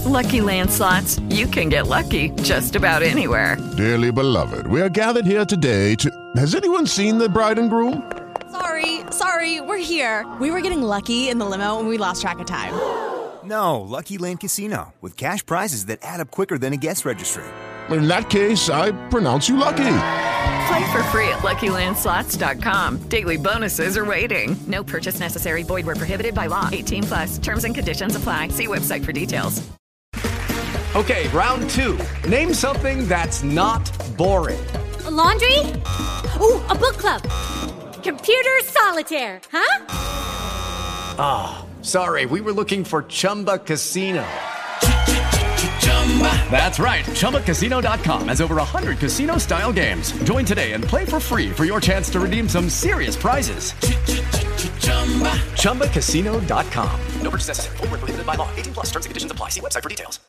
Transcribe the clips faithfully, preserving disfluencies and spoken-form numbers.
Lucky Land Slots, you can get lucky just about anywhere. Dearly beloved, we are gathered here today to... Has anyone seen the bride and groom? Sorry, sorry, we're here. We were getting lucky in the limo and we lost track of time. No, Lucky Land Casino, with cash prizes that add up quicker than a guest registry. In that case, I pronounce you lucky. Play for free at Lucky Land Slots dot com. Daily bonuses are waiting. No purchase necessary. Void where prohibited by law. eighteen plus. Terms and conditions apply. See website for details. Okay, round two. Name something that's not boring. A laundry? Ooh, a book club. Computer solitaire, huh? Ah, oh, sorry. We were looking for Chumba Casino. That's right. Chumba Casino dot com has over one hundred casino-style games. Join today and play for free for your chance to redeem some serious prizes. Chumba Casino dot com. No purchase necessary. Void where prohibited by law. eighteen plus. Terms and conditions apply. See website for details.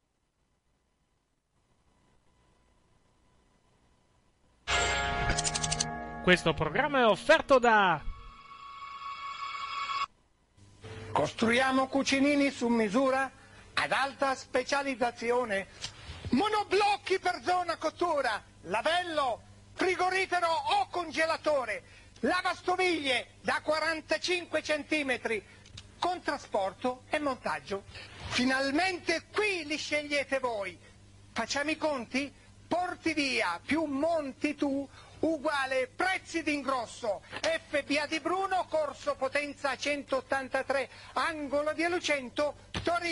Questo programma è offerto da Costruiamo cucinini su misura ad alta specializzazione, monoblocchi per zona cottura, lavello, frigorifero o congelatore, lavastoviglie da quarantacinque centimetri, con trasporto e montaggio. Finalmente qui li scegliete voi. Facciamo i conti? Porti via più monti tu uguale prezzi d'ingrosso. F B A di Bruno, corso Potenza centottantatré, angolo di Lucento, Torino.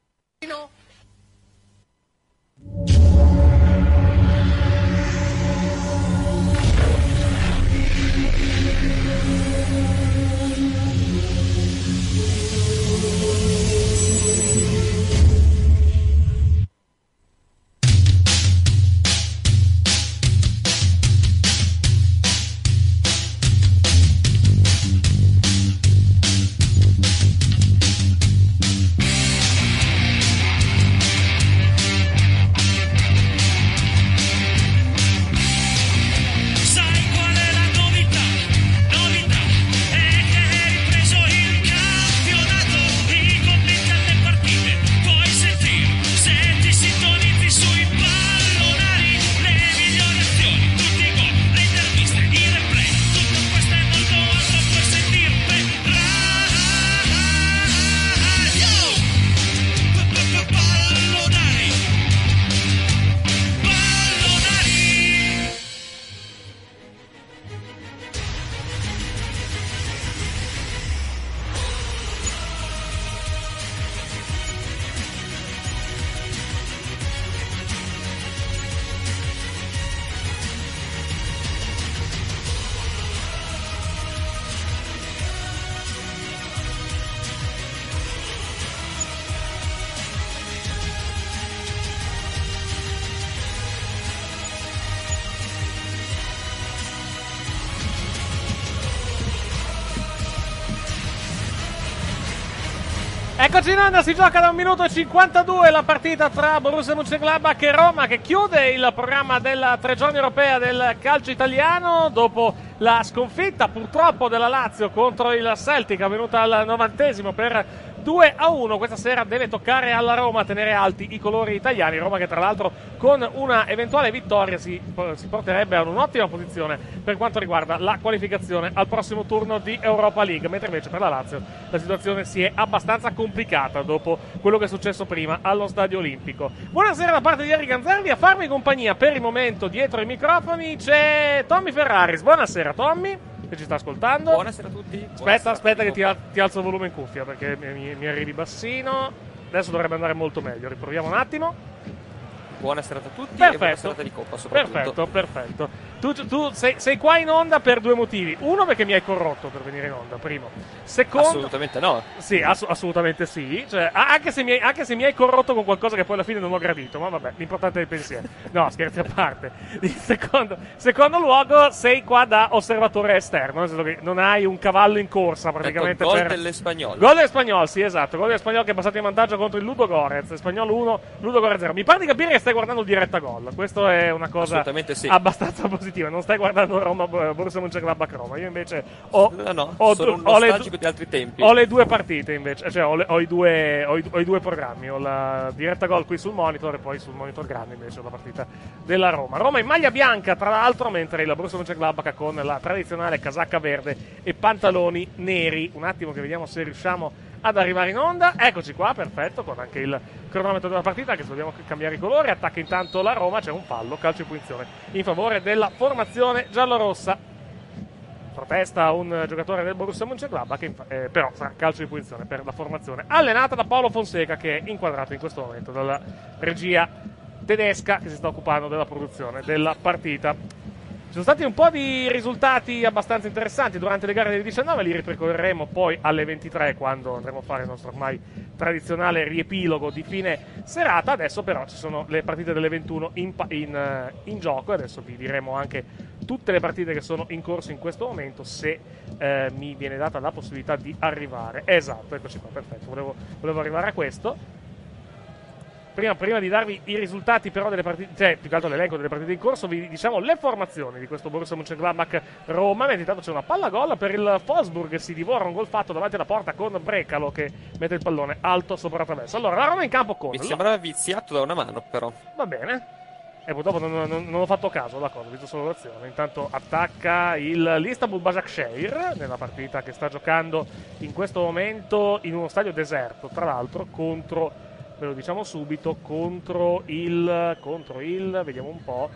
Eccoci in onda, si gioca da un minuto e cinquantadue la partita tra Borussia Mönchengladbach e Roma, che chiude il programma della tre giorni europea del calcio italiano dopo la sconfitta purtroppo della Lazio contro il Celtic, avvenuta al novantesimo per due a uno. Questa sera deve toccare alla Roma tenere alti i colori italiani. Roma che tra l'altro con una eventuale vittoria si, si porterebbe a un'ottima posizione per quanto riguarda la qualificazione al prossimo turno di Europa League, mentre invece per la Lazio la situazione si è abbastanza complicata dopo quello che è successo prima allo Stadio Olimpico. Buonasera da parte di Eric Ganzerli. A farmi compagnia per il momento dietro i microfoni c'è Tommy Ferraris. Buonasera Tommy, che ci sta ascoltando. Buonasera a tutti. Aspetta, Buonasera aspetta a che tutti. ti, al- ti alzo il volume in cuffia perché mi, mi, mi arrivi bassino. Adesso dovrebbe andare molto meglio. Riproviamo un attimo. Buona serata a tutti e Perfetto. buona serata di Coppa soprattutto. Perfetto, perfetto. Tu, tu sei, sei qua in onda per due motivi. Uno, perché mi hai corrotto per venire in onda, primo. Secondo, Assolutamente no. Sì, ass- assolutamente sì. Cioè, a- anche, se mi hai, anche se mi hai corrotto con qualcosa che poi alla fine non ho gradito, ma vabbè, l'importante è il pensiero. No, scherzi a parte. In secondo, secondo luogo, sei qua da osservatore esterno, nel senso che non hai un cavallo in corsa praticamente. Ecco, gol per... dell'Espagnol. Gol dell'Espagnol, sì, esatto. Gol dell'Espagnol che è passato in vantaggio contro il Ludo Gorez. Espagnol uno, Ludo Gorez zero. Mi pare di capire che stai guardando il diretta gol. Questo è una cosa sì. abbastanza positiva. Non stai guardando Roma, Borussia Mönchengladbach Roma. Io invece ho, no, no, ho, sono un ho, le, di altri tempi. ho le due partite invece, cioè ho, le, ho, i due, ho, i, ho i due programmi. Ho la diretta gol qui sul monitor e poi sul monitor grande invece ho la partita della Roma. Roma in maglia bianca, tra l'altro, mentre il Borussia Mönchengladbach con la tradizionale casacca verde e pantaloni neri. Un attimo che vediamo se riusciamo ad arrivare in onda. Eccoci qua, perfetto, con anche il cronometro della partita, che se dobbiamo cambiare i colori. Attacca intanto la Roma, c'è un fallo, calcio di punizione in favore della formazione giallorossa. Protesta un giocatore del Borussia Mönchengladbach, che infa- eh, però sarà calcio di punizione per la formazione allenata da Paolo Fonseca, che è inquadrato in questo momento dalla regia tedesca che si sta occupando della produzione della partita. Ci sono stati un po' di risultati abbastanza interessanti durante le gare delle diciannove, li ripercorreremo poi alle ventitré quando andremo a fare il nostro ormai tradizionale riepilogo di fine serata. Adesso però ci sono le partite delle ventuno in, pa- in, uh, in gioco, e adesso vi diremo anche tutte le partite che sono in corso in questo momento, se eh, mi viene data la possibilità di arrivare. Esatto, eccoci qua, perfetto, volevo, volevo arrivare a questo. Prima, prima di darvi i risultati però delle partite, cioè più che altro l'elenco delle partite in corso, vi diciamo le formazioni di questo Borussia Mönchengladbach Roma. Mentre intanto c'è una palla gol per il Wolfsburg, si divora un gol fatto davanti alla porta con Brecalo che mette il pallone alto sopra la traversa. Allora la Roma in campo con... Mi sembrava viziato da una mano però. Va bene. E purtroppo non, non, non ho fatto caso alla cosa, ho visto solo l'azione. Intanto attacca il l'Istanbul Başakşehir nella partita che sta giocando in questo momento in uno stadio deserto, tra l'altro contro... Ve lo diciamo subito, contro il, contro il, vediamo un po',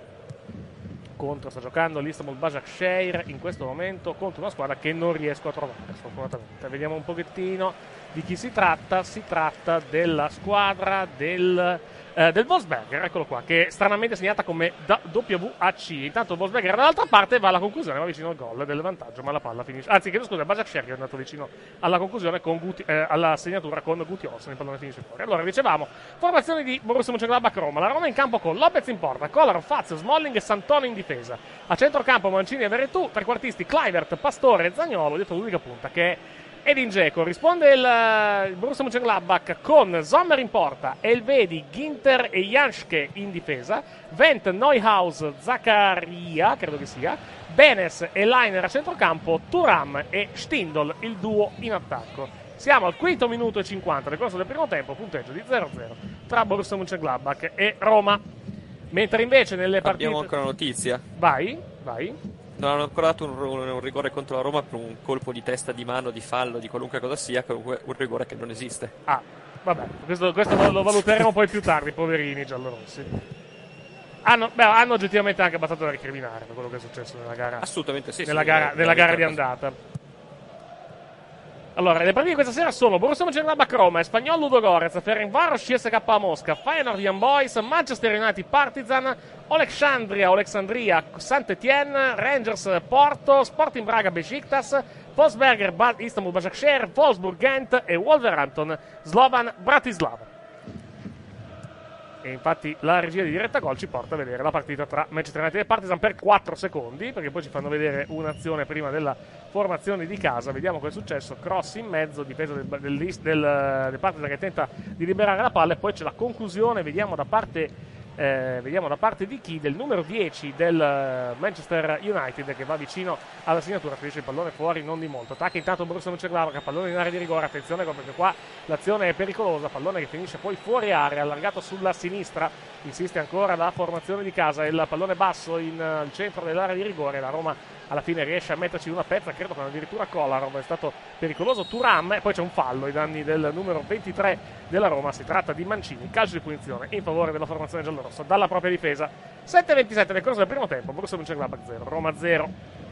contro, sta giocando l'Istanbul Başakşehir in questo momento contro una squadra che non riesco a trovare, sfortunatamente. Vediamo un pochettino di chi si tratta, si tratta della squadra del... Eh, del Wolfsberger, eccolo qua, che è stranamente segnata come W A C. Intanto il Wolfsberger dall'altra parte va alla conclusione, va vicino al gol del vantaggio, ma la palla finisce. Anzi, chiedo scusa, Başakşehir è andato vicino alla conclusione con Guti, eh, alla segnatura con Guti Olsen, il pallone finisce fuori. Allora, dicevamo, formazione di Borussia Mönchengladbach Roma. La Roma in campo con Lopez in porta, Kolarov, Fazio, Smalling e Santoro in difesa. A centrocampo Mancini e Veretout, trequartisti Kluivert, Pastore e Zaniolo, dietro l'unica punta che è Edin Dzeko. Risponde il, il Borussia Mönchengladbach con Sommer in porta, Elvedi, Ginter e Janschke in difesa, Wendt, Neuhaus, Zaccaria, credo che sia, Benes e Leiner a centrocampo, Thuram e Stindl il duo in attacco. Siamo al quinto minuto e cinquanta nel corso del primo tempo, punteggio di zero a zero tra Borussia Mönchengladbach e Roma. Mentre invece nelle partite... Abbiamo ancora notizia. Vai, vai. Non hanno ancora dato un, un, un rigore contro la Roma per un colpo di testa, di mano, di fallo, di qualunque cosa sia, comunque un rigore che non esiste. Ah, vabbè, questo, questo lo valuteremo poi più tardi, poverini giallorossi. Hanno, beh, hanno oggettivamente anche abbastanza da recriminare per quello che è successo nella gara. Assolutamente sì. Nella sì, gara, sì, nella gara di andata. Allora, le partite di questa sera sono Borussia Mönchengladbach Roma, Espanyol Ludogorets, Ferencváros C S K a Mosca, Feyenoord Young Boys, Manchester United Partizan, Alexandria Alexandria Saint-Étienne, Rangers Porto, Sporting Braga Besiktas, Wolfsberger ba- Istanbul Başakşehir, Wolfsburg Gent e Wolverhampton Slovan Bratislava. E infatti la regia di diretta gol ci porta a vedere la partita tra Manchester United e Partizan per quattro secondi, perché poi ci fanno vedere un'azione prima della formazione di casa. Vediamo cosa è successo: cross in mezzo, difesa del, del, del, del Partizan che tenta di liberare la palla, e poi c'è la conclusione, vediamo da parte eh, vediamo da parte di chi? Del numero dieci del Manchester United, che va vicino alla segnatura, finisce il pallone fuori non di molto. Attacca intanto Borussia Mönchengladbach, pallone in area di rigore, attenzione perché qua l'azione è pericolosa, pallone che finisce poi fuori area, allargato sulla sinistra, insiste ancora la formazione di casa, il pallone basso in al centro dell'area di rigore, la Roma alla fine riesce a metterci una pezza, credo con addirittura Kolarov, è stato pericoloso, Thuram, e poi c'è un fallo ai danni del numero ventitré della Roma, si tratta di Mancini, calcio di punizione in favore della formazione giallorossa dalla propria difesa. sette ventisette nel corso del primo tempo, Borussia Mönchengladbach zero, Roma zero.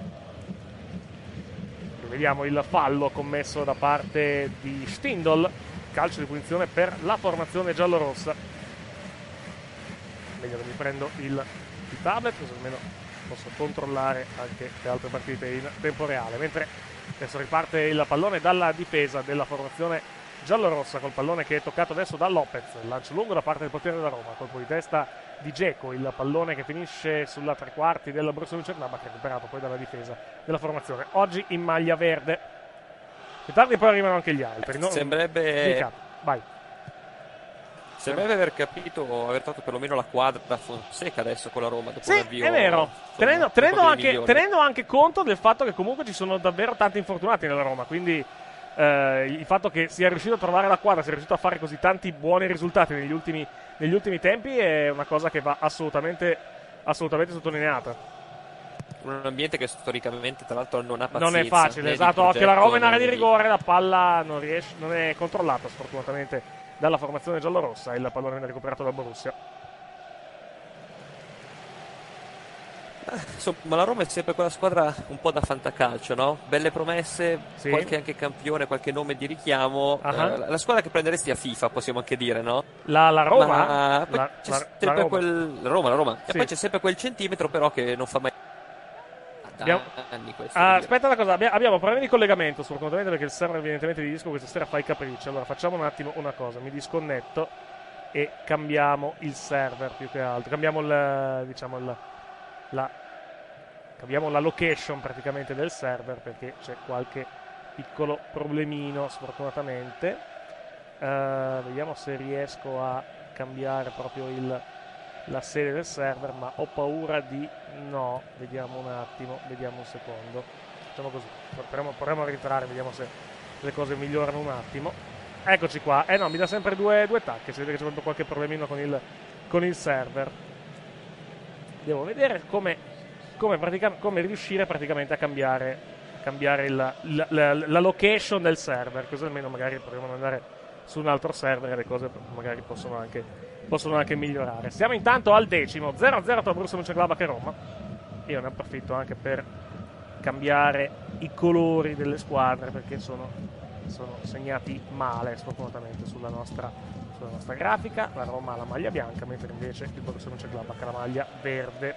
Vediamo il fallo commesso da parte di Stindl, calcio di punizione per la formazione giallorossa. Meglio che mi prendo il, il tablet, così almeno posso controllare anche le altre partite in tempo reale. Mentre adesso riparte il pallone dalla difesa della formazione giallorossa, col pallone che è toccato adesso da Lopez, lancio lungo da parte del portiere della Roma, colpo di testa di Dzeko, il pallone che finisce sulla tre quarti del Borussia Mönchengladbach, recuperato poi dalla difesa della formazione oggi in maglia verde. Più tardi poi arrivano anche gli altri, no? Sembrerebbe Dica, vai. Sembra aver capito, aver trovato perlomeno la quadra Fonseca adesso con la Roma. Dopo sì, avvio, è vero. insomma, tenendo, tenendo, anche, tenendo anche conto del fatto che comunque ci sono davvero tanti infortunati nella Roma, quindi eh, il fatto che sia riuscito a trovare la quadra, sia riuscito a fare così tanti buoni risultati negli ultimi, negli ultimi tempi è una cosa che va assolutamente, assolutamente sottolineata. Un ambiente che storicamente tra l'altro non ha pazienza. Non è facile, esatto, anche la Roma in area di rigore, la palla non, riesce, non è controllata sfortunatamente dalla formazione giallorossa, il pallone viene recuperato dal Borussia. Insomma, la Roma è sempre quella squadra un po' da fantacalcio, no? Belle promesse, sì. Qualche anche campione, qualche nome di richiamo. Uh-huh. eh, la squadra che prenderesti a FIFA, possiamo anche dire, no? La, la Roma? Ma poi la, c'è la, sempre la Roma. quel la Roma, la Roma. Sì. E poi c'è sempre quel centimetro però che non fa mai abbiamo... anni questo. Ah, aspetta una cosa, abbiamo problemi di collegamento sfortunatamente perché il server evidentemente di disco questa sera fa i capricci. Allora facciamo un attimo una cosa, mi disconnetto e cambiamo il server più che altro. Cambiamo il, diciamo il, la cambiamo la location praticamente del server perché c'è qualche piccolo problemino sfortunatamente. Uh, vediamo se riesco a cambiare proprio il la sede del server, ma ho paura di no. Vediamo un attimo, vediamo un secondo, facciamo così, proviamo, proviamo a rientrare, vediamo se le cose migliorano un attimo. Eccoci qua. Eh no, mi dà sempre due, due tacche, si vede che c'è sempre qualche problemino con il, con il server. Devo vedere come, come, pratica, come riuscire praticamente a cambiare, cambiare il, la, la, la location del server, così almeno magari proviamo ad andare su un altro server e le cose magari possono anche, possono anche migliorare. Siamo intanto al decimo, zero a zero tra Borussia Mönchengladbach e Roma. Io ne approfitto anche per cambiare i colori delle squadre perché sono, sono segnati male sfortunatamente sulla nostra, sulla nostra grafica. La Roma ha la maglia bianca mentre invece il Borussia Mönchengladbach ha la maglia verde.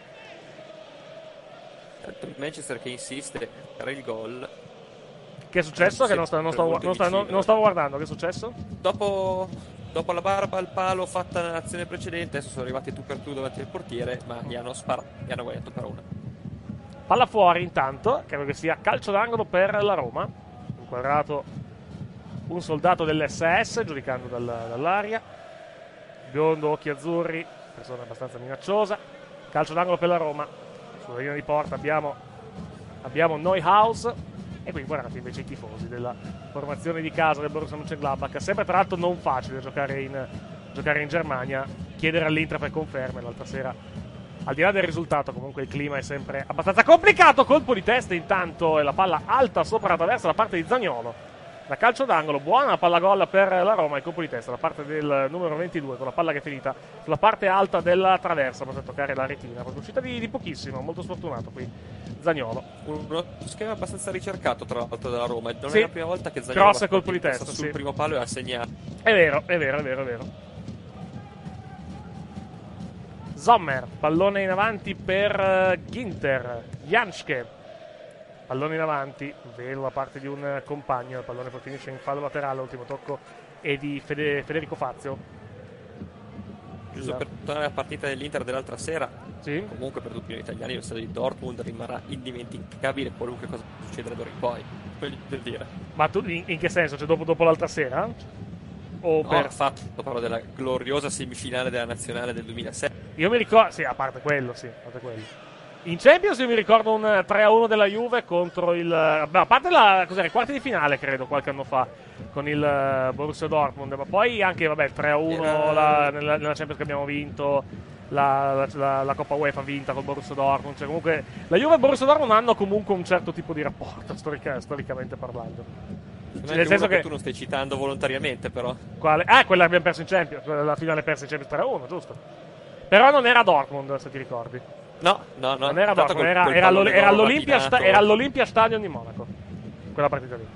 Il Manchester che insiste per il gol. Che è successo? Che non, sta, non, stavo, non, sta, non, non stavo guardando. Che è successo? Dopo, dopo la barba al palo fatta nell'azione precedente, adesso sono arrivati tu per tu davanti al portiere, ma gli hanno sparato, gli hanno guadagnato per una. Palla fuori intanto, credo che sia calcio d'angolo per la Roma. Inquadrato un soldato dell'esse esse, giudicando dal, dall'aria. Biondo, occhi azzurri, persona abbastanza minacciosa. Calcio d'angolo per la Roma. Sulla linea di porta abbiamo, abbiamo Neuhaus. E qui guardate invece i tifosi della formazione di casa del Borussia Mönchengladbach. Sempre tra l'altro non facile giocare in, giocare in Germania, chiedere all'Inter per conferme. L'altra sera, al di là del risultato, comunque il clima è sempre abbastanza complicato. Colpo di testa intanto e la palla alta sopra la traversa da parte di Zaniolo. Da calcio d'angolo, buona la palla gol per la Roma. Il colpo di testa da parte del numero ventidue con la palla che è finita sulla parte alta della traversa, poteva toccare la retina. Proprio uscita di, di pochissimo, molto sfortunato qui Zaniolo. Uno schema abbastanza ricercato tra l'altro della Roma. Non sì. è la prima volta che Zaniolo grosso colpo di testa sul sì. primo palo e ha segnato. È vero, è vero, è vero, è vero. Sommer, pallone in avanti per Ginter. Janschke, pallone in avanti, velo da parte di un compagno, il pallone poi finisce in fallo laterale, l'ultimo tocco è di Fede, Federico Fazio. Giusto per tornare alla partita dell'Inter dell'altra sera, sì. Comunque per tutti noi italiani lo stadio di Dortmund rimarrà indimenticabile qualunque cosa succederà d'ora in poi, per dire. Ma tu in, in che senso? Cioè dopo, dopo l'altra sera? O no, per... fatto, parlo della gloriosa semifinale della nazionale del duemilasei. Io mi ricordo, sì, a parte quello, sì, a parte quello. In Champions io mi ricordo un tre a uno della Juve contro il... Beh, a parte la, cos'era, i quarti di finale credo qualche anno fa con il Borussia Dortmund, ma poi anche vabbè il tre a uno Era... la, nella, nella Champions che abbiamo vinto, la, la, la Coppa UEFA vinta col Borussia Dortmund, cioè comunque la Juve e il Borussia Dortmund hanno comunque un certo tipo di rapporto storica, storicamente parlando. Cioè, nel senso che tu non stai citando volontariamente però. Quale? Ah, quella che abbiamo perso in Champions, la finale persa in Champions tre a uno, giusto? Però non era Dortmund, se ti ricordi. No, no, no. Non era Dortmund, col, era, era, all'Ol- era, all'Olimpia sta- era all'Olimpia Stadion di Monaco. Quella partita lì.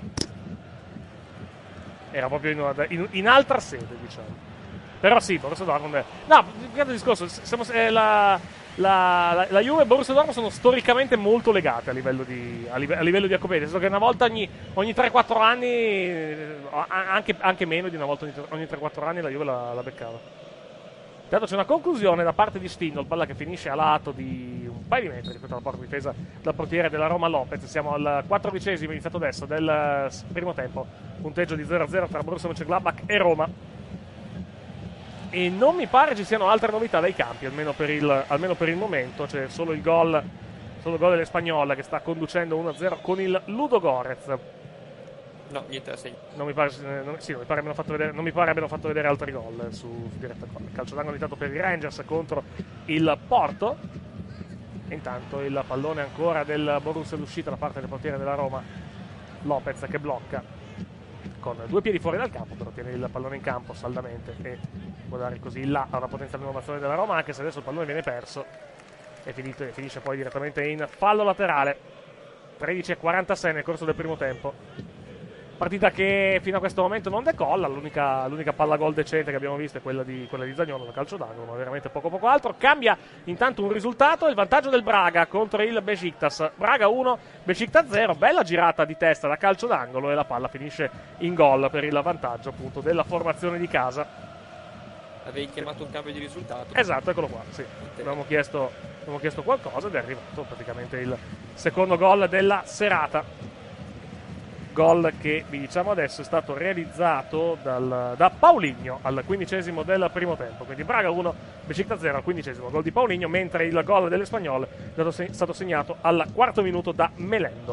Era proprio in, in, in altra sede, diciamo. Però sì, Borussia Dortmund è... No, il discorso, siamo, eh, la, la, la, la Juve e Borussia Dortmund sono storicamente molto legate a livello di, a livello, a livello di accoppiamento. Nel senso che una volta ogni, ogni tre quattro anni, anche, anche meno di una volta ogni, ogni tre quattro anni la Juve la, la beccava. Intanto c'è una conclusione da parte di Stindl, palla che finisce a lato di un paio di metri rispetto alla porta difesa dal portiere della Roma Lopez. Siamo al quattordicesimo, iniziato adesso, del primo tempo. Punteggio di zero a zero tra Borussia Mönchengladbach e Roma. E non mi pare ci siano altre novità dai campi, almeno per il, almeno per il momento. C'è solo il gol solo il gol dell'Espagnola che sta conducendo uno a zero con il Ludogorets. No, niente da segno. Non mi pare, non, sì, non mi pare abbiano fatto vedere, non mi pare abbiano fatto vedere altri gol su, su diretta gol. Calcio d'angolo intanto per i Rangers contro il Porto. E intanto il pallone ancora del Borussia all'uscita da parte del portiere della Roma, Lopez, che blocca con due piedi fuori dal campo, però tiene il pallone in campo saldamente e può dare così là a una potenziale innovazione della Roma, anche se adesso il pallone viene perso e finito, finisce poi direttamente in fallo laterale. Tredici e quarantasei nel corso del primo tempo. Partita che fino a questo momento non decolla. L'unica, l'unica palla gol decente che abbiamo visto è quella di, quella di Zaniolo da calcio d'angolo, ma veramente poco poco altro. Cambia intanto un risultato, il vantaggio del Braga contro il Besiktas. Braga uno, Besiktas zero. Bella girata di testa da calcio d'angolo e la palla finisce in gol per il vantaggio appunto della formazione di casa. Avevi chiamato un cambio di risultato. Esatto, eccolo qua, sì. Abbiamo chiesto, abbiamo chiesto qualcosa ed è arrivato praticamente il secondo gol della serata. Gol che vi diciamo adesso è stato realizzato dal, da Paulinho al quindicesimo del primo tempo. Quindi Braga uno, Besiktas zero al quindicesimo. Gol di Paulinho, mentre il gol dell'Espagnol è stato segnato al quarto minuto da Melendo.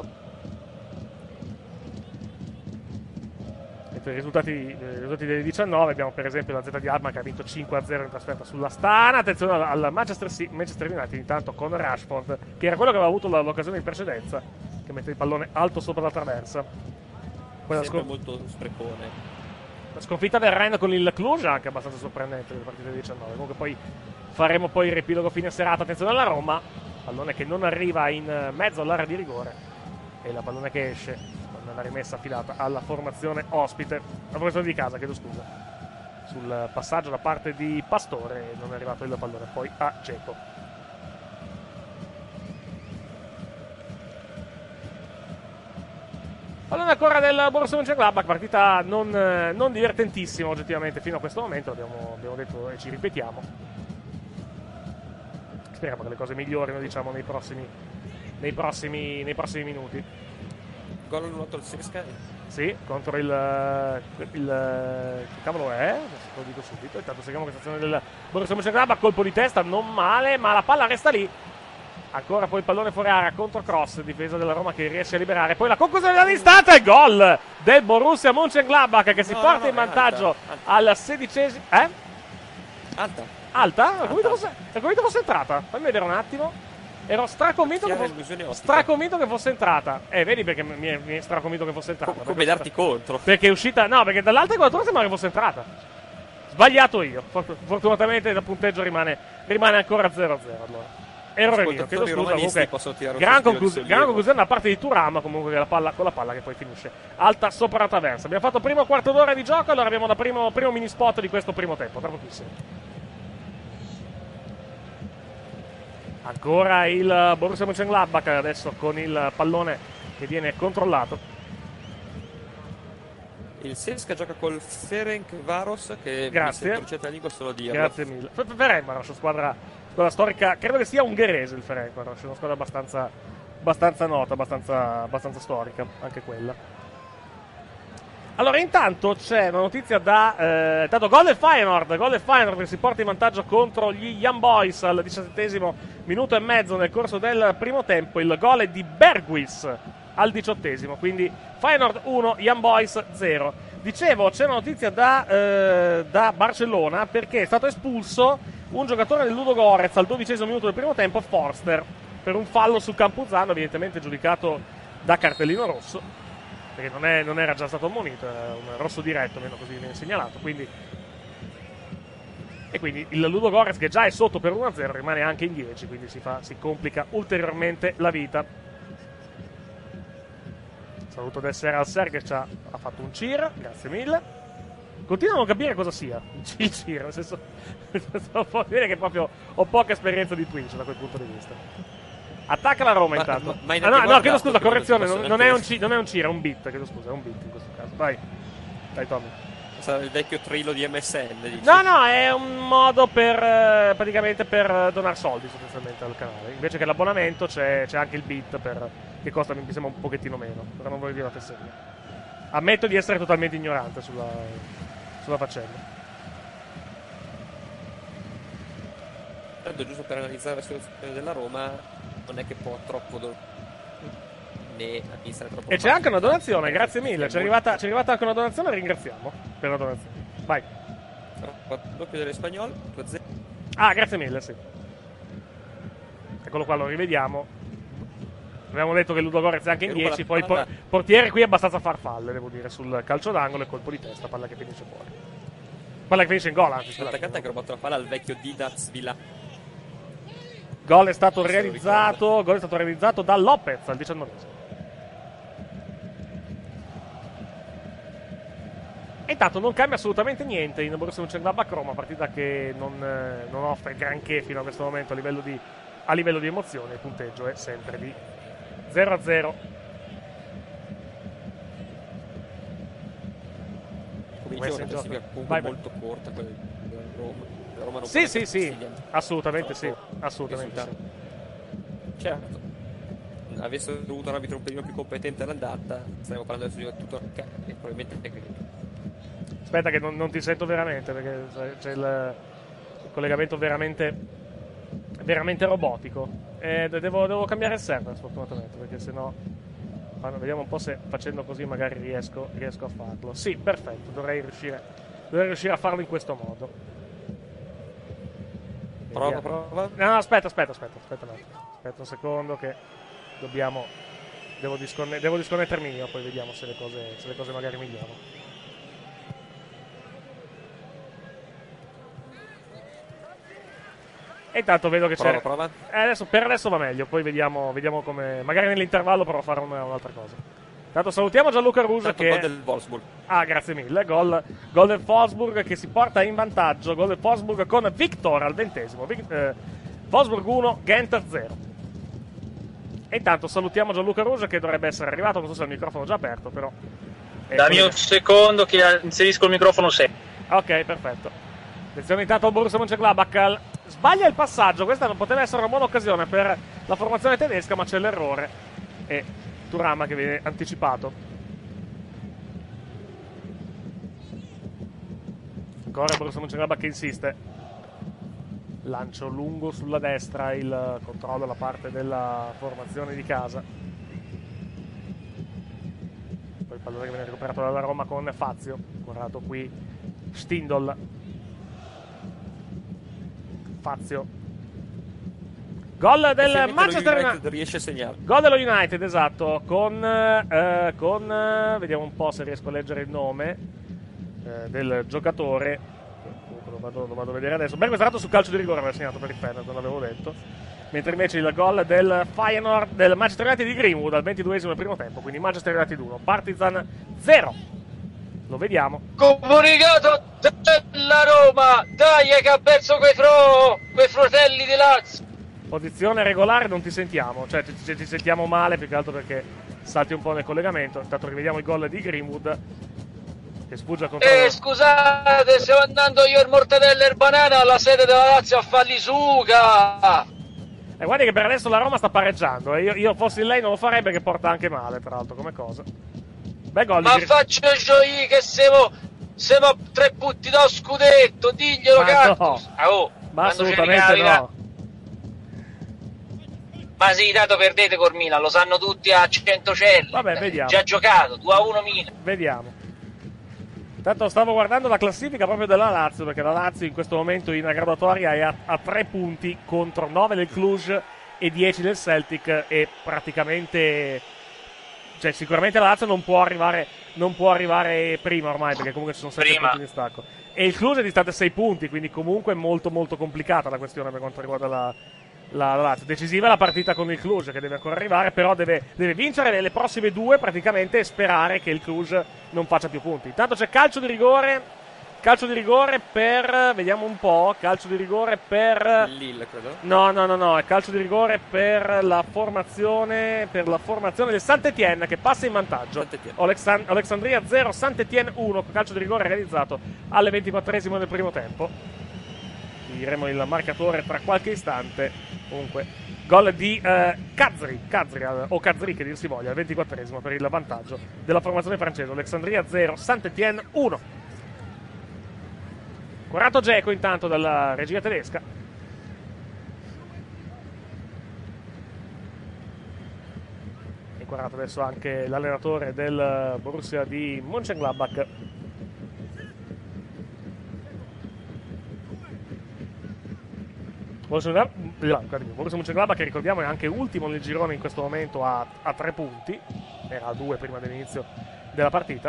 I risultati, i risultati dei diciannove abbiamo per esempio la Z di Alkmaar che ha vinto cinque a zero in trasferta sulla Stana. Attenzione al Manchester, Manchester United intanto con Rashford, che era quello che aveva avuto l'occasione in precedenza, che mette il pallone alto sopra la traversa. Poi Sempre la scon- molto sprecone. La sconfitta del Rennes con il Cluj anche abbastanza sorprendente nelle partite dei diciannove. Comunque poi faremo poi il riepilogo fine serata. Attenzione alla Roma, pallone che non arriva in mezzo all'area di rigore e la pallone che esce con la rimessa affidata alla formazione ospite, la formazione di casa, chiedo scusa, sul passaggio da parte di Pastore non è arrivato il pallone poi a Dzeko. Pallone ancora del Borussia Mönchengladbach, partita non, non divertentissima oggettivamente fino a questo momento, abbiamo, abbiamo detto e ci ripetiamo. Speriamo che le cose migliorino, diciamo, nei prossimi, nei prossimi, nei prossimi minuti. Gol annullato al Sesca? Sì, contro il, il che cavolo è? Adesso lo dico subito. Intanto seguiamo questa azione del Borussia Mönchengladbach, colpo di testa, non male, ma la palla resta lì. Ancora poi il pallone fuori area, contro cross, difesa della Roma che riesce a liberare. Poi la conclusione della distanza e gol del Borussia Mönchengladbach che si no, porta no, no, in vantaggio alta, alta. al sedicesimo. Eh? Alta. Alta? Ho convinto fosse, fosse entrata. Fammi vedere un attimo. Ero straconvinto che, fosse, straconvinto che fosse entrata. Eh, vedi perché mi è, mi è straconvinto che fosse entrata. Com- come darti contro? Perché è uscita. No, perché dall'alta inquadratura sembra che fosse entrata. Sbagliato io. Fortunatamente il punteggio rimane, rimane ancora zero a zero. Allora. Errore mio, chiedo scusa, comunque gran, conclus- gran conclusione da parte di Thuram, comunque la palla, con la palla che poi finisce alta sopra la traversa. Abbiamo fatto il primo quarto d'ora di gioco, allora abbiamo da primo, primo mini spot di questo primo tempo, tra pochissimo. Ancora il Borussia Mönchengladbach adesso con il pallone che viene controllato. Il Sesca gioca col Ferencváros che grazie. mi sento la lingua solo a dirlo. Grazie mille. Ferencváros, squadra Squadra storica, credo che sia ungherese il Ferencváros, è una squadra abbastanza, abbastanza nota, abbastanza, abbastanza storica, anche quella. Allora, intanto c'è una notizia da... Eh, tanto gol del Feyenoord, gol del Feyenoord che si porta in vantaggio contro gli Young Boys al diciassettesimo minuto e mezzo nel corso del primo tempo. Il gol è di Berghuis al diciottesimo, quindi Feyenoord uno, Young Boys zero. Dicevo, c'è una notizia da, eh, da Barcellona perché è stato espulso un giocatore del Ludogorets al dodicesimo minuto del primo tempo, Forster, per un fallo su Campuzano, evidentemente giudicato da cartellino rosso, perché non, è, non era già stato ammonito, era un rosso diretto, almeno così viene segnalato. Quindi, e quindi il Ludogorets, che già è sotto per uno a zero, rimane anche in dieci, quindi si, fa, si complica ulteriormente la vita. Saluto del Ser al Ser che ci ha, ha fatto un cheer, grazie mille. Continuo a non capire cosa sia il cheer, nel senso, nel senso può dire che proprio ho poca esperienza di Twitch da quel punto di vista. Attacca la Roma intanto. Ma, ma ah, no, no, chiedo scusa, correzione, non, non, è un cheer, non è un cheer, è un beat, chiedo scusa, è un beat in questo caso. Vai, dai Tommy. Sarà il vecchio trillo di M S N, dici? No, no, è un modo per, eh, praticamente per donare soldi sostanzialmente al canale. Invece che l'abbonamento c'è, c'è anche il beat per, che costa, mi sembra, un pochettino meno, però non voglio dire la fesseria. Ammetto di essere totalmente ignorante sulla... sulla faccenda. Tanto giusto per analizzare la situazione della Roma, non è che può troppo do- né amministrare troppo. E c'è anche una donazione, grazie mille. C'è arrivata, c'è arrivata anche una donazione, ringraziamo per la donazione. Vai. Doppio delle Spagnol, due a zero. Ah, grazie mille, sì. Eccolo qua, lo rivediamo. Abbiamo detto che Ludogorets è anche in dieci, poi il portiere qui è abbastanza farfalle, devo dire, sul calcio d'angolo e colpo di testa, palla che finisce fuori. Palla che finisce in gol, anzi. L'attaccante che ha rubato la palla al vecchio Didac Villa. Gol è stato realizzato, gol è stato realizzato da Lopez al diciannovesimo. E intanto non cambia assolutamente niente in Borussia Mönchengladbach Roma, partita che non, eh, non offre granché fino a questo momento a livello di, a livello di emozione. Il punteggio è sempre di zero a zero. Come dicevo, una classifica comunque vai, molto vai. corta quella di Roma. La Roma non sì, sì, sì, assolutamente sì, assolutamente sì. Certo, avesse dovuto un arbitro un pelino più competente all'andata, staremo parlando adesso di tutto e probabilmente tecnico. Aspetta che non, non ti sento veramente, perché c'è il, il collegamento veramente veramente robotico. E devo, devo cambiare il server sfortunatamente, perché sennò vediamo un po' se facendo così magari riesco, riesco a farlo. Sì, perfetto, dovrei riuscire, dovrei riuscire a farlo in questo modo. Prova, prova. No, no, aspetta, aspetta, aspetta, aspetta un attimo. Aspetta un secondo che dobbiamo devo, disconne- devo disconnettermi io, poi vediamo se le cose, se le cose magari migliorano. E intanto vedo che prova, c'è. Prova. Eh, adesso, per adesso va meglio, poi vediamo, vediamo come. Magari nell'intervallo provo a fare una, un'altra cosa. Intanto salutiamo Gianluca Rusa che. Gol del Wolfsburg. Ah, grazie mille. Gol, gol del Wolfsburg che si porta in vantaggio. Gol del Wolfsburg con Victor al ventesimo. Vic, eh, Wolfsburg uno, Gent zero. E intanto salutiamo Gianluca Rusa che dovrebbe essere arrivato. Non so se il microfono è già aperto, però. Dammi un secondo che inserisco il microfono se. Ok, perfetto. Attenzione intanto al Borussia Mönchengladbach. Sbaglia il passaggio. Questa non poteva essere una buona occasione per la formazione tedesca, ma c'è l'errore. E Thuram che viene anticipato. Ancora il Borussia Mönchengladbach che insiste. Lancio lungo sulla destra, il controllo da parte della formazione di casa. Poi il pallone che viene recuperato dalla Roma con Fazio. Guardato qui Stindl. Fazio. Gol del Manchester United. Riesce a segnare. Gol dello United, esatto. Con, eh, con eh, vediamo un po' se riesco a leggere il nome eh, del giocatore. Lo vado, lo vado a vedere adesso. Ben questo su calcio di rigore aveva segnato per il Feyenoord, non l'avevo detto. Mentre invece il gol del Feyenoord, del Manchester United di Greenwood al ventiduesimo del primo tempo. Quindi Manchester United uno, Partizan zero. Lo vediamo. Comunicato della Roma. Dai che ha perso quei fro, quei fratelli di Lazio. Posizione regolare, non ti sentiamo. Cioè ti, ti sentiamo male, più che altro perché salti un po' nel collegamento. Intanto rivediamo il gol di Greenwood che sfugge a controllare. Eh scusate, stiamo andando io il mortadella e il banana alla sede della Lazio a farli suga. E guardi che per adesso la Roma sta pareggiando. E io, io fossi lei non lo farei perché porta anche male, tra l'altro, come cosa. Beh, gol ma di... faccio io che siamo siamo tre putti da scudetto, diglielo cazzo. No, oh, ma assolutamente no. Ma sì, dato perdete col Milan, lo sanno tutti a Centocelle. Vabbè, vediamo. Già giocato, due a uno Milan. Vediamo. Intanto stavo guardando la classifica proprio della Lazio, perché la Lazio in questo momento in graduatoria è a, a tre punti contro nove del Cluj e dieci del Celtic e praticamente... Cioè, sicuramente la Lazio non può arrivare non può arrivare prima ormai, perché comunque ci sono sette punti di stacco. E il Cluj è distante sei punti, quindi comunque è molto molto complicata la questione per quanto riguarda la, la, la Lazio. Decisiva è la partita con il Cluj, che deve ancora arrivare, però deve, deve vincere le prossime due praticamente e sperare che il Cluj non faccia più punti. Intanto c'è calcio di rigore. Calcio di rigore per... Vediamo un po'. Calcio di rigore per... Lille, credo. No, no, no, no. È calcio di rigore per la formazione... Per la formazione del Saint-Étienne che passa in vantaggio. Alexand- Alexandria zero, Saint-Étienne uno. Calcio di rigore realizzato alle ventiquattresimo del primo tempo. Diremo il marcatore tra qualche istante. Comunque, gol di eh, Kazri. Kazri, o Kazri che dir si voglia, al ventiquattresimo per il vantaggio della formazione francese. Alexandria zero, Saint-Étienne uno. Guardato Dzeko intanto dalla regia tedesca. rassicurato adesso anche l'allenatore del Borussia di Mönchengladbach. Borussia Mönchengladbach, che ricordiamo è anche ultimo nel girone in questo momento a, a tre punti, era a due prima dell'inizio della partita.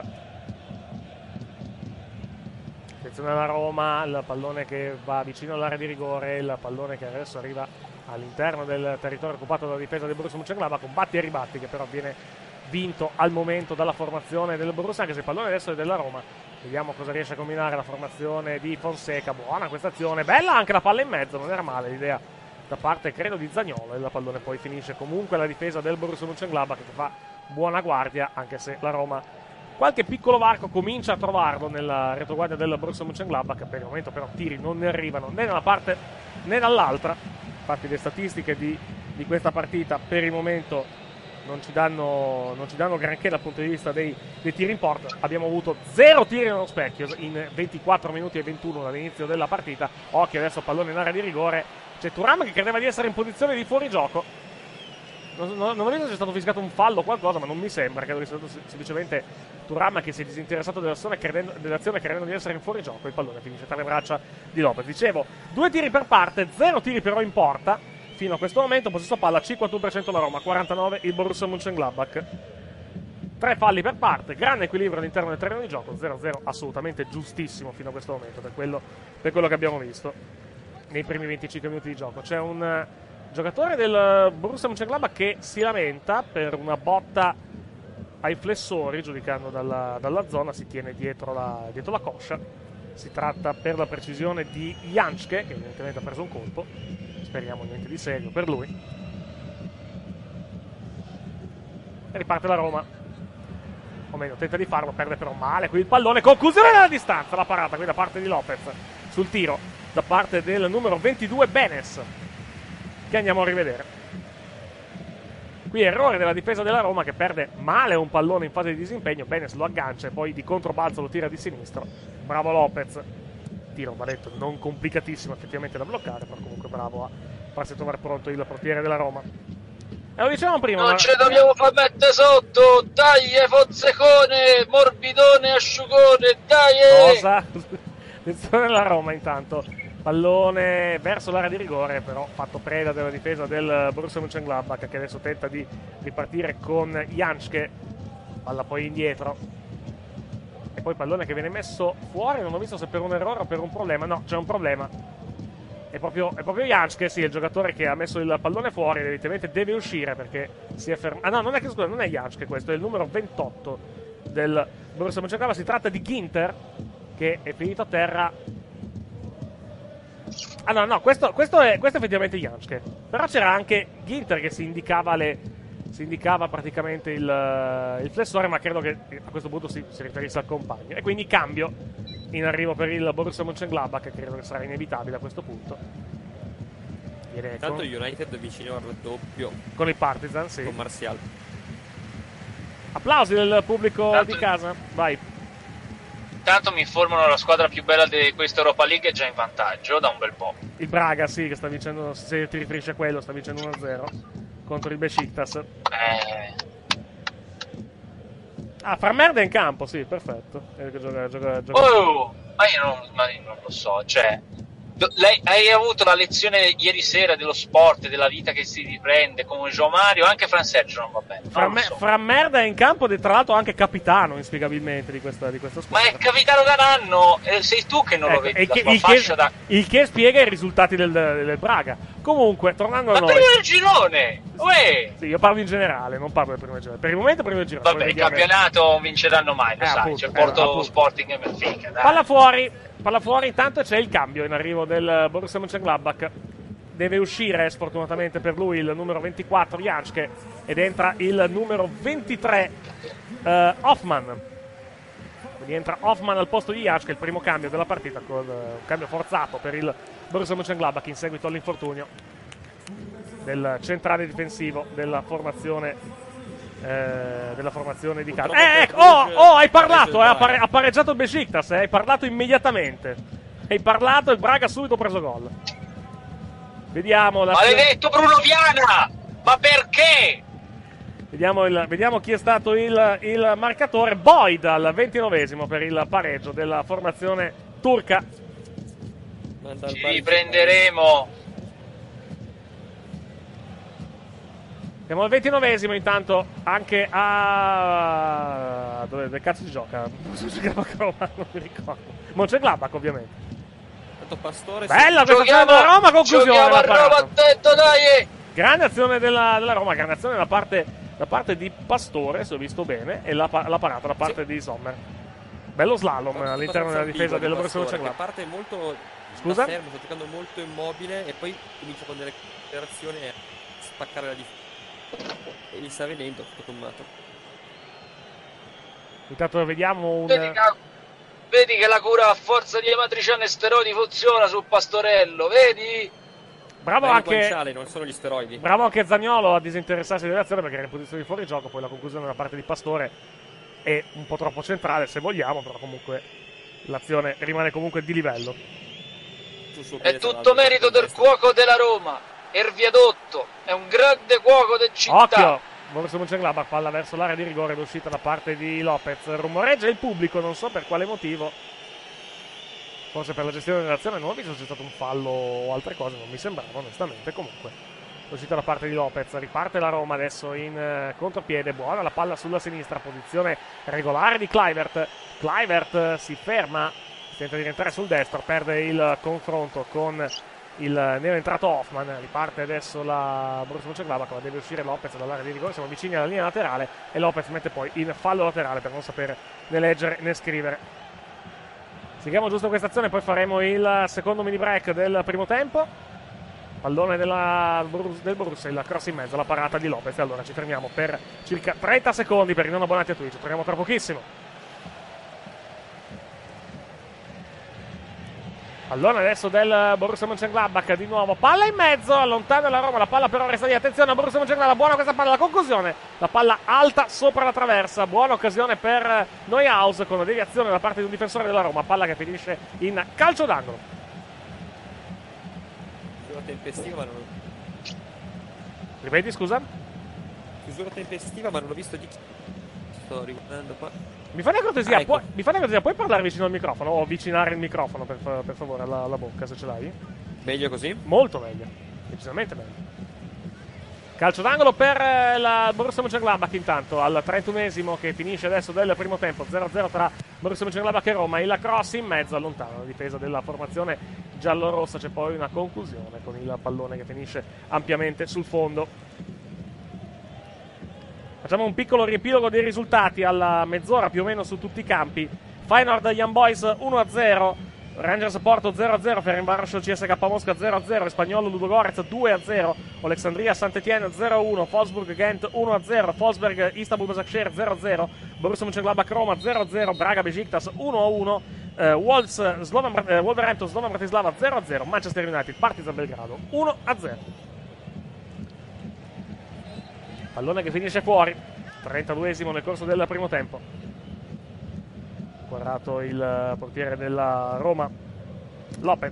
Attenzione alla Roma, il pallone che va vicino all'area di rigore, il pallone che adesso arriva all'interno del territorio occupato dalla difesa del Borussia Mönchengladbach, con batti e ribatti che però viene vinto al momento dalla formazione del Borussia, anche se il pallone adesso è della Roma. Vediamo cosa riesce a combinare la formazione di Fonseca. Buona questa azione, bella anche la palla in mezzo, non era male l'idea da parte credo di Zaniolo, e il pallone poi finisce comunque alla difesa del Borussia Mönchengladbach, che fa buona guardia, anche se la Roma qualche piccolo varco comincia a trovarlo nella retroguardia del Borussia Mönchengladbach. Per il momento però tiri non ne arrivano né da una parte né dall'altra. Infatti le statistiche di, di questa partita per il momento non ci danno, non ci danno granché dal punto di vista dei, dei tiri in porta. Abbiamo avuto zero tiri nello specchio in ventiquattro minuti e ventuno dall'inizio della partita. Occhio adesso pallone in area di rigore, c'è Thuram che credeva di essere in posizione di fuorigioco. Non, non, non ho visto se sia stato fischiato un fallo o qualcosa, ma non mi sembra. Credo che sia stato semplicemente Thuram che si è disinteressato dell'azione credendo, dell'azione credendo di essere in fuorigioco. Il pallone finisce tra le braccia di Lopez. Dicevo, due tiri per parte, zero tiri però in porta fino a questo momento. Possesso palla cinquantuno per cento la Roma, quarantanove il Borussia Mönchengladbach. Tre falli per parte, grande equilibrio all'interno del terreno di gioco, zero a zero assolutamente giustissimo fino a questo momento per quello, per quello che abbiamo visto nei primi venticinque minuti di gioco. C'è un giocatore del Borussia Mönchengladbach che si lamenta per una botta ai flessori, giudicando dalla, dalla zona, si tiene dietro la, dietro la coscia. Si tratta per la precisione di Janschke, che evidentemente ha preso un colpo, speriamo niente di serio per lui. E riparte la Roma, o meglio tenta di farlo, perde però male qui il pallone, conclusione dalla distanza, la parata qui da parte di Lopez sul tiro da parte del numero ventidue Benes, che andiamo a rivedere. Qui errore della difesa della Roma, che perde male un pallone in fase di disimpegno. Benes lo aggancia e poi di controbalzo lo tira di sinistro. Bravo Lopez. Tiro, va detto, non complicatissimo effettivamente da bloccare, però comunque bravo a farsi trovare pronto il portiere della Roma. E lo dicevamo prima, non ma... ce dobbiamo far mettere sotto. Dai Fonzecone, morbidone, asciugone, dai. Cosa? Attenzione alla Roma intanto. Pallone verso l'area di rigore, però fatto preda della difesa del Borussia Mönchengladbach, che adesso tenta di ripartire con Janschke. Palla poi indietro. E poi pallone che viene messo fuori, non ho visto se per un errore o per un problema. No, c'è un problema. È proprio, è proprio Janschke, sì, il giocatore che ha messo il pallone fuori, evidentemente deve uscire perché si è fermato. Ah no, non è che scusa, non è Janschke questo, è il numero ventotto del Borussia Mönchengladbach. Si tratta di Ginter, che è finito a terra. Ah no, no, questo, questo, è, questo è effettivamente Janschke. Però c'era anche Ginter che si indicava le... si indicava praticamente il, il flessore, ma credo che a questo punto si, si riferisse al compagno. E quindi cambio in arrivo per il Borussia Mönchengladbach, che credo che sarà inevitabile a questo punto. Intanto con... United vicino al raddoppio con il Partizan, sì. Con Martial. Applausi del pubblico Tanto... di casa. Vai. Intanto mi informano che la squadra più bella di questa Europa League è già in vantaggio da un bel po'. Il Braga, sì, che sta vincendo, se ti riferisci a quello, sta vincendo uno a zero contro il Besiktas. Eh. Ah, Farmerde è in campo, sì, perfetto. Gioca, gioca, gioca. Oh, ma io non, ma io non lo so, cioè... Lei, hai avuto la lezione ieri sera dello sport, della vita che si riprende come João Mario, anche Fran Sergio non va bene. Fra, me, so. Fra merda è in campo e tra l'altro anche capitano inspiegabilmente di questa, di questa squadra. Ma è capitano da un anno, eh, sei tu che non ecco, lo vedi, la che, sua il, fascia che, da... il che spiega i risultati del, del Braga. Comunque, tornando Ma a noi... Ma prima del girone! Uè! Sì, io parlo in generale, non parlo del primo del girone. Per il momento primo del girone. Vabbè, il campionato non vinceranno mai, lo eh, sai, appunto, c'è Porto eh, Sporting e Benfica, dai. Palla fuori, palla fuori, intanto c'è il cambio in arrivo del Borussia Mönchengladbach. Deve uscire sfortunatamente per lui il numero ventiquattro Janschke ed entra il numero ventitré uh, Hoffmann. Quindi entra Hoffmann al posto di Janschke, il primo cambio della partita, con uh, un cambio forzato per il Borussia Mönchengladbach in seguito all'infortunio del centrale difensivo della formazione eh, della formazione di casa. Eh, ecco, oh, oh, hai parlato, eh, ha, pare- ha pareggiato il Besiktas, eh, hai parlato immediatamente. Hai parlato e il Braga ha subito preso gol. Vediamo la Maledetto Bruno Viana! Ma perché? Vediamo, il, vediamo chi è stato il, il marcatore. Boyd al ventinovesimo per il pareggio della formazione turca. Ci riprenderemo. Siamo al ventinovesimo, intanto anche a... dove cazzo si gioca? Non mi ricordo. Mönchengladbach ovviamente. Tanto Pastore. Bella questa azione della Roma, conclusione. Giochiamo a Roma, attento, dai! Grande azione della, della Roma, grande azione da parte, da parte di Pastore, se ho visto bene, e la, la parata da parte sì. di Sommer. Bello slalom all'interno della difesa del Borussia Mönchengladbach. Parte molto... Scusa? Fermo, sta giocando molto immobile e poi comincia con delle operazioni a spaccare la difesa. E gli sta venendo tutto sommato. Intanto vediamo un... Vedi che, vedi che la cura a forza di amatriciana e steroidi funziona sul Pastorello, vedi? Bravo anche, guanciale, non sono gli steroidi. Bravo anche Zaniolo a disinteressarsi dell'azione perché era in posizione di fuorigioco. Poi la conclusione da parte di Pastore è un po' troppo centrale se vogliamo, però comunque l'azione rimane comunque di livello. È tutto merito del cuoco della Roma. Erviadotto è un grande cuoco del città. Occhio, Borussia Mönchengladbach, palla verso l'area di rigore d'uscita da parte di Lopez. Rumoreggia il pubblico, non so per quale motivo. Forse per la gestione dell'azione. Non ho visto se c'è stato un fallo o altre cose, non mi sembrava onestamente. Comunque l'uscita da parte di Lopez. Riparte la Roma adesso in uh, contropiede. Buona la palla sulla sinistra, posizione regolare di Kluivert. Kluivert si ferma, tenta di rientrare sul destro, perde il confronto con il neoentrato Hoffman. Riparte adesso la Borussia Mönchengladbach, ma deve uscire Lopez dall'area di rigore. Siamo vicini alla linea laterale e Lopez mette poi in fallo laterale per non sapere né leggere né scrivere. Seguiamo giusto questa azione, poi faremo il secondo mini break del primo tempo. Pallone della, del Borussia, il cross in mezzo, la parata di Lopez. Allora ci fermiamo per circa trenta secondi per i non abbonati a Twitch. Torniamo tra pochissimo. Pallone adesso del Borussia Mönchengladbach, di nuovo palla in mezzo, allontana la Roma, la palla però resta lì. Attenzione a Borussia Mönchengladbach, buona questa palla, la conclusione, la palla alta sopra la traversa, buona occasione per Neuhaus con una deviazione da parte di un difensore della Roma, palla che finisce in calcio d'angolo. Chiusura tempestiva ma non... Ripeti, scusa? Chiusura tempestiva ma non ho visto di chi. Sto riguardando qua. Mi fai una cortesia, ah, ecco. puoi, mi fai una cortesia, puoi parlare vicino al microfono o avvicinare il microfono per, per favore alla, alla bocca se ce l'hai? Meglio così? Molto meglio, decisamente meglio. Calcio d'angolo per la Borussia Mönchengladbach intanto al trentunesimo che finisce adesso del primo tempo, zero a zero tra Borussia Mönchengladbach e Roma. Il cross in mezzo, allontano la difesa della formazione giallorossa. C'è poi una conclusione con il pallone che finisce ampiamente sul fondo. Facciamo un piccolo riepilogo dei risultati alla mezz'ora più o meno su tutti i campi. Feyenoord Young Boys uno a zero, Rangers Porto zero a zero, Ferencváros C S K Mosca zero a zero, Spagnolo Ludogorets due a zero, Alexandria Saint-Étienne zero a uno, Wolfsburg Ghent uno a zero, Wolfsberg Istanbul Başakşehir zero a zero, Borussia Mönchengladbach Roma zero a zero, Braga Besiktas uno a uno, eh, Wolves, Slovan, eh, Wolverhampton Slovan Bratislava zero a zero, Manchester United Partizan Belgrado uno a zero. Pallone che finisce fuori, trentaduesimo nel corso del primo tempo. Guardato il portiere della Roma, Lopez.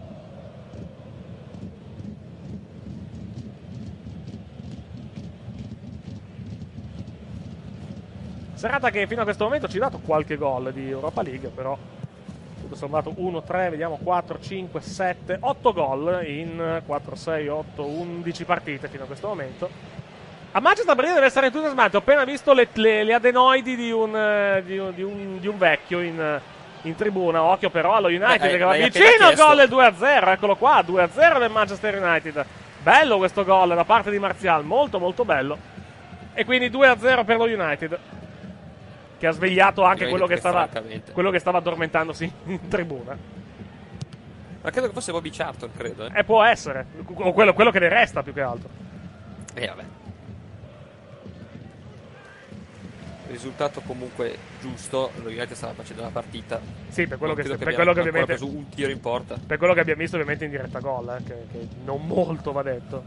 Serata che fino a questo momento ci ha dato qualche gol di Europa League, però tutto sommato uno, tre, vediamo quattro, cinque, sette, otto gol in quattro, sei, otto, undici partite fino a questo momento. A Manchester Berlino deve essere entusiasmato. Ho appena visto le, le, le adenoidi di un, di, un, di, un, di un vecchio in, in tribuna. Occhio però allo United Beh, che va vicino al gol del due a zero. Eccolo qua, due a zero del Manchester United. Bello questo gol da parte di Martial, molto molto bello. E quindi due a zero per lo United, che ha svegliato anche quello che, che stava, quello che stava addormentandosi in tribuna. Ma credo che fosse Bobby Charlton, credo. Eh, eh può essere, o quello, quello che ne resta più che altro. E eh, vabbè. Risultato comunque giusto, lo United stava facendo la partita. Sì, per quello, che, che, per quello che ovviamente preso un tiro in porta. Per quello che abbiamo visto ovviamente in diretta gol, eh, che, che non molto va detto.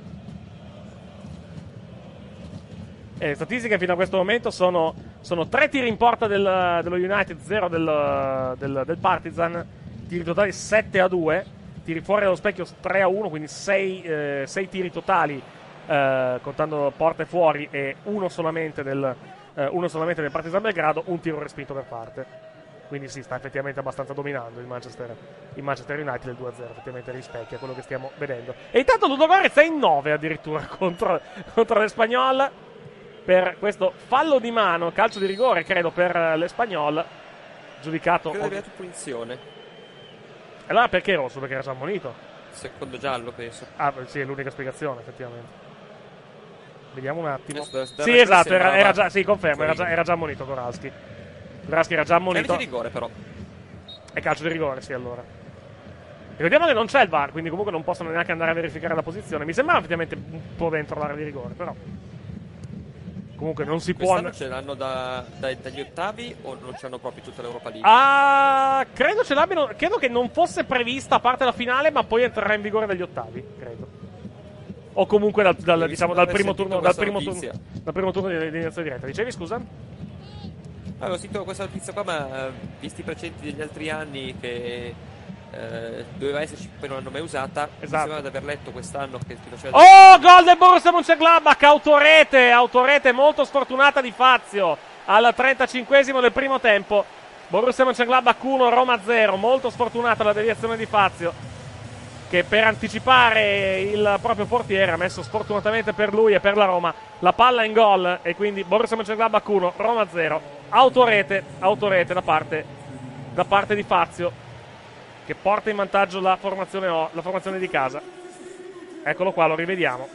E le statistiche fino a questo momento sono, sono tre tiri in porta del, dello United, zero del, del, del Partizan, tiri totali sette a due, tiri fuori dallo specchio tre a uno, quindi sei, eh, sei tiri totali eh, contando porte fuori e uno solamente del, eh, uno solamente del Partizan Belgrado, un tiro respinto per parte. Quindi si sta effettivamente abbastanza dominando il Manchester, il Manchester United. Il due a zero effettivamente rispecchia quello che stiamo vedendo. E intanto Ludogorets è in nove addirittura contro, contro l'Espanyol per questo fallo di mano, calcio di rigore credo per l'Espanyol, giudicato credo abbia punizione. Allora perché rosso? Perché era già ammonito? Secondo giallo penso. Ah sì, è l'unica spiegazione effettivamente. Vediamo un attimo. Da, da sì esatto, era, era già, sì confermo, era già, era già ammonito Goralski. Goralski era già ammonito. Calcio di rigore però. È calcio di rigore, sì, allora. Ricordiamo che non c'è il V A R, quindi comunque non possono neanche andare a verificare la posizione. Mi sembrava effettivamente un po' dentro l'area di rigore, però comunque non si Quest'anno può. Ce l'hanno da, da, dagli ottavi o non ce l'hanno proprio tutta l'Europa League? Ah, credo ce l'abbiano. Credo che non fosse prevista a parte la finale, ma poi entrerà in vigore dagli ottavi, credo. O comunque dal, dal, diciamo, dal primo turno, dal primo turno, dal primo turno di eliminazione diretta. Dicevi scusa? Avevo sentito questa notizia qua, ma visti i precedenti degli altri anni che eh, doveva esserci, poi non l'hanno mai usata. Esatto. Mi sembra di aver letto quest'anno che faceva. Oh, gol del Borussia Mönchengladbach, autorete, autorete molto sfortunata di Fazio al trentacinquesimo del primo tempo. Borussia Mönchengladbach uno, Roma zero, molto sfortunata la deviazione di Fazio, che per anticipare il proprio portiere ha messo sfortunatamente per lui e per la Roma la palla in gol, e quindi Borussia Mönchengladbach uno, Roma zero. Autorete, autorete da parte, da parte di Fazio, che porta in vantaggio la formazione, la formazione di casa. Eccolo qua, lo rivediamo.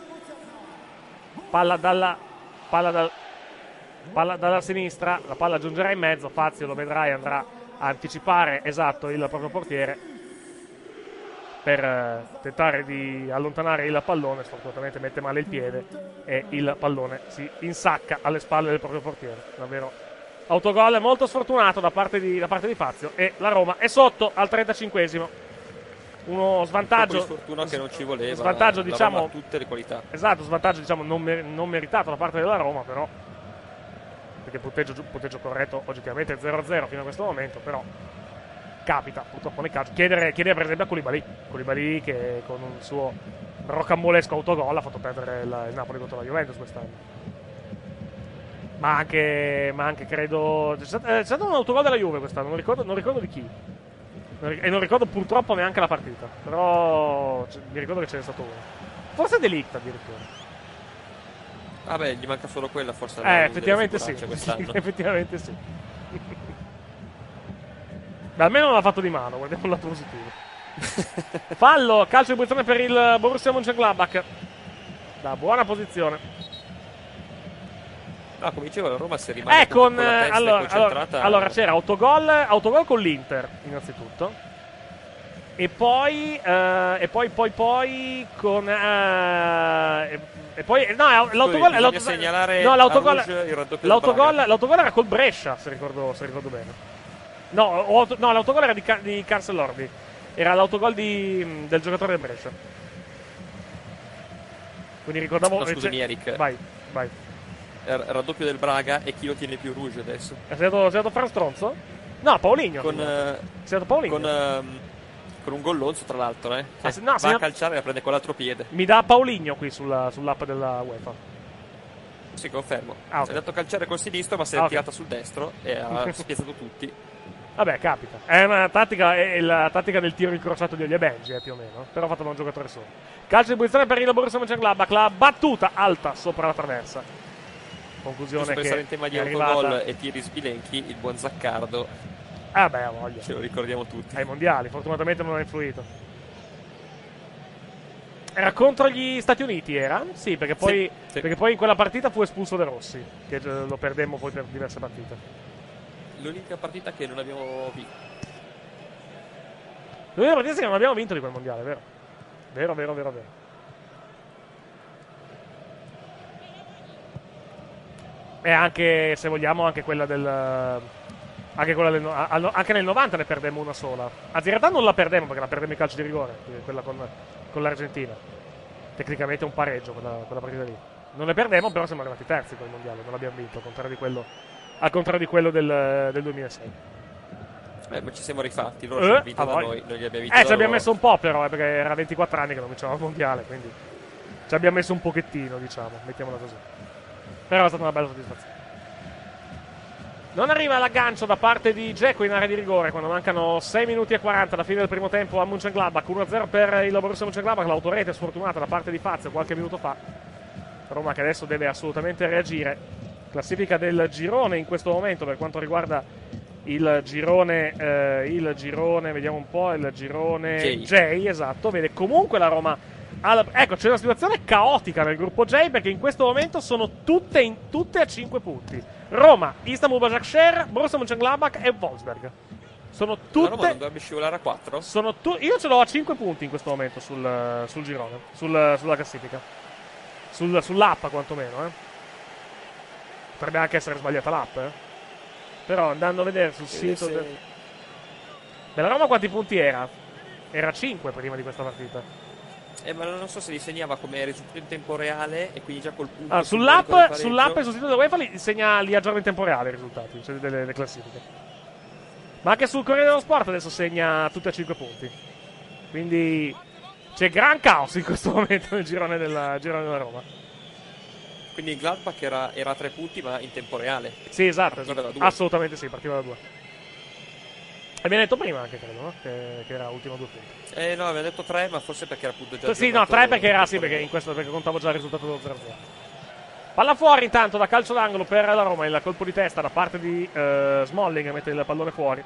Palla dalla, palla, dal, palla dalla sinistra, la palla giungerà in mezzo. Fazio lo vedrà e andrà a anticipare, esatto, il proprio portiere per eh, tentare di allontanare il pallone. Sfortunatamente mette male il piede e il pallone si insacca alle spalle del proprio portiere. Davvero autogol molto sfortunato da parte di, da parte di Fazio, e la Roma è sotto al trentacinquesimo. Uno svantaggio, sfortuna che non ci voleva. Svantaggio, la diciamo, Roma ha tutte le qualità. Esatto, svantaggio diciamo non, mer- non meritato da parte della Roma, però, perché punteggio, punteggio corretto oggettivamente zero a zero fino a questo momento, però capita purtroppo nel calcio. Chiedere, chiedere per esempio a Koulibaly Koulibaly che con un suo rocambolesco autogol ha fatto perdere il, il Napoli contro la Juventus quest'anno. Ma anche, ma anche credo c'è stato, c'è stato un autogol della Juve quest'anno, non ricordo, non ricordo di chi, e non ricordo purtroppo neanche la partita, però mi ricordo che ce n'è stato uno, forse De Ligt addirittura. Vabbè, gli manca solo quella, forse. Eh, effettivamente sì, effettivamente sì. Beh, almeno non l'ha fatto di mano, guardiamo il lato positivo. Fallo, calcio di punizione per il Borussia Mönchengladbach da buona posizione. No, come dicevo, la Roma si rimane eh, con, con la testa allora, concentrata. Allora, allora c'era autogol, autogol con l'Inter, innanzitutto. E poi, eh, e poi, poi, poi con. Eh, e, e poi, no, l'autogol. Bisogna l'auto, segnalare no, l'autogol, il raddoppio l'autogol, l'autogol era col Brescia, se ricordo, se ricordo bene. No, o, no, l'autogol era di, di Cancelordi. Era l'autogol di, del giocatore del Brescia. Quindi ricordavo. No, scusami, Eric. Vai, vai. Raddoppio del Braga, e chi lo tiene più rouge adesso? È stato, stato Fran Stronzo? No, Paulinho. Con, uh, stato Paulinho. Con, uh, con un gollonzo, tra l'altro, eh. Ah, se, no, va se a no, calciare e la prende con l'altro piede. Mi dà Paulinho qui sulla, sull'app della UEFA. Sì, confermo. Ah, okay. È andato a calciare col sinistro, ma si è ah, tirata okay. sul destro e ha spiazzato tutti. Vabbè, capita. È una tattica, è la tattica del tiro incrociato di Olie Benji, eh, più o meno. Però fatto da un giocatore solo. Calcio di punizione per il Borussia Mönchengladbach. La battuta alta sopra la traversa. Conclusione che in tema di è autogol arrivata... e tiri sbilenchi, il buon Zaccardo. Ah beh, ha voglia. Ce lo ricordiamo tutti. Ai mondiali, fortunatamente non ha influito. Era contro gli Stati Uniti, era? Sì, perché poi, sì, sì. Perché poi in quella partita fu espulso De Rossi, che lo perdemmo poi per diverse partite. L'unica partita che non abbiamo vinto. L'unica partita che non abbiamo vinto di quel mondiale, vero? Vero, vero, vero, vero. E anche, se vogliamo, anche quella del... Anche, quella del, anche nel novanta ne perdemmo una sola. Anzi, in realtà non la perdemmo perché la perdemmo in calcio di rigore, quella con, con l'Argentina. Tecnicamente è un pareggio quella, quella partita lì. Non ne perdemmo, però siamo arrivati terzi quel mondiale, non l'abbiamo vinto, al contrario di quello, al contrario di quello del, del duemilasei. Eh, ma ci siamo rifatti, loro ci hanno vinto da noi, noi li abbiamo vinti Eh, da ci abbiamo loro. messo un po' però, eh, perché era ventiquattro anni che non vincevamo il mondiale, quindi... ci abbiamo messo un pochettino, diciamo, mettiamola così. Però è stata una bella soddisfazione. Non arriva l'aggancio da parte di Dzeko in area di rigore quando mancano sei minuti e quaranta alla fine del primo tempo a Mönchengladbach. uno a zero per il Borussia Mönchengladbach, l'autorete sfortunata da parte di Fazio qualche minuto fa. Roma che adesso deve assolutamente reagire. Classifica del girone in questo momento per quanto riguarda il girone, eh, il girone, vediamo un po', il girone J, J esatto, vede comunque la Roma. Alla, ecco, c'è una situazione caotica nel gruppo J perché in questo momento sono tutte, in, tutte a cinque punti. Roma, Istanbul Başakşehir, Borussia Mönchengladbach e Wolfsberg. Sono tutte. La Roma non dovrebbe scivolare a quattro? Sono tu, io ce l'ho a cinque punti in questo momento sul, sul girone, sul, sulla classifica. Sul, sull'app quantomeno, eh. Potrebbe anche essere sbagliata l'app, eh. Però andando a vedere sul Deve sito. se... Del... Della Roma quanti punti era? Era cinque prima di questa partita. Eh, ma non so se li segnava come risultato in tempo reale e quindi già col punto. Ah, sull'app, sull'app e sul sito della UEFA li segna, li aggiorna in tempo reale i risultati, cioè delle, delle classifiche. Ma anche sul Corriere dello Sport adesso segna tutti a cinque punti. Quindi c'è gran caos in questo momento nel girone della, girone della Roma. Quindi il Gladbach era, era a tre punti ma in tempo reale. Sì, esatto, esatto. Assolutamente sì, partiva da due. Abbiamo detto prima anche, credo, no? Che, che era ultimo due punti. Eh no, aveva detto tre, ma forse perché era appunto già. Sì, no, tre perché era sì, perché in questo perché contavo già il risultato dello zero a zero. Palla fuori intanto da calcio d'angolo per la Roma, il colpo di testa da parte di uh, Smalling che mette il pallone fuori.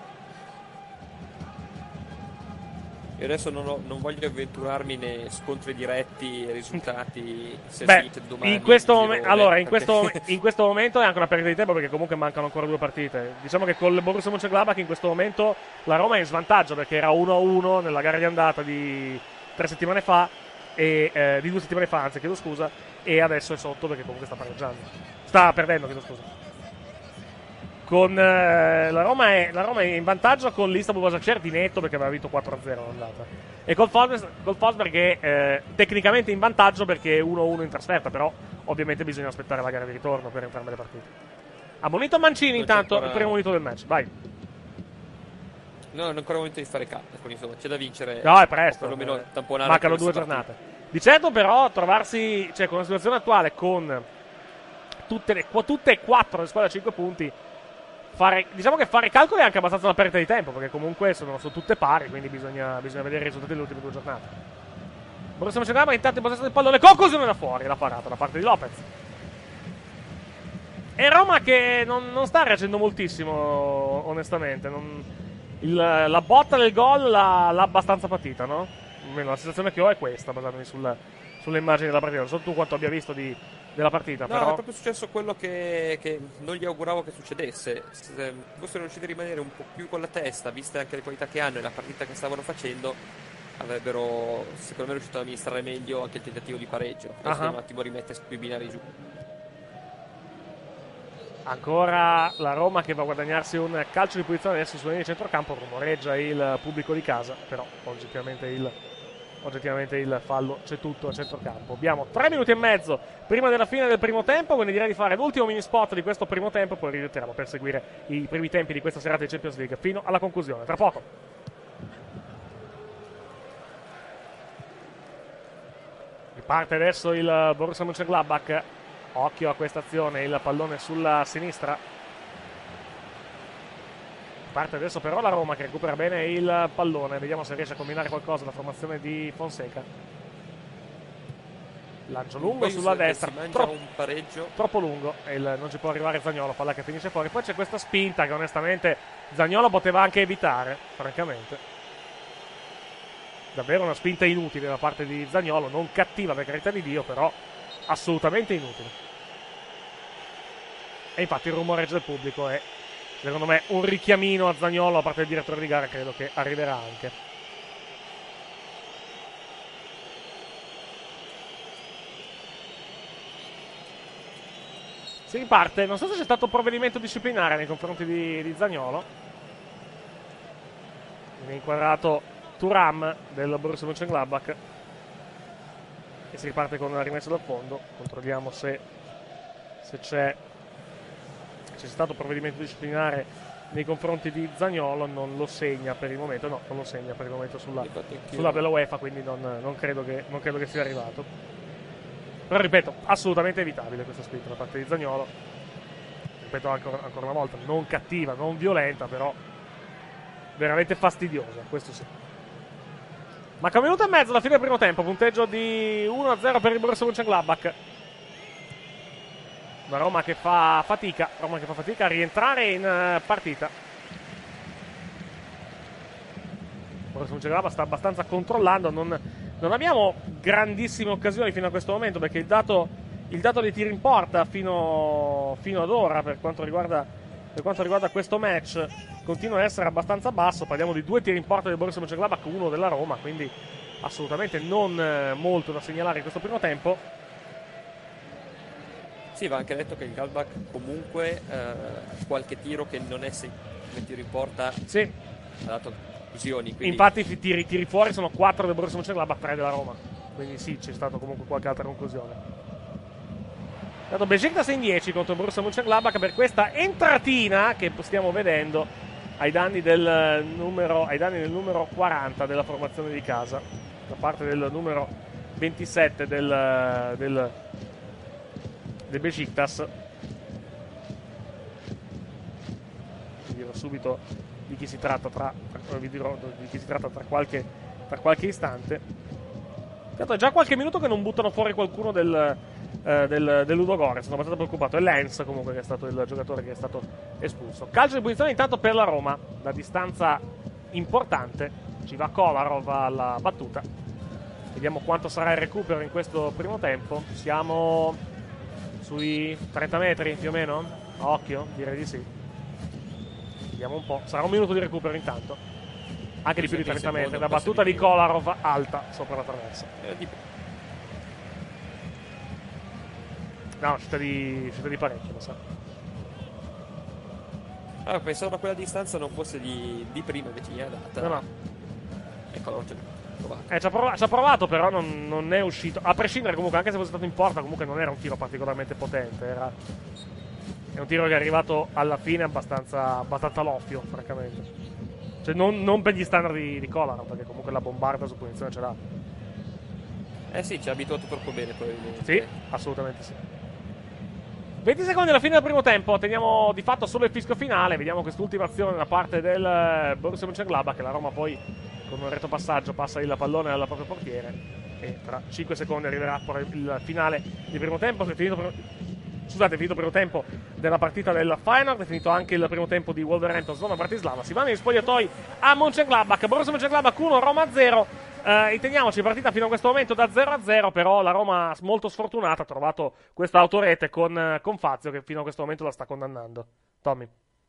Io adesso non, ho, non voglio avventurarmi nei scontri diretti e risultati se Beh, domani in questo in momento allora in questo, in questo momento è anche una perdita di tempo perché comunque mancano ancora due partite. Diciamo che con il Borussia Mönchengladbach in questo momento la Roma è in svantaggio perché era uno a uno nella gara di andata di tre settimane fa e eh, di due settimane fa, anzi chiedo scusa, e adesso è sotto perché comunque sta pareggiando. Sta perdendo, chiedo scusa. Con eh, la, Roma è, la Roma è in vantaggio con l'Istanbul Başakşehir di netto perché aveva vinto quattro a zero l'andata. E col Wolfsberg è eh, tecnicamente in vantaggio perché è uno a uno in trasferta, però ovviamente bisogna aspettare la gara di ritorno per entrambe le partite. Ammonito Mancini non intanto, ancora... il primo monito del match, vai. No, non è ancora il momento di fare cut, insomma c'è da vincere. No, è presto, perlomeno eh, tamponare mancano due giornate. Di certo però trovarsi, cioè con la situazione attuale con tutte, le, tutte e quattro le squadre a cinque punti, Fare, diciamo che fare i calcoli è anche abbastanza una perdita di tempo perché comunque sono, sono tutte pari, quindi bisogna, bisogna vedere i risultati delle ultime due giornate. Borussia Mönchengladbach intanto in possesso del pallone, conclusione da fuori, la parata da parte di Lopez. E Roma che non, non sta reagendo moltissimo onestamente, non, il, la botta del gol l'ha, l'ha abbastanza patita, no? Almeno la sensazione che ho è questa, basandomi sul, sulle immagini della partita. Non so tu quanto abbia visto di... della partita, no, però... è proprio successo quello che, che non gli auguravo che succedesse. Se fossero riusciti a rimanere un po' più con la testa, viste anche le qualità che hanno e la partita che stavano facendo, avrebbero secondo me riuscito ad amministrare meglio anche il tentativo di pareggio. Adesso uh-huh. un attimo rimette sui binari giù. Ancora la Roma che va a guadagnarsi un calcio di punizione adesso sulla linea di centrocampo, rumoreggia il pubblico di casa, però oggettivamente il oggettivamente il fallo c'è tutto a centrocampo. Abbiamo tre minuti e mezzo prima della fine del primo tempo, quindi direi di fare l'ultimo mini spot di questo primo tempo, poi ritorniamo per seguire i primi tempi di questa serata di Champions League fino alla conclusione. Tra poco. Riparte adesso il Borussia Mönchengladbach. Occhio a questa azione, il pallone sulla sinistra. Parte adesso però la Roma che recupera bene il pallone. Vediamo se riesce a combinare qualcosa la formazione di Fonseca. Lancio lungo poi sulla destra, Tro- un pareggio troppo lungo e il, non ci può arrivare Zaniolo, palla che finisce fuori. Poi c'è questa spinta che onestamente Zaniolo poteva anche evitare, francamente. Davvero una spinta inutile da parte di Zaniolo, non cattiva per carità di Dio, però assolutamente inutile. E infatti il rumoreggio del pubblico è, secondo me, un richiamino a Zaniolo a parte del direttore di gara, credo che arriverà anche. Si riparte, non so se c'è stato un provvedimento disciplinare nei confronti di, di Zaniolo. Viene inquadrato Thuram del Borussia Mönchengladbach e si riparte con la rimessa dal fondo. Controlliamo se, se c'è c'è stato provvedimento disciplinare nei confronti di Zaniolo. Non lo segna per il momento, no, non lo segna per il momento sulla, sulla della UEFA, quindi non, non, credo che, non credo che sia arrivato. Però ripeto, assolutamente evitabile questa spinta da parte di Zaniolo. Ripeto ancora, ancora una volta, non cattiva, non violenta, però veramente fastidiosa, questo sì. Manca un minuto e mezzo alla fine del primo tempo, punteggio di uno a zero per il Borussia Mönchengladbach. Una Roma che fa fatica, Roma che fa fatica a rientrare in partita. Borussia Mönchengladbach sta abbastanza controllando, non, non abbiamo grandissime occasioni fino a questo momento, perché il dato, il dato dei tiri in porta fino, fino ad ora per quanto riguarda, per quanto riguarda questo match continua a essere abbastanza basso. Parliamo di due tiri in porta del Borussia Mönchengladbach, uno della Roma, quindi assolutamente non eh, molto da segnalare in questo primo tempo. Sì, va anche detto che il Gladbach comunque eh, qualche tiro che non è segnato come tiro in porta sì. ha dato conclusioni. Quindi... Infatti i tiri, tiri fuori sono quattro del Borussia Mönchengladbach, tre della Roma. Quindi sì, c'è stato comunque qualche altra conclusione. Dato Besiktas in dieci contro il Borussia Mönchengladbach per questa entratina che stiamo vedendo ai danni del numero, ai danni del numero quaranta della formazione di casa, da parte del numero ventisette del, del, del Besiktas. Vi dirò subito di chi si tratta tra, vi dirò di chi si tratta tra qualche, tra qualche istante. È già qualche minuto che non buttano fuori qualcuno del, eh, del, del Ludogorets, sono abbastanza preoccupato. È Lenz comunque che è stato il giocatore che è stato espulso. Calcio di punizione intanto per la Roma, da distanza importante, ci va Kolarov alla battuta. Vediamo quanto sarà il recupero in questo primo tempo. Siamo sui trenta metri più o meno? A occhio? Direi di sì. Vediamo un po', sarà un minuto di recupero intanto. Anche di più di trenta metri, la battuta di Kolarov alta sopra la traversa. No, città di, città di parecchio, lo sa. Ah, pensavo a quella distanza non fosse di, di prima, invece gli è data. No, no. Ecco, l'ho provato. Eh, ci ha provato, ci ha provato però non, non è uscito. A prescindere comunque, anche se fosse stato in porta, comunque non era un tiro particolarmente potente. Era... È un tiro che è arrivato alla fine abbastanza, abbastanza loffio, francamente. Cioè non, non per gli standard di, di Kolarov, perché comunque la bombarda su punizione ce l'ha. Eh sì, ci ha abituato troppo bene probabilmente. Sì, assolutamente sì. venti secondi alla fine del primo tempo, teniamo di fatto solo il fischio finale. Vediamo quest'ultima azione da parte del Borussia Mönchengladbach, che la Roma poi con un retropassaggio passa il pallone al proprio portiere e tra cinque secondi arriverà il finale del primo tempo. È finito per... Scusate, è finito il primo tempo della partita del Feyenoord, è finito anche il primo tempo di Wolverhampton Slovenia Bratislava. Si vanno negli spogliatoi a Mönchengladbach, Borussia Mönchengladbach uno, Roma zero. Eh, teniamoci partita fino a questo momento da zero a zero, però la Roma molto sfortunata ha trovato questa autorete con, con Fazio che fino a questo momento la sta condannando. Tommy.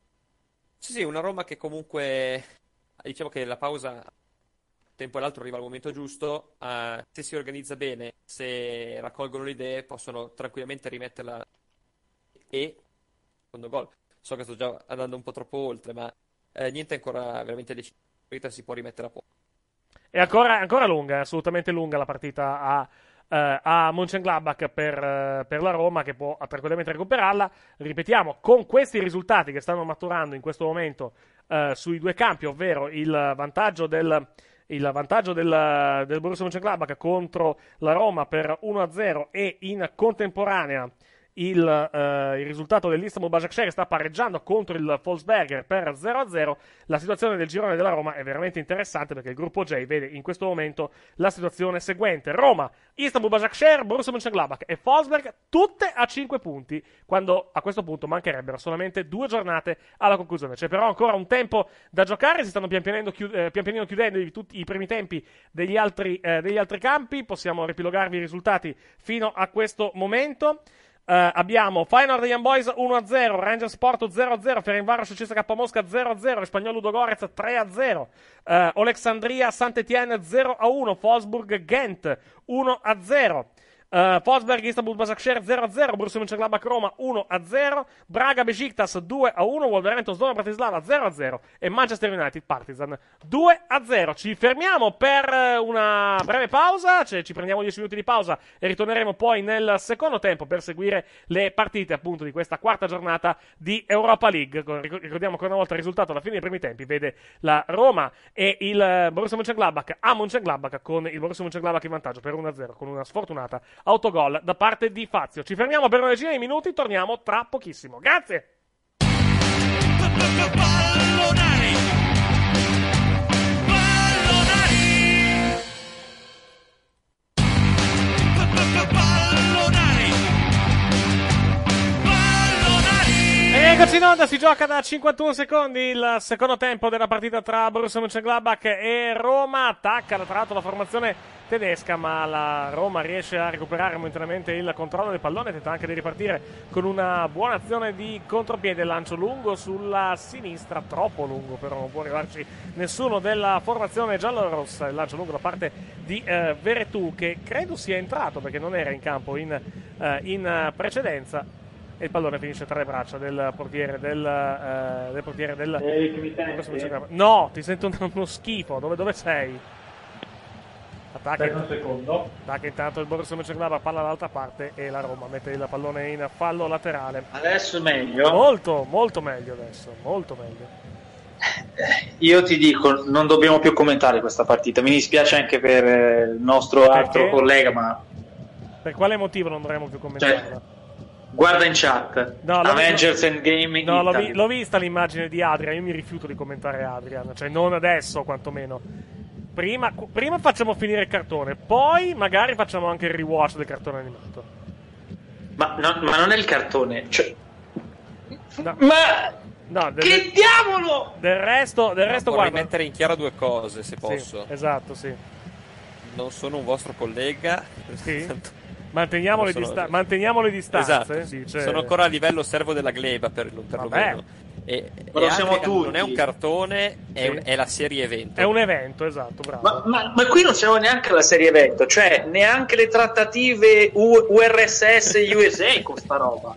Sì, sì, una Roma che comunque, diciamo che la pausa un tempo e l'altro arriva al momento giusto, uh, se si organizza bene, se raccolgono le idee, possono tranquillamente rimetterla. E secondo gol, so che sto già andando un po' troppo oltre, ma eh, niente ancora veramente deciso. La partita si può rimettere a poco. È ancora, ancora lunga, è assolutamente lunga la partita a, eh, a Mönchengladbach per, eh, per la Roma, che può tranquillamente recuperarla. Ripetiamo, con questi risultati che stanno maturando in questo momento eh, sui due campi, ovvero il vantaggio del... il vantaggio del, del Borussia Mönchengladbach contro la Roma per uno a zero e in contemporanea il, eh, il risultato dell'Istanbul Başakşehir sta pareggiando contro il Wolfsberger per zero a zero. La situazione del girone della Roma è veramente interessante, perché il gruppo J vede in questo momento la situazione seguente: Roma, Istanbul Başakşehir, Borussia Mönchengladbach e Wolfsberg tutte a cinque punti, quando a questo punto mancherebbero solamente due giornate alla conclusione. C'è però ancora un tempo da giocare, si stanno pian pianino, chiud- eh, pian pianino chiudendo i, tutti i primi tempi degli altri, eh, degli altri campi. Possiamo riepilogarvi i risultati fino a questo momento. Uh, abbiamo Feyenoord Young Boys uno a zero, Rangers Porto zero a zero, Ferencváros C S K A Mosca zero a zero, Espanyol Ludogorets tre a zero, uh, Alexandria Saint-Étienne zero a uno, Wolfsburg Ghent uno a zero. Uh, Wolfsberg Istanbul Başakşehir zero a zero, Borussia Mönchengladbach Roma uno a zero, Braga Besiktas due a uno, Wolverhampton Slovenia Bratislava zero a zero e Manchester United Partizan due a zero. Ci fermiamo per una breve pausa, cioè ci prendiamo dieci minuti di pausa e ritorneremo poi nel secondo tempo per seguire le partite appunto di questa quarta giornata di Europa League. Ricordiamo ancora una volta il risultato alla fine dei primi tempi vede la Roma e il Borussia Mönchengladbach a Mönchengladbach, con il Borussia Mönchengladbach in vantaggio per uno a zero con una sfortunata autogol da parte di Fazio. Ci fermiamo per una decina di minuti, torniamo tra pochissimo. Grazie! Pallonari! Eccoci in onda, si gioca da cinquantuno secondi il secondo tempo della partita tra Borussia Mönchengladbach e Roma. Attacca tra l'altro la formazione tedesca, ma la Roma riesce a recuperare momentaneamente il controllo del pallone, tenta anche di ripartire con una buona azione di contropiede, lancio lungo sulla sinistra, troppo lungo però non può arrivarci nessuno della formazione giallorossa, il lancio lungo da parte di eh, Veretout, che credo sia entrato perché non era in campo in, eh, in precedenza. E il pallone finisce tra le braccia del portiere del, uh, del portiere del eh, no, ti sento uno schifo. Dove, dove sei? Attacca un secondo. Attacca intanto il Borussia Mönchengladbach, palla dall'altra parte e la Roma mette il pallone in fallo laterale. Adesso è meglio. Molto, molto meglio adesso, molto meglio. Io ti dico, non dobbiamo più commentare questa partita. Mi dispiace anche per il nostro Perché? altro collega, ma per quale motivo non dovremmo più commentarla? Cioè, guarda in chat, no, Avengers Endgame. No, l'ho, vi, l'ho vista l'immagine di Adrian. Io mi rifiuto di commentare Adrian, cioè non adesso quantomeno. Prima, prima facciamo finire il cartone, poi magari facciamo anche il rewatch del cartone animato. Ma, no, ma non è il cartone, cioè... no. Ma no, del, che diavolo! Del resto, del resto vorrei guarda, mettere in chiaro due cose, se posso. Sì, esatto, sì. Non sono un vostro collega. Sì. Manteniamo le, sono... dista- manteniamo le distanze. Esatto. Dice... Sono ancora a livello servo della gleba per, perlomeno. E, Però e siamo tutti. Non è un cartone, è, Sì. un, è la serie evento. È un evento, esatto, bravo. Ma, ma, ma qui non siamo neanche alla serie evento, cioè neanche le trattative U- U R S S e U S A con sta roba.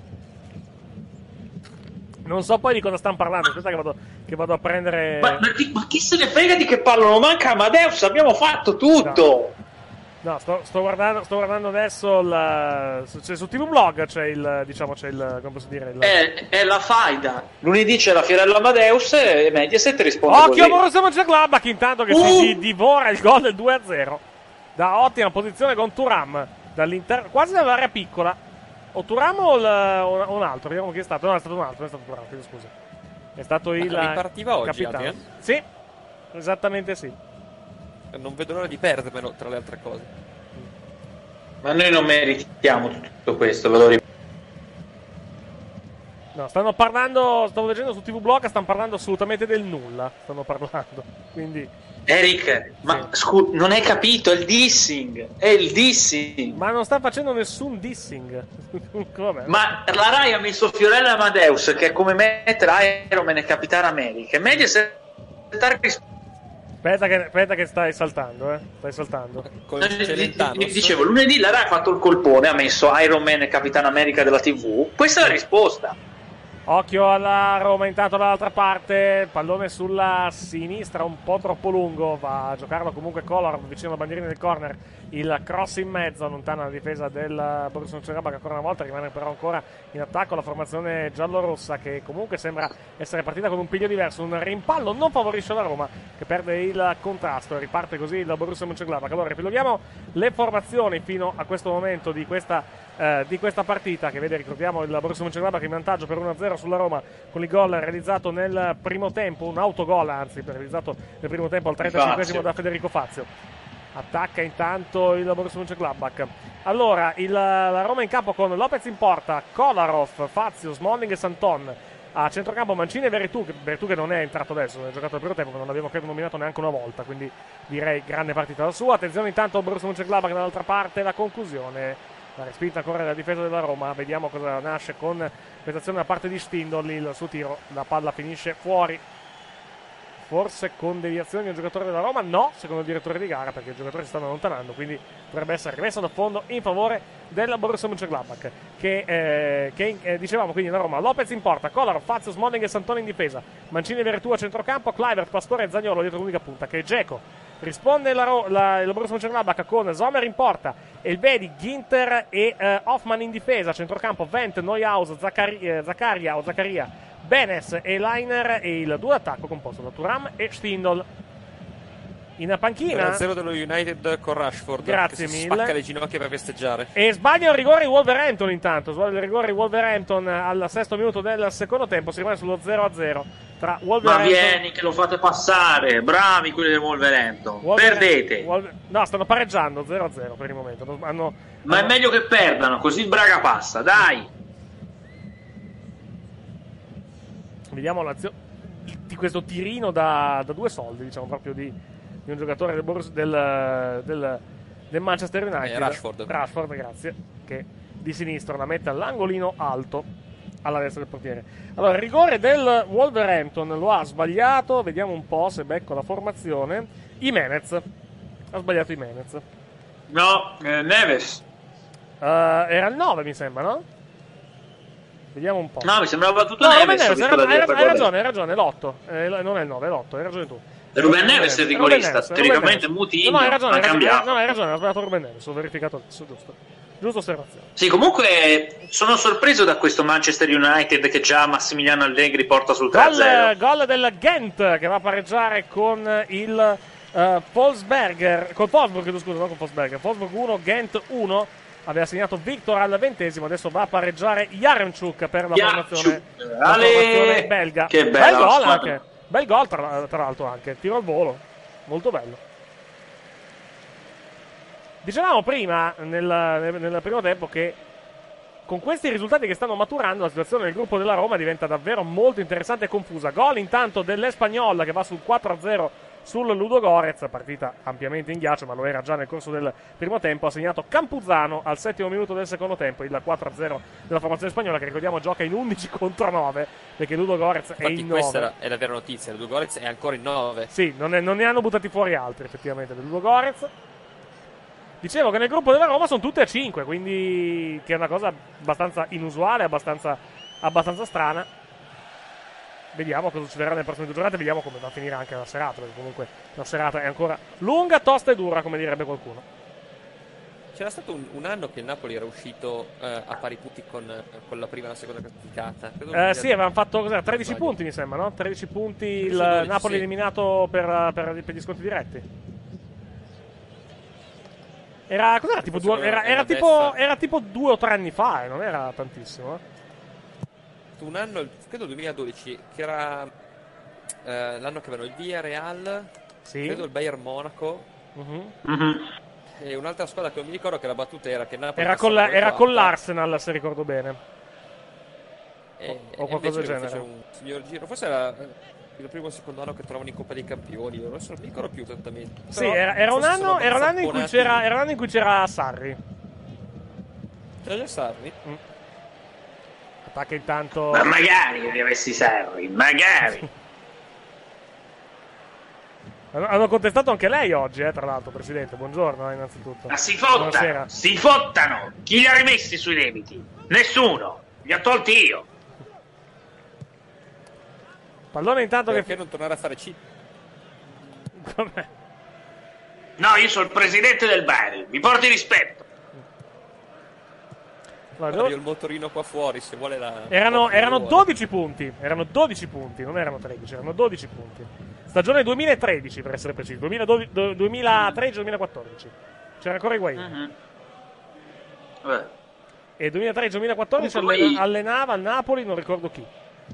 Non so poi di cosa stanno parlando. Aspetta che vado, che vado a prendere. Ma, ma, chi, ma chi se ne frega di che parlano? Manca Amadeus, abbiamo fatto tutto. No, no sto, sto, guardando, sto guardando adesso la, cioè, su T V Blog c'è il, diciamo, c'è il, come posso dire, il... È, è la faida. Lunedì c'è la Fiorella Amadeus e Mediaset risponde Occhio a così. Borussia Mönchengladbach intanto che Uh! si divora il gol del due a zero da ottima posizione con Thuram dall'interno, quasi dall'area piccola. O Thuram o, il, o un altro, vediamo chi è stato. No, è stato un altro, non è stato Thuram, chiedo scusa. È stato il Ma ripartiva oggi, capitano. Adrian? Sì, esattamente sì. Non vedo l'ora di perdermelo, tra le altre cose. Ma noi non meritiamo tutto questo, ve lo ripeto. No, stanno parlando, stavo leggendo su T V Blog, stanno parlando assolutamente del nulla. Stanno parlando, quindi... Eric, ma Sì. scu- non hai capito, è il dissing, è il dissing. Ma non sta facendo nessun dissing. Vabbè. Ma la Rai ha messo Fiorella Amadeus, che è come mettere Iron Man e Capitano America. Mediaset ha risposto. Aspetta che, aspetta che stai saltando, eh. Stai saltando. Con Eh, Celentano, di- Dicevo, lunedì la Rai ha fatto il colpone, ha messo Iron Man e Capitano America della tivù. Questa è la risposta. Occhio alla Roma intanto dall'altra parte, pallone sulla sinistra un po' troppo lungo, va a giocarlo comunque Kolarov vicino alla bandierina del corner, il cross in mezzo, allontana la difesa del Borussia Mönchengladbach ancora una volta, rimane però ancora in attacco la formazione giallorossa che comunque sembra essere partita con un piglio diverso, un rimpallo non favorisce la Roma che perde il contrasto e riparte così il Borussia Mönchengladbach. Allora ripiloghiamo le formazioni fino a questo momento di questa Eh, di questa partita che vede, ricordiamo, il Borussia Mönchengladbach in vantaggio per uno a zero sulla Roma con il gol realizzato nel primo tempo, un autogol anzi realizzato nel primo tempo al trentacinquesimo da Federico Fazio. Attacca intanto il Borussia Mönchengladbach. Allora il, la Roma in campo con Lopez in porta, Kolarov, Fazio, Smalling e Santon. A centrocampo Mancini e Veretout, Veretout che non è entrato adesso, non è giocato al primo tempo, che non l'abbiamo credo nominato neanche una volta, quindi direi grande partita la sua. Attenzione intanto al Borussia Mönchengladbach dall'altra parte, la conclusione. La respinta ancora della difesa della Roma, vediamo cosa nasce con questa azione da parte di Stindl, il suo tiro, la palla finisce fuori, forse con deviazione di un giocatore della Roma, no, secondo il direttore di gara, perché i giocatori si stanno allontanando, quindi dovrebbe essere rimessa da fondo in favore del Borussia Mönchengladbach, che, eh, che eh, dicevamo quindi la Roma, Lopez in porta, Kolarov, Fazio, Smalling e Santoni in difesa, Mancini e Veretout a centrocampo, Kluivert, Pastore e Zaniolo dietro l'unica punta, che è Dzeko. Risponde la, la, il Borussia Mönchengladbach con Sommer in porta, Elvedi, Ginter e uh, Hoffman in difesa, centrocampo Wendt, Neuhaus, Zaccari, eh, Zaccaria o Zaccaria, Benes e Leiner e il duo d'attacco composto da Thuram e Stindl. in panchina. tre a zero dello United con Rashford. Grazie che si mille. spacca le ginocchia per festeggiare. E sbaglia il rigore Wolverhampton intanto. Sbaglia il rigore Wolverhampton al sesto minuto del secondo tempo. Si rimane sullo zero a zero tra Wolverhampton. Ma vieni che lo fate passare. Bravi quelli del Wolverhampton. Wolver- Perdete. Wolver- no, stanno pareggiando zero a zero per il momento. Hanno, Ma hanno... è meglio che perdano, così il Braga passa, dai. Vediamo l'azione di questo tirino da, da due soldi, diciamo proprio di, di un giocatore del, Borus, del, del, del Manchester United. Eh, Rashford. Rashford, grazie. Che di sinistra la mette all'angolino alto alla destra del portiere. Allora, il rigore del Wolverhampton lo ha sbagliato. Vediamo un po' se becco la formazione. Jimenez. Ha sbagliato Jimenez. No, eh, Neves. Uh, era il nove, mi sembra, no? Vediamo un po'. No, mi sembrava tutto no, Neves. Neves, Ho hai, visto la hai, diretta hai ragione, hai ragione, è l'otto. Eh, non è il nove, è l'otto, hai ragione tu. Ruben Neves è il rigorista, Neves, teoricamente Ruben Moutinho, no, no, hai ragione, ha hai ragione, cambiato. no, hai ragione, ho sbagliato Ruben Neves, ho verificato adesso, giusto. Giusta osservazione. Sì, comunque sono sorpreso da questo Manchester United che già Massimiliano Allegri porta sul tre a zero. Gol, gol del Ghent che va a pareggiare con il uh, Wolfsberger, con Wolfsburg, scusa, non con Wolfsberger. Wolfsburg uno, Ghent uno. Aveva segnato Victor al ventesimo, adesso va a pareggiare Jaremchuk per la formazione, la formazione belga. Che bella bel gol squadra. anche, bel gol tra, tra l'altro anche, tiro al volo, molto bello. Dicevamo prima, nel, nel, nel primo tempo, che con questi risultati che stanno maturando la situazione del gruppo della Roma diventa davvero molto interessante e confusa. Gol intanto dell'Espagnola che va sul quattro a zero sul Ludogorets, partita ampiamente in ghiaccio, ma lo era già nel corso del primo tempo. Ha segnato Campuzano al settimo minuto del secondo tempo, il quattro a zero della formazione spagnola, che ricordiamo gioca in undici contro nove, perché Ludogorets è in nove. Questa era, è la vera notizia, Ludogorets è ancora in nove. Sì, non, è, non ne hanno buttati fuori altri effettivamente del Ludogorets. Dicevo che nel gruppo della Roma sono tutte a cinque, quindi che è una cosa abbastanza inusuale, abbastanza, abbastanza strana. Vediamo cosa succederà nelle prossime due giornate, vediamo come va a finire anche la serata, perché comunque la serata è ancora lunga, tosta e dura, come direbbe qualcuno. C'era stato un, un anno che il Napoli era uscito eh, a pari punti con, con la prima e la seconda classificata. Eh, sì, avevano fatto cos'era, tredici punti mi sembra, no? tredici punti il dodici, Napoli sì. eliminato per, per, per gli sconti diretti. Era, cos'era, tipo due, era, era, tipo, era tipo due o tre anni fa, e non era tantissimo. Eh. Un anno, credo duemiladodici, che era eh, l'anno che avevano il Villarreal, sì. credo il Bayern Monaco, uh-huh. Mm-hmm. e un'altra squadra che non mi ricordo, che la battuta era che il Napoli era con, la, era con l'Arsenal, se ricordo bene. E, o qualcosa del genere. Un signor giro, forse era il primo o secondo anno che trovano in Coppa dei Campioni, adesso non mi ricordo più esattamente. Sì, Però era, era, un anno, era, un anno in cui c'era, era un anno in cui c'era Sarri. C'era già Sarri? Mm. Attacca intanto. Ma magari li avessi Sarri, magari. Hanno contestato anche lei oggi, eh, tra l'altro, Presidente. Buongiorno, eh, innanzitutto. Ma si fottano, Buonasera. si fottano. Chi li ha rimessi sui debiti? Nessuno. Li ho tolti io. Pallone intanto Perché che... non tornare a fare C? Com'è? No, io sono il presidente del Bari. Mi porti rispetto. Guarda, io il motorino qua fuori, se vuole la... Erano, erano dodici punti. Erano dodici punti, non erano tredici, erano dodici punti. Stagione duemilatredici, per essere precisi. duemilatredici duemilaquattordici. C'era ancora Higuain. Uh-huh. E duemilatredici duemilaquattordici Comunque allena- poi- allenava al Napoli, non ricordo chi.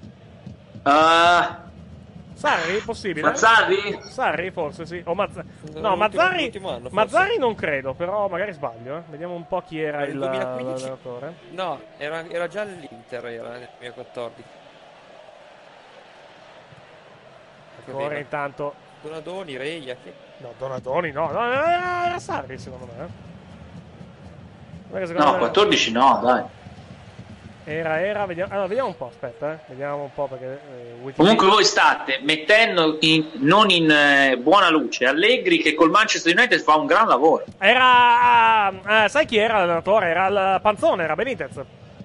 Uh, Sarri, possibile? Mazzarri? Sarri, forse sì. O Mazza- L'ultimo- no, Mazzarri, l'ultimo anno, forse. Mazzarri non credo, però magari sbaglio. Eh. Vediamo un po' chi era Nel il duemilaquindici? l'allenatore. No, era, era già l'Inter, era nel duemilaquattordici. Ancora intanto. Donadoni, Reia, che... No, Donadoni, no, no, era, era Sarri secondo me. Eh. Guarda che secondo No, me- quattordici no, dai. Era, era, vediamo, allora, vediamo un po', aspetta, eh. Vediamo un po' perché. Eh, Wikipedia- Comunque voi state mettendo in- non in eh, buona luce Allegri, che col Manchester United fa un gran lavoro. Era. eh, sai chi era l'allenatore? Era il Panzone, era Benitez.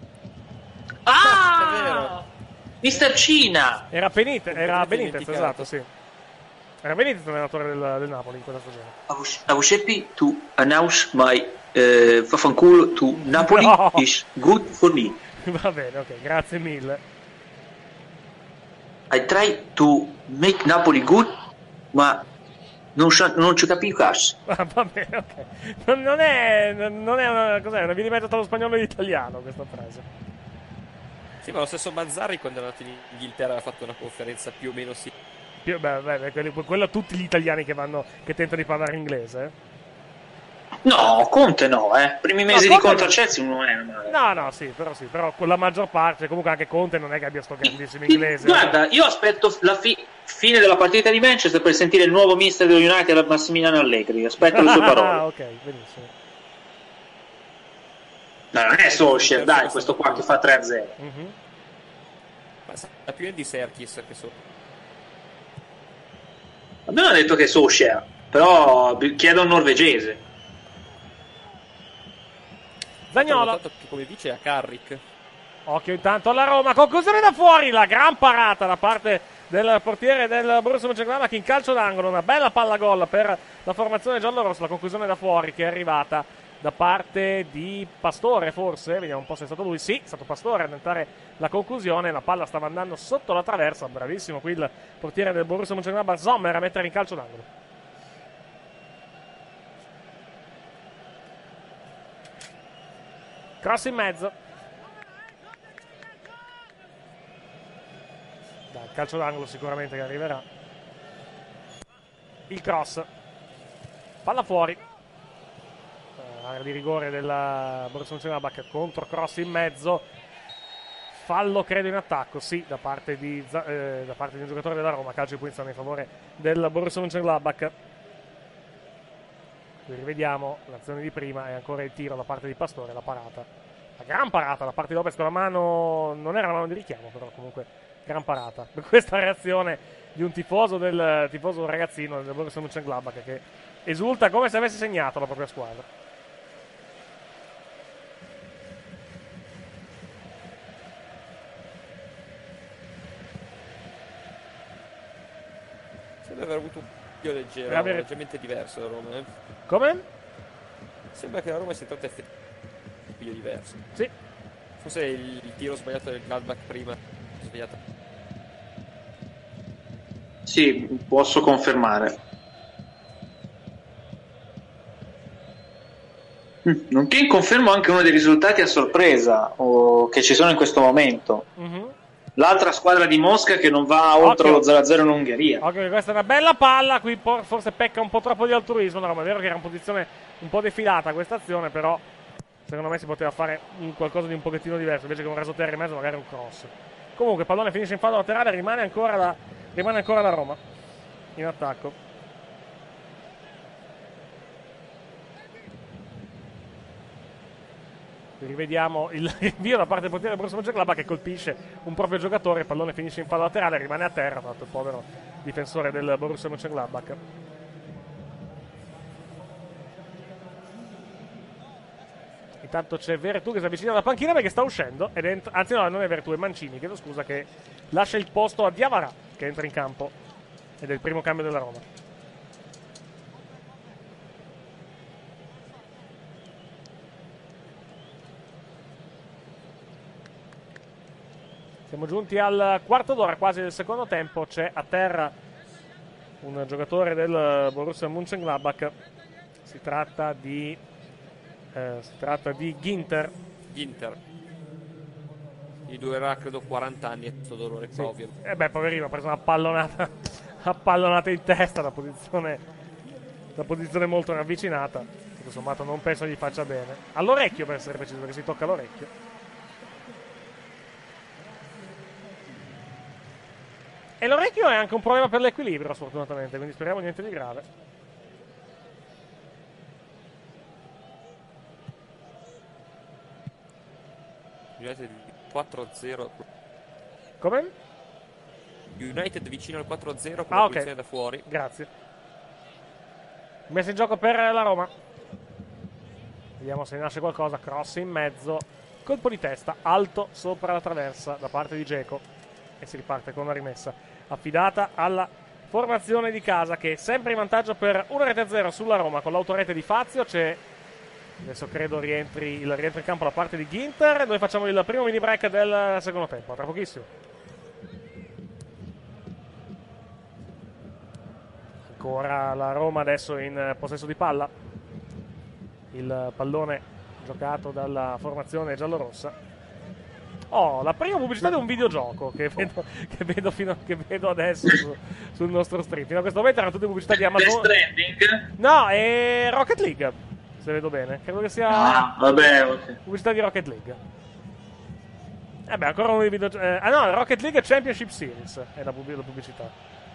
Ah! È vero. mister Cina! Era, Benite- era Completamente Benitez, dimenticato. esatto, sì. Era Benitez l'allenatore del, del Napoli in quella stagione. I was happy to announce my uh, vaffanculo to Napoli No. is good for me. Va bene, ok, grazie mille. I try to make Napoli good, ma Non, non ci capisco cazzo. Ah, va bene, ok. Non, non è, non è una, cos'è, una via di mezzo tra lo spagnolo e l'italiano questa frase. Sì, ma lo stesso Mazzarri quando è andato in Inghilterra ha fatto una conferenza più o meno sì. Più, beh, beh, quello, quello a tutti gli italiani che vanno, che tentano di parlare inglese. Eh? No, Conte no, eh. Primi mesi no, di Conte contro Chelsea non è male. No, no, sì, però sì, però con la maggior parte, comunque anche Conte non è che abbia sto grandissimo inglese. Guarda, io aspetto la fi- fine della partita di Manchester per sentire il nuovo mister dello United, Massimiliano Allegri. Aspetto le sue parole. Ah, ok, benissimo. No, non è Solskjaer, dai, questo qua che fa tre a zero. Mm-hmm. Ma sa più di Serkis che so. Abbiamo detto che è Solskjaer, però chiedo un norvegese. Zaniolo che come dice a Carrick. Occhio intanto alla Roma, conclusione da fuori, la gran parata da parte del portiere del Borussia Mönchengladbach in calcio d'angolo, una bella palla gol per la formazione giallorossa, la conclusione da fuori che è arrivata da parte di Pastore forse, vediamo un po' se è stato lui, sì, è stato Pastore a tentare la conclusione, la palla stava andando sotto la traversa, bravissimo qui il portiere del Borussia Mönchengladbach Sommer a mettere in calcio d'angolo. Cross in mezzo. Dai, calcio d'angolo sicuramente che arriverà. Il cross. Palla fuori. Uh, area di rigore della Borussia Mönchengladbach. Contro cross in mezzo. Fallo credo in attacco. Sì, da parte di, eh, da parte di un giocatore della Roma. Calcio di punizione in favore del Borussia Mönchengladbach. Qui rivediamo l'azione di prima e ancora il tiro da parte di Pastore, la parata. La gran parata da parte di Lopez con la mano, non era la mano di richiamo, però comunque gran parata. Per questa reazione di un tifoso del tifoso ragazzino del Borussia Mönchengladbach che esulta come se avesse segnato la propria squadra. Sembra aver avuto un più leggero, avere... leggermente diverso da Roma. Eh? Come? Sembra che la Roma sia stata effettivamente un più diverso. Sì. Forse il, il tiro sbagliato del Gladbach prima sbagliato. Sì, posso confermare. Nonché confermo anche uno dei risultati a sorpresa o che ci sono in questo momento. Mm-hmm. L'altra squadra di Mosca che non va oltre lo zero a zero in Ungheria. Ok, questa è una bella palla. Qui forse pecca un po' troppo di altruismo. No, ma è vero che era in posizione un po' defilata questa azione, però secondo me si poteva fare un qualcosa di un pochettino diverso. Invece che un rasoterra in mezzo, magari un cross. Comunque, pallone finisce in fallo laterale. Rimane ancora la, rimane ancora la Roma in attacco. Rivediamo il rinvio da parte del portiere del Borussia Mönchengladbach che colpisce un proprio giocatore, il pallone finisce in fallo laterale, rimane a terra, tra l'altro il povero difensore del Borussia Mönchengladbach. Intanto c'è Veretout che si avvicina alla panchina perché sta uscendo, ed entra, anzi no, non è Veretout, è Mancini, chiedo scusa, che lascia il posto a Diawara che entra in campo ed è il primo cambio della Roma. Siamo giunti al quarto d'ora quasi del secondo tempo, c'è a terra un giocatore del Borussia Mönchengladbach, si tratta di eh, si tratta di Ginter. Ginter gli durerà credo quaranta anni questo dolore, sì. Ovvio. E eh beh, poverino, ha preso una pallonata una pallonata in testa da posizione da posizione molto ravvicinata, tutto sommato non penso gli faccia bene, all'orecchio per essere preciso, perché si tocca l'orecchio. E l'orecchio è anche un problema per l'equilibrio, sfortunatamente, quindi speriamo niente di grave. United quattro a zero. Come? United vicino al quattro a zero con ah, la ok, posizione da fuori. Grazie. Messa in gioco per la Roma. Vediamo se nasce qualcosa. Cross in mezzo. Colpo di testa alto sopra la traversa da parte di Dzeko. E si riparte con una rimessa affidata alla formazione di casa, che è sempre in vantaggio per una rete a zero sulla Roma con l'autorete di Fazio. C'è adesso credo rientri il rientro in campo da parte di Ginter. Noi facciamo il primo mini break del secondo tempo, tra pochissimo. Ancora la Roma adesso in possesso di palla. Il pallone giocato dalla formazione giallorossa. Oh, la prima pubblicità di un videogioco che vedo, che vedo, fino, che vedo adesso su, sul nostro stream. Fino a questo momento erano tutte pubblicità di Amazon. Death Stranding? No, è Rocket League, se vedo bene. Credo che sia ah, vabbè, okay. pubblicità di Rocket League. Eh beh, ancora uno dei videogiochi. Eh, ah no, Rocket League Championship Series è la, pub- la pubblicità.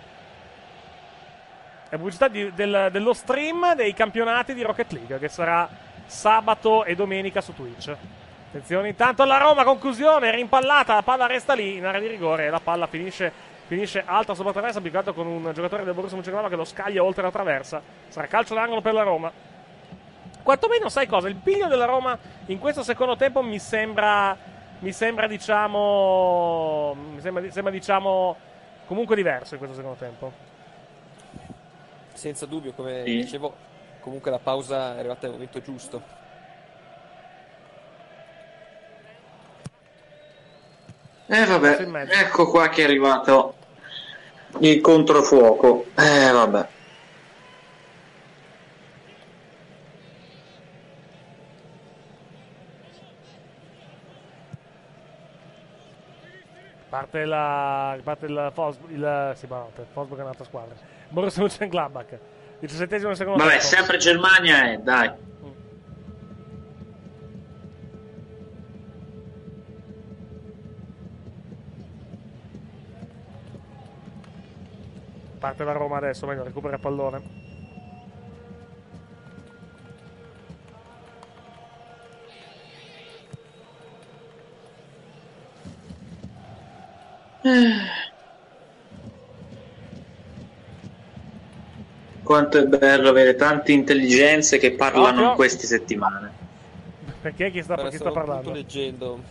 È pubblicità di, del, dello stream dei campionati di Rocket League, che sarà sabato e domenica su Twitch. Attenzione intanto alla Roma, conclusione, rimpallata, la palla resta lì in area di rigore e la palla finisce, finisce alta sopra traversa, applicato con un giocatore del Borussia Mönchengladbach che lo scaglia oltre la traversa. Sarà calcio d'angolo per la Roma. Quantomeno sai cosa? Il piglio della Roma in questo secondo tempo mi sembra, mi sembra diciamo, mi sembra, sembra diciamo comunque diverso in questo secondo tempo. Senza dubbio, come sì. dicevo, comunque la pausa è arrivata nel momento giusto. Eh vabbè, ecco qua che è arrivato il controfuoco. Eh vabbè. Parte la parte il Fosburg, il sì, parte, il Fosburg è un'altra squadra. Borussia Mönchengladbach. diciassettesimo secondo Vabbè, tempo. sempre Germania, eh, dai. Parte la Roma adesso, meglio, recupera il pallone. Quanto è bello avere tante intelligenze che parlano no, in queste settimane. Perché chi sta, chi sta parlando? Sto leggendo.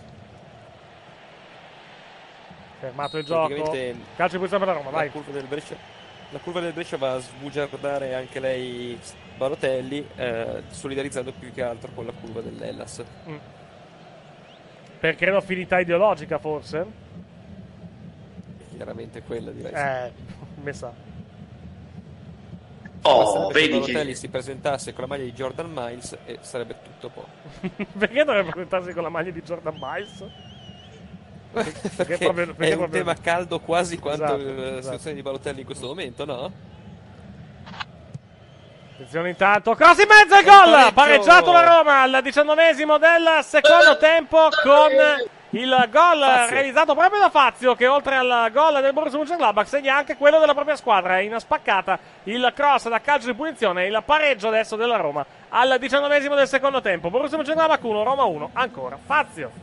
Fermato il gioco. Calcio di posizione per la Roma, la vai. Curva del Brescia, la curva del Brescia va a sbugiardare anche lei Balotelli, eh, solidarizzando più che altro con la curva dell'Hellas. Mm. Per credo affinità ideologica, forse? Chiaramente quella, direi. Eh, mi sa. Oh, vedi che Balotelli che... si presentasse con la maglia di Jordan Miles e sarebbe tutto a posto. Perché dovrebbe presentarsi con la maglia di Jordan Miles? Perché, perché è proprio, perché è un proprio... tema caldo quasi quanto esatto, la esatto. situazione di Balotelli in questo momento, no? Attenzione intanto, cross in mezzo e gol! Pareggiato la Roma al diciannovesimo del secondo tempo con il gol Fazio. realizzato proprio da Fazio, che oltre al gol del Borussia Mönchengladbach segna anche quello della propria squadra. In spaccata il cross da calcio di punizione, il pareggio adesso della Roma al diciannovesimo del secondo tempo. Borussia Mönchengladbach uno, Roma uno, ancora Fazio.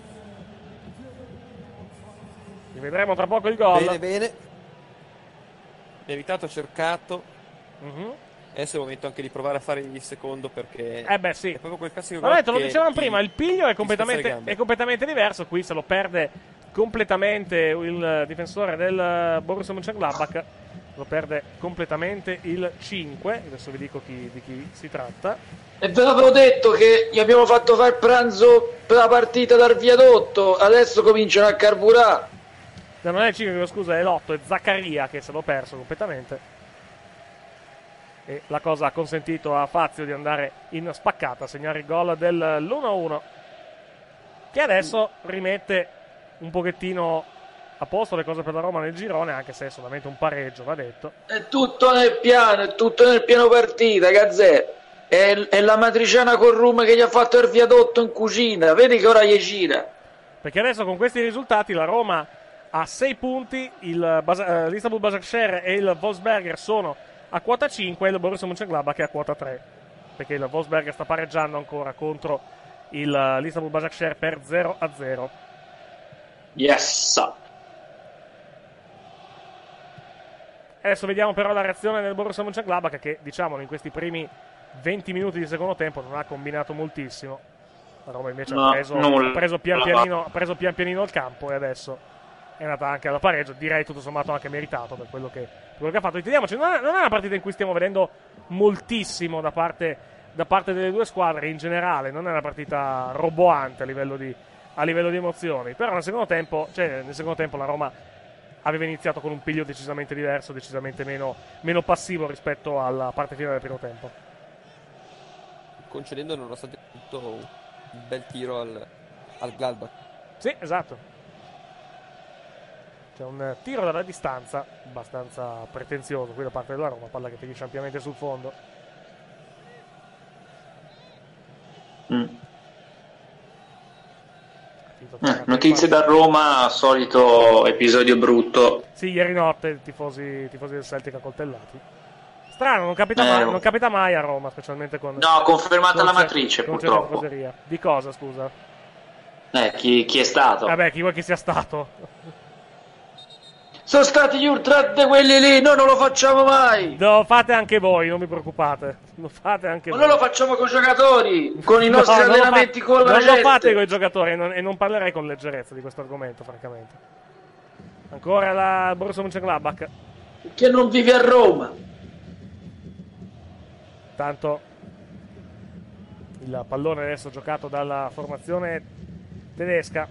Vedremo tra poco il gol. Bene, bene. Meritato, cercato. Mm-hmm. Adesso è il momento anche di provare a fare il secondo, perché eh beh, sì. è proprio quel classico gol. Detto, lo dicevamo ti, prima, il piglio è completamente, è completamente diverso. Qui se lo perde completamente il difensore del Borussia Mönchengladbach. Lo perde completamente il cinque. Adesso vi dico chi, di chi si tratta. E ve l'avevo detto che gli abbiamo fatto fare il pranzo per la partita dal viadotto. Adesso cominciano a carburare. Non è il cinque, scusa, è l'otto, è Zaccaria che se l'ho perso completamente. E la cosa ha consentito a Fazio di andare in spaccata, a segnare il gol dell'uno a uno, che adesso rimette un pochettino a posto le cose per la Roma nel girone, anche se è solamente un pareggio, va detto. È tutto nel piano, è tutto nel piano partita, Gazzè. È, è la matriciana col rum che gli ha fatto il viadotto in cucina, vedi che ora gli gira. Perché adesso con questi risultati la Roma a sei punti, il Bas- uh, l'Istanbul Başakşehir e il Wolfsberger sono a quota cinque e il Borussia Mönchengladbach è a quota tre, perché il Wolfsberger sta pareggiando ancora contro il, uh, l'Istanbul Başakşehir per zero a zero. Yes. Adesso vediamo però la reazione del Borussia Mönchengladbach, che diciamo in questi primi venti minuti di secondo tempo non ha combinato moltissimo. La Roma invece no, ha, preso, ha, preso pian pianino, ha preso pian pianino il campo e adesso è andata anche alla pareggio, direi tutto sommato anche meritato per quello che, per quello che ha fatto. Intendiamoci, non è, non è una partita in cui stiamo vedendo moltissimo da parte, da parte delle due squadre in generale, non è una partita roboante a livello di, a livello di emozioni, però nel secondo tempo, cioè nel secondo tempo la Roma aveva iniziato con un piglio decisamente diverso, decisamente meno, meno passivo rispetto alla parte finale del primo tempo. Concedendo nonostante tutto un bel tiro al, al Gladbach. Sì, esatto. C'è un tiro dalla distanza abbastanza pretenzioso qui da parte della Roma, palla che finisce ampiamente sul fondo. Mm. Eh, notizie da Roma, solito episodio brutto. Sì, ieri notte tifosi, tifosi del Celtic accoltellati. Strano, non capita, eh, mai, non capita mai a Roma, specialmente con... No, confermata con la cer- matrice, con purtroppo. tifoseria. Di cosa, scusa? Eh, chi, chi è stato? Vabbè, chi vuoi che sia stato? Sono stati gli ultrati quelli lì, noi non lo facciamo mai! Lo fate anche voi, non vi preoccupate. Lo fate anche Ma voi. noi lo facciamo con i giocatori, con i nostri No, non lo allenamenti fa- con la Non gente. lo fate con i giocatori e non, e non parlerei con leggerezza di questo argomento, francamente. Ancora la Borussia Mönchengladbach. Che non vive a Roma. Tanto il pallone adesso giocato dalla formazione tedesca.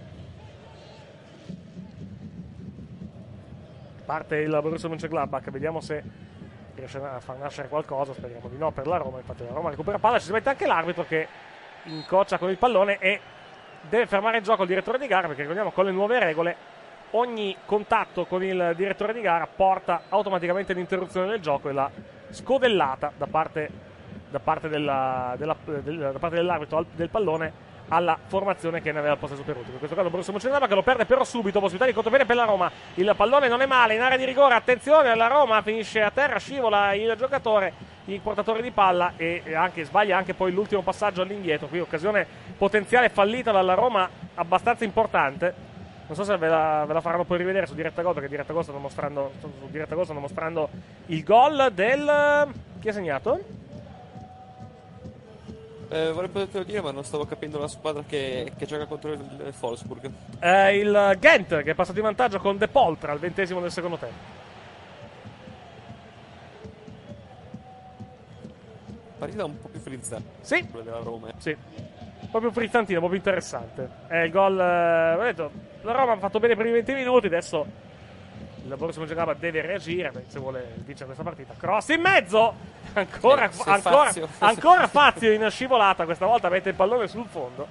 Parte il Borussia Mönchengladbach, vediamo se riesce a far nascere qualcosa, speriamo di no per la Roma. Infatti la Roma recupera palla, ci si mette anche l'arbitro che incoccia con il pallone e deve fermare il gioco il direttore di gara, perché ricordiamo con le nuove regole ogni contatto con il direttore di gara porta automaticamente all'interruzione del gioco e la scodellata da parte, da parte, della, della, del, da parte dell'arbitro del pallone alla formazione che ne aveva il possesso per ultimo. In questo caso Borussia Mönchengladbach che lo perde però subito, possibilità di contropiede per la Roma. Il pallone non è male in area di rigore, attenzione, la Roma finisce a terra, scivola il giocatore, il portatore di palla e anche sbaglia anche poi l'ultimo passaggio all'indietro. Qui occasione potenziale fallita dalla Roma abbastanza importante. Non so se ve la, ve la faranno poi rivedere su Diretta Gol, perché Diretta Gol stanno mostrando, su Diretta Gol stanno mostrando il gol del... chi ha segnato? Eh, vorrei potertelo dire, ma non stavo capendo la squadra che, che gioca contro il, il Wolfsburg. Eh, il Ghent, che è passato in vantaggio con De Poltra al ventesimo del secondo tempo. Partita un po' più frizzante. Sì. Quella della Roma. Sì. Un po' più frizzantino, un po' più interessante. È il gol... Eh, ho detto, la Roma ha fatto bene i primi venti minuti, adesso il Borussia Mönchengladbach deve reagire se vuole vincere questa partita. Cross in mezzo! Ancora, Sì, ancora, Fazio. ancora Fazio in scivolata, questa volta mette il pallone sul fondo.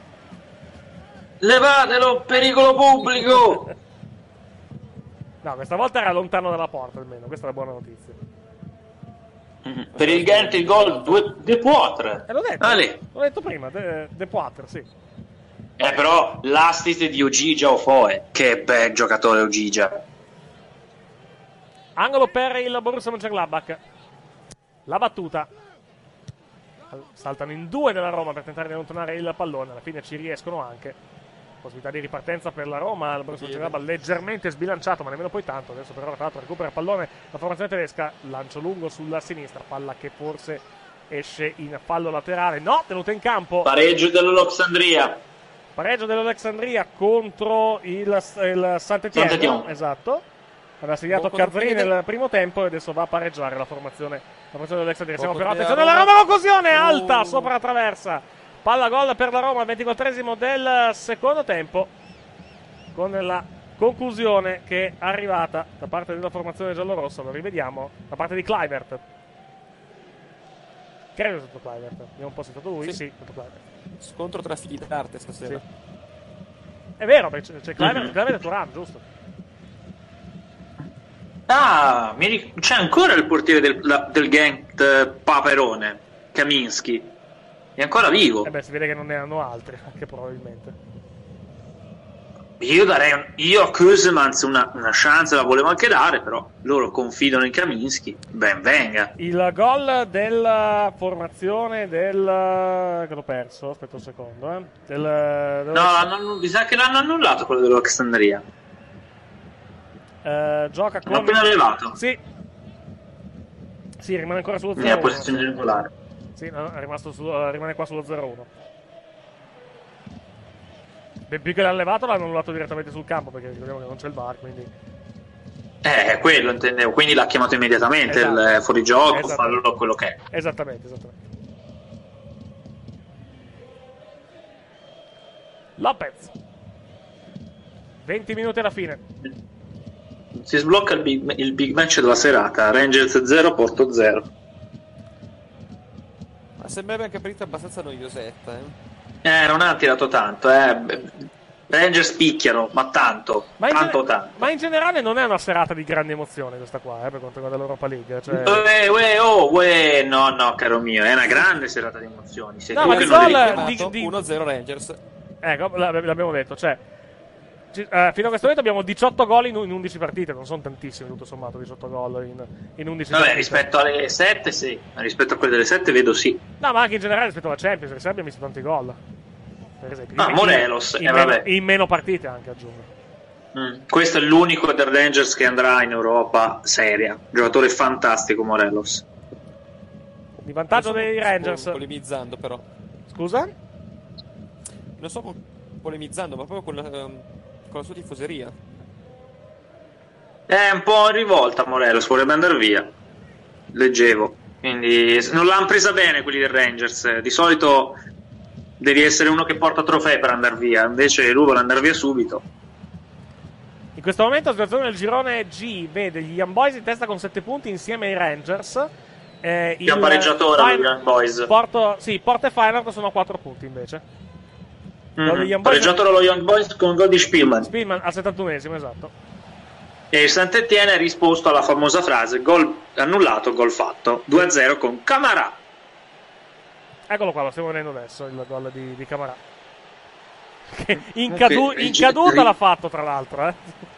Levatelo, pericolo pubblico! No, questa volta era lontano dalla porta almeno, questa è la buona notizia. Mm-hmm. Per il Ghent il gol due, De Poitre. Eh, l'ho detto, Ale. l'ho detto prima, De, De Poitre, sì. Eh, però l'assist di Ogija Ofoe, che bel giocatore Ogija. Angolo per il Borussia Mönchengladbach. La battuta. Saltano in due della Roma per tentare di allontanare il pallone. Alla fine ci riescono anche. Possibilità di ripartenza per la Roma. Il Borussia Mönchengladbach leggermente sbilanciato, ma nemmeno poi tanto. Adesso però tra l'altro recupera il pallone la formazione tedesca. Lancio lungo sulla sinistra. Palla che forse esce in fallo laterale. No, tenuta in campo. Pareggio dell'Alexandria. Pareggio dell'Alexandria contro il, il Saint-Étienne. Saint-Étienne. Esatto. Aveva segnato Cazri nel primo tempo e adesso va a pareggiare la formazione, la formazione dell'Alexandria. Siamo però, attenzione, la Roma, conclusione alta sopra la traversa. Palla gol per la Roma al ventiquattresimo del secondo tempo, con la conclusione che è arrivata da parte della formazione giallorossa. Lo rivediamo da parte di Kluivert. Credo sia stato Kluivert. Abbiamo un po' stato lui? Sì, sì, è stato Kluivert. Scontro tra figli d'arte stasera. Sì. È vero, perché c'è Kluivert, Kluivert e Thuram, giusto? Ah, mi ric- c'è ancora il portiere del, la, del Ghent, eh, Paperone, Kaminski. È ancora vivo. Eh beh, si vede che non ne hanno altri, anche probabilmente. Io darei un, io a Koesemans una, una chance la volevo anche dare, però loro confidano in Kaminski. Ben venga. Il gol della formazione del... che l'ho perso, aspetta un secondo, eh. Del, del... No, hanno, mi sa che l'hanno annullato quello dell'Alexandria. Uh, gioca con... L'ho appena levato. Sì. Sì, rimane ancora sullo Nella zero uno. posizione regolare. Sì, no, è rimasto su, uh, rimane qua sullo zero uno. Ben più che l'hanno levato, l'hanno annullato direttamente sul campo, perché ricordiamo che non c'è il V A R, quindi... Eh, quello intendevo. Quindi l'ha chiamato immediatamente, esatto. Il fuorigioco, fallo quello che è. Esattamente, esattamente. Lopez. venti minuti alla fine. si sblocca il big, il big match della serata. Rangers zero, Porto zero. Ma sembra anche partita abbastanza noiosetta, eh. Eh, non ha tirato tanto, eh. Rangers picchiano, ma tanto, ma tanto, gen- tanto. Ma in generale non è una serata di grande emozione questa qua, eh, per quanto riguarda l'Europa League. Cioè... Uè, uè, oh, uè. No, no, caro mio, è una grande serata di emozioni. Se no, tu ma che di non gol eri... di, di... uno zero Rangers. Ecco, l'abbiamo detto, cioè... Uh, fino a questo momento abbiamo diciotto gol in, in undici partite, non sono tantissimi tutto sommato, diciotto gol in, in undici Vabbè, partite. rispetto alle sette sì, rispetto a quelle delle sette vedo sì. No, ma anche in generale rispetto alla Champions, perché abbiamo visto tanti gol. Per esempio, ah, in, Morelos, in, eh, in, vabbè. meno, in meno partite anche, aggiungo. Mm. Questo è l'unico del Rangers che andrà in Europa seria. Giocatore fantastico, Morelos. Di vantaggio dei Rangers. Polemizzando, però. Scusa? Non sto polemizzando, ma proprio con la, um, con la sua tifoseria. È un po' in rivolta Morelos, vorrebbe andare via. Leggevo. Quindi non l'hanno presa bene quelli del Rangers. Di solito devi essere uno che porta trofei per andare via. Invece lui vuole andare via subito. In questo momento la situazione del girone G vede gli Young Boys in testa con sette punti insieme ai Rangers. Eh, il pareggiatore Fine... dei Young Boys. Porto, sì, Porto e Feyenoord sono a quattro punti invece. Mm-hmm. Pareggiatore lo Young Boys con gol di Spielman. Spielman al settantunesimo, esatto. E il Saint-Étienne ha risposto alla famosa frase gol annullato, gol fatto. due a zero con Camara. Eccolo qua, lo stiamo vedendo adesso il gol di, di Camara. Che in, cadu- in caduta l'ha fatto, tra l'altro, eh.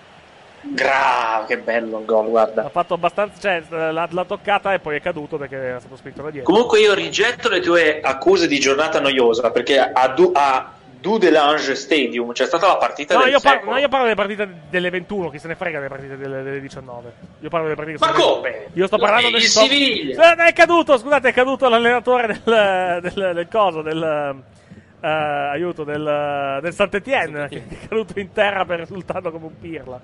Grave, che bello il gol, guarda. Ha fatto abbastanza, cioè l'ha, l'ha toccata e poi è caduto perché era stato spinto da dietro. Comunque io rigetto le tue accuse di giornata noiosa, perché a, du- a Dudelange Stadium c'è stata la partita no, del io par- secolo. no, io parlo delle partite delle ventuno, chi se ne frega delle partite delle, delle diciannove. Io parlo delle partite Ma come? Io sto parlando del Siviglia. È caduto, scusate, è caduto l'allenatore del, del, del coso, del uh, aiuto, del, del Saint-Étienne, che è caduto in terra per risultato come un pirla.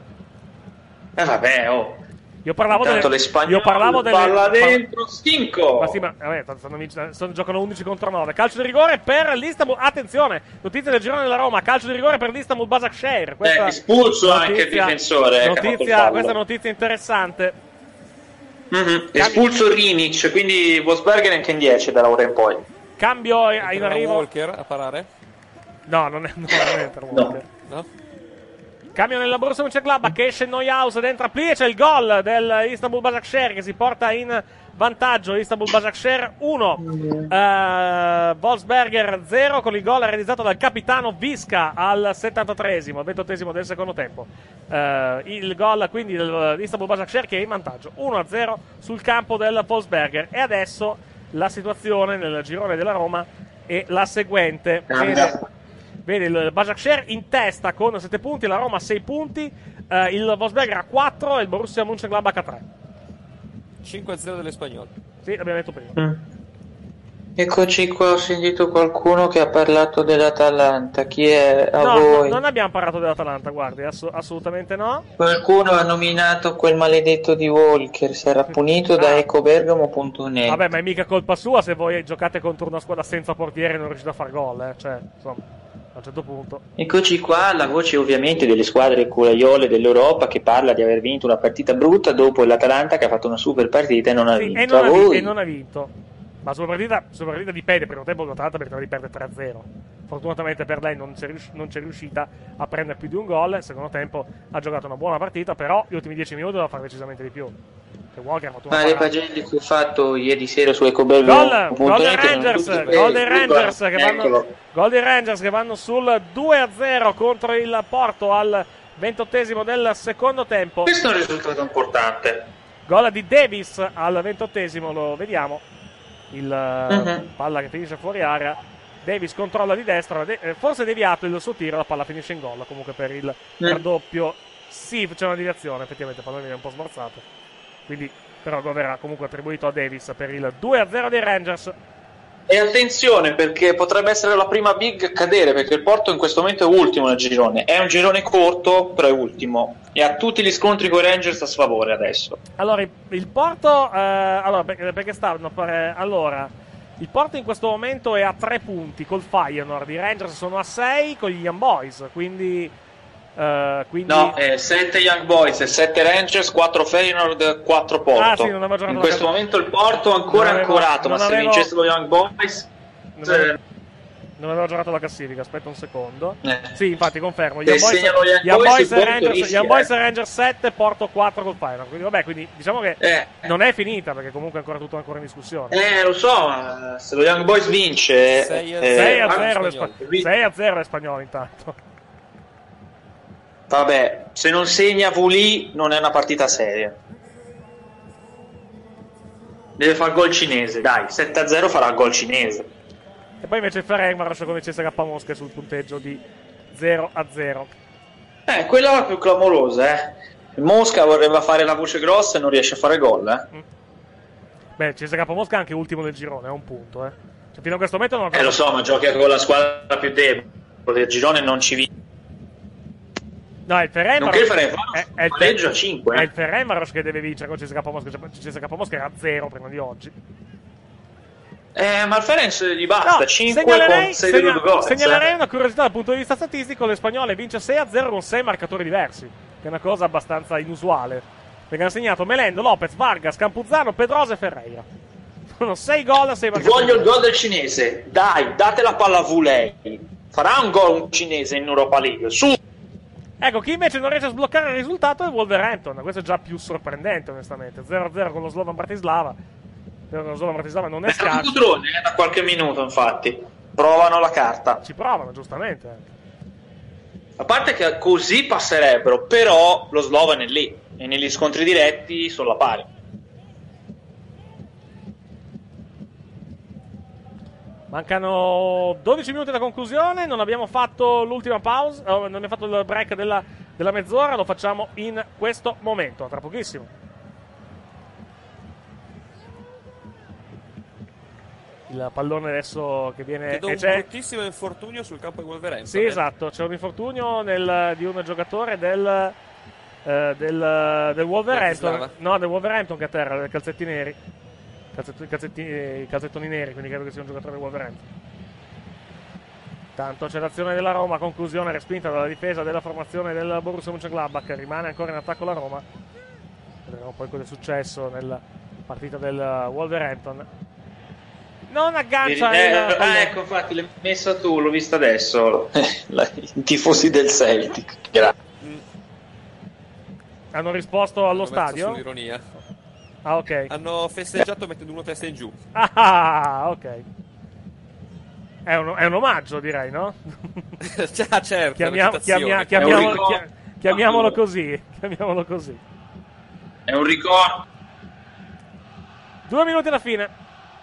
Eh vabbè, oh. Io parlavo Intanto delle, le spagnole, io parlavo delle, palla dentro, stinco. Ma sì, ma vabbè, stanno, stanno, giocano undici contro nove. Calcio di rigore per l'Istanbul. Attenzione, notizia del girone della Roma. Calcio di rigore per l'Istanbul Başakşehir. Eh, espulso notizia, anche il difensore. Notizia, questa è una notizia interessante. Mm-hmm. Espulso Rinic, quindi Wolfsberger anche in dieci da ora in poi. Cambio in arrivo. Walker a parare? No, non è, non è per Walker. No. no? Cambio nella Borussia Mönchengladbach, che esce Neuhaus dentro Plie, c'è il gol del Istanbul Başakşehir che si porta in vantaggio. Istanbul Başakşehir uno, uh, Wolfsberger zero, con il gol realizzato dal capitano Visca al settantatreesimo, ventottesimo del secondo tempo. Uh, il gol quindi dell'Istanbul Başakşehir che è in vantaggio uno a zero sul campo del Wolfsberger. E adesso la situazione nel girone della Roma è la seguente. Vede, vede il Başakşehir in testa con sette punti, la Roma sei punti, uh, il Wolfsberger a quattro e il Borussia Mönchengladbach a tre. cinque a zero delle spagnole. Sì, l'abbiamo detto prima. Mm. Eccoci qua, ho sentito qualcuno che ha parlato dell'Atalanta. Chi è a no, voi? No, non abbiamo parlato dell'Atalanta, guardi, ass- assolutamente no. Qualcuno ha nominato quel maledetto di Walker, sarà punito ah. da ecobergamo punto net. Vabbè, ma è mica colpa sua se voi giocate contro una squadra senza portiere e non riuscite a far gol, eh. Cioè, insomma, a un certo punto. Eccoci qua, la voce ovviamente delle squadre curaiole dell'Europa che parla di aver vinto una partita brutta dopo l'Atalanta che ha fatto una super partita e non ha sì, vinto. E non, a ha voi. vinto e non ha vinto. Ma sulla partita, sulla partita dipende, per un tempo l'Atalanta meritava di perdere tre a zero. Fortunatamente per lei non c'è, rius- non c'è riuscita a prendere più di un gol. Il secondo tempo ha giocato una buona partita, però gli ultimi dieci minuti doveva fare decisamente di più. Che Walker ha fatto una Ma le pagelle che ho fatto ieri sera su ecobergamo punto net gol dei Rangers, gol dei Rangers che vanno, gol dei Rangers che vanno sul due a zero contro il Porto al ventottesimo del secondo tempo. Questo è un risultato importante. Gol di Davis al ventottesimo, lo vediamo. Il uh-huh. palla che finisce fuori area. Davis controlla di destra, de- forse deviato il suo tiro, la palla finisce in gol comunque per il uh-huh. raddoppio. Sì, c'è una deviazione, effettivamente il pallone viene un po' smorzato, quindi però verrà comunque attribuito a Davis per il due a zero dei Rangers. E attenzione, perché potrebbe essere la prima big a cadere, perché il Porto in questo momento è ultimo nel girone. È un girone corto, però è ultimo. E ha tutti gli scontri con i Rangers a sfavore adesso. Allora, il Porto... Eh, allora, perché, perché stanno... Eh, allora, il Porto in questo momento è a tre punti col Feyenoord. I Rangers sono a sei con gli Young Boys, quindi... Uh, quindi... No, eh, sette Young Boys, sette Rangers, quattro Feyenoord, quattro Porto. Ah, sì, non avevo giocato in la questo ca- momento il Porto ancora Non avevo- ancorato, ma non se avevo- vincesse lo Young Boys... Non avevo, non avevo giocato la classifica, aspetta un secondo. Eh. Sì, infatti confermo. Se Young Boys, segnano Young Young Boys, Boys il e Porto Rangers, rischia, Young Boys eh. e Rangers sette, Porto quattro col Feyenoord. Quindi vabbè, quindi diciamo che Eh. non è finita perché comunque è ancora tutto ancora in discussione. Eh, lo so, ma se lo Young Boys vince... sei a eh, sei a ah, zero le Spagnoli. Spa- sei a zero le Spagnole intanto. Vabbè, se non segna Vulì non è una partita seria. Deve fare gol cinese, dai, sette a zero farà gol cinese. E poi invece il Ferencvaros con il C S K Mosca sul punteggio di zero a zero. Eh, quella è la più clamorosa, eh. Il Mosca vorrebbe fare la voce grossa e non riesce a fare gol, eh. Beh, il C S K Mosca è anche ultimo del girone, è un punto, eh. Cioè, fino a questo momento non ho Eh, lo so, ma gioca con la squadra più debole. Il girone non ci vince. No, il Ferencvaros Nonché il Ferencvaros è, è il pareggio Fer- a cinque, È eh. il Ferencvaros che deve vincere con il C S K Mosca. Cioè, il C S K Mosca era a zero prima di oggi. Eh, ma il Ferenc gli basta, No, cinque segnalerei, con sei segna- di gol. segnalerei una curiosità dal punto di vista statistico: le spagnole vince sei a zero con sei marcatori diversi, che è una cosa abbastanza inusuale. Perché hanno segnato Melendo, Lopez, Vargas, Campuzzano, Pedrosa e Ferreira. Sono sei gol a sei marcatori. Voglio il gol del cinese, dai, date la palla a Vulei. Farà un gol un cinese in Europa League, su! Ecco, chi invece non riesce a sbloccare il risultato è il Wolverhampton. Questo è già più sorprendente, onestamente. zero a zero con lo Slovan Bratislava. Però lo Slovan Bratislava non è È stato scarso. Cutrone, eh, da qualche minuto, infatti. Provano la carta. Ci provano, giustamente. A parte che così passerebbero, però lo Slovan è lì. E negli scontri diretti sono la pari. Mancano dodici minuti alla conclusione, non abbiamo fatto l'ultima pausa, oh, non abbiamo fatto il break della, della mezz'ora, lo facciamo in questo momento, tra pochissimo. Il pallone adesso che viene... Vedo e un c'è- bruttissimo infortunio sul campo di Wolverhampton. Sì, eh. esatto, c'è un infortunio nel- di un giocatore del, eh, del, del Wolverhampton, Bratislava? no, del Wolverhampton che a terra, dei calzetti neri, calzetti, calzetti, calzettoni neri, quindi credo che sia un giocatore del Wolverhampton. Tanto c'è l'azione della Roma, conclusione respinta dalla difesa della formazione del Borussia Mönchengladbach, rimane ancora in attacco la Roma. Vedremo poi cosa è successo nella partita del Wolverhampton. Non aggancia Eh, il ah, pallone. ecco, infatti l'hai messa tu, l'ho vista adesso. I tifosi del Celtic. Grazie. Hanno risposto allo Hanno messo stadio? sull'ironia. Ah, ok. Hanno festeggiato mettendo uno testa in giù. Ah, ok. È un, è un omaggio, direi, no? Già, certo. Chiamiamo- la chiamia- citazione. chiamiamolo, È un ricordo. chia- chiamiamolo così. Chiamiamolo così. È un ricordo. Due minuti alla fine.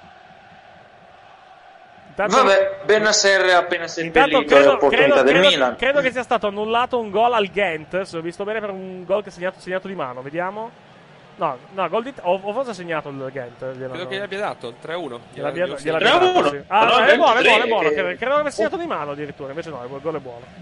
Intanto, Vabbè, Benasser è appena intanto seppellito credo, l'opportunità credo, del credo- Milan. credo che sia stato annullato un gol al Ghent. Se ho visto bene, per un gol che è segnato, segnato di mano. Vediamo. No, no, gol di. O, o forse ha segnato il Ghent. gliel'hanno- Credo che gli abbia dato il tre a uno. gliel'abbia- Gliel'abbia- gliel'abbia tre a dato, uno. sì. Ah, No, è buono, è buono, è tre, buono. che- Credo credo che abbia segnato di mano addirittura. Invece no, il gol è buono.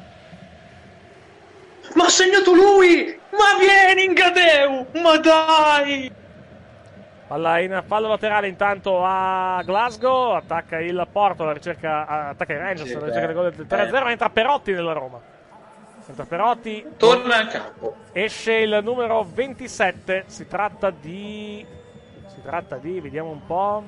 Ma ha segnato lui! Ma vieni in Gadeu! Ma dai! Palla in fallo laterale intanto a Glasgow, attacca il Porto alla ricerca, attacca i Rangers Sì, alla ricerca del beh. gol del tre a zero, entra Perotti nella Roma. Entra Perotti, Torna al campo. esce il numero ventisette, si tratta di... si tratta di, vediamo un po'...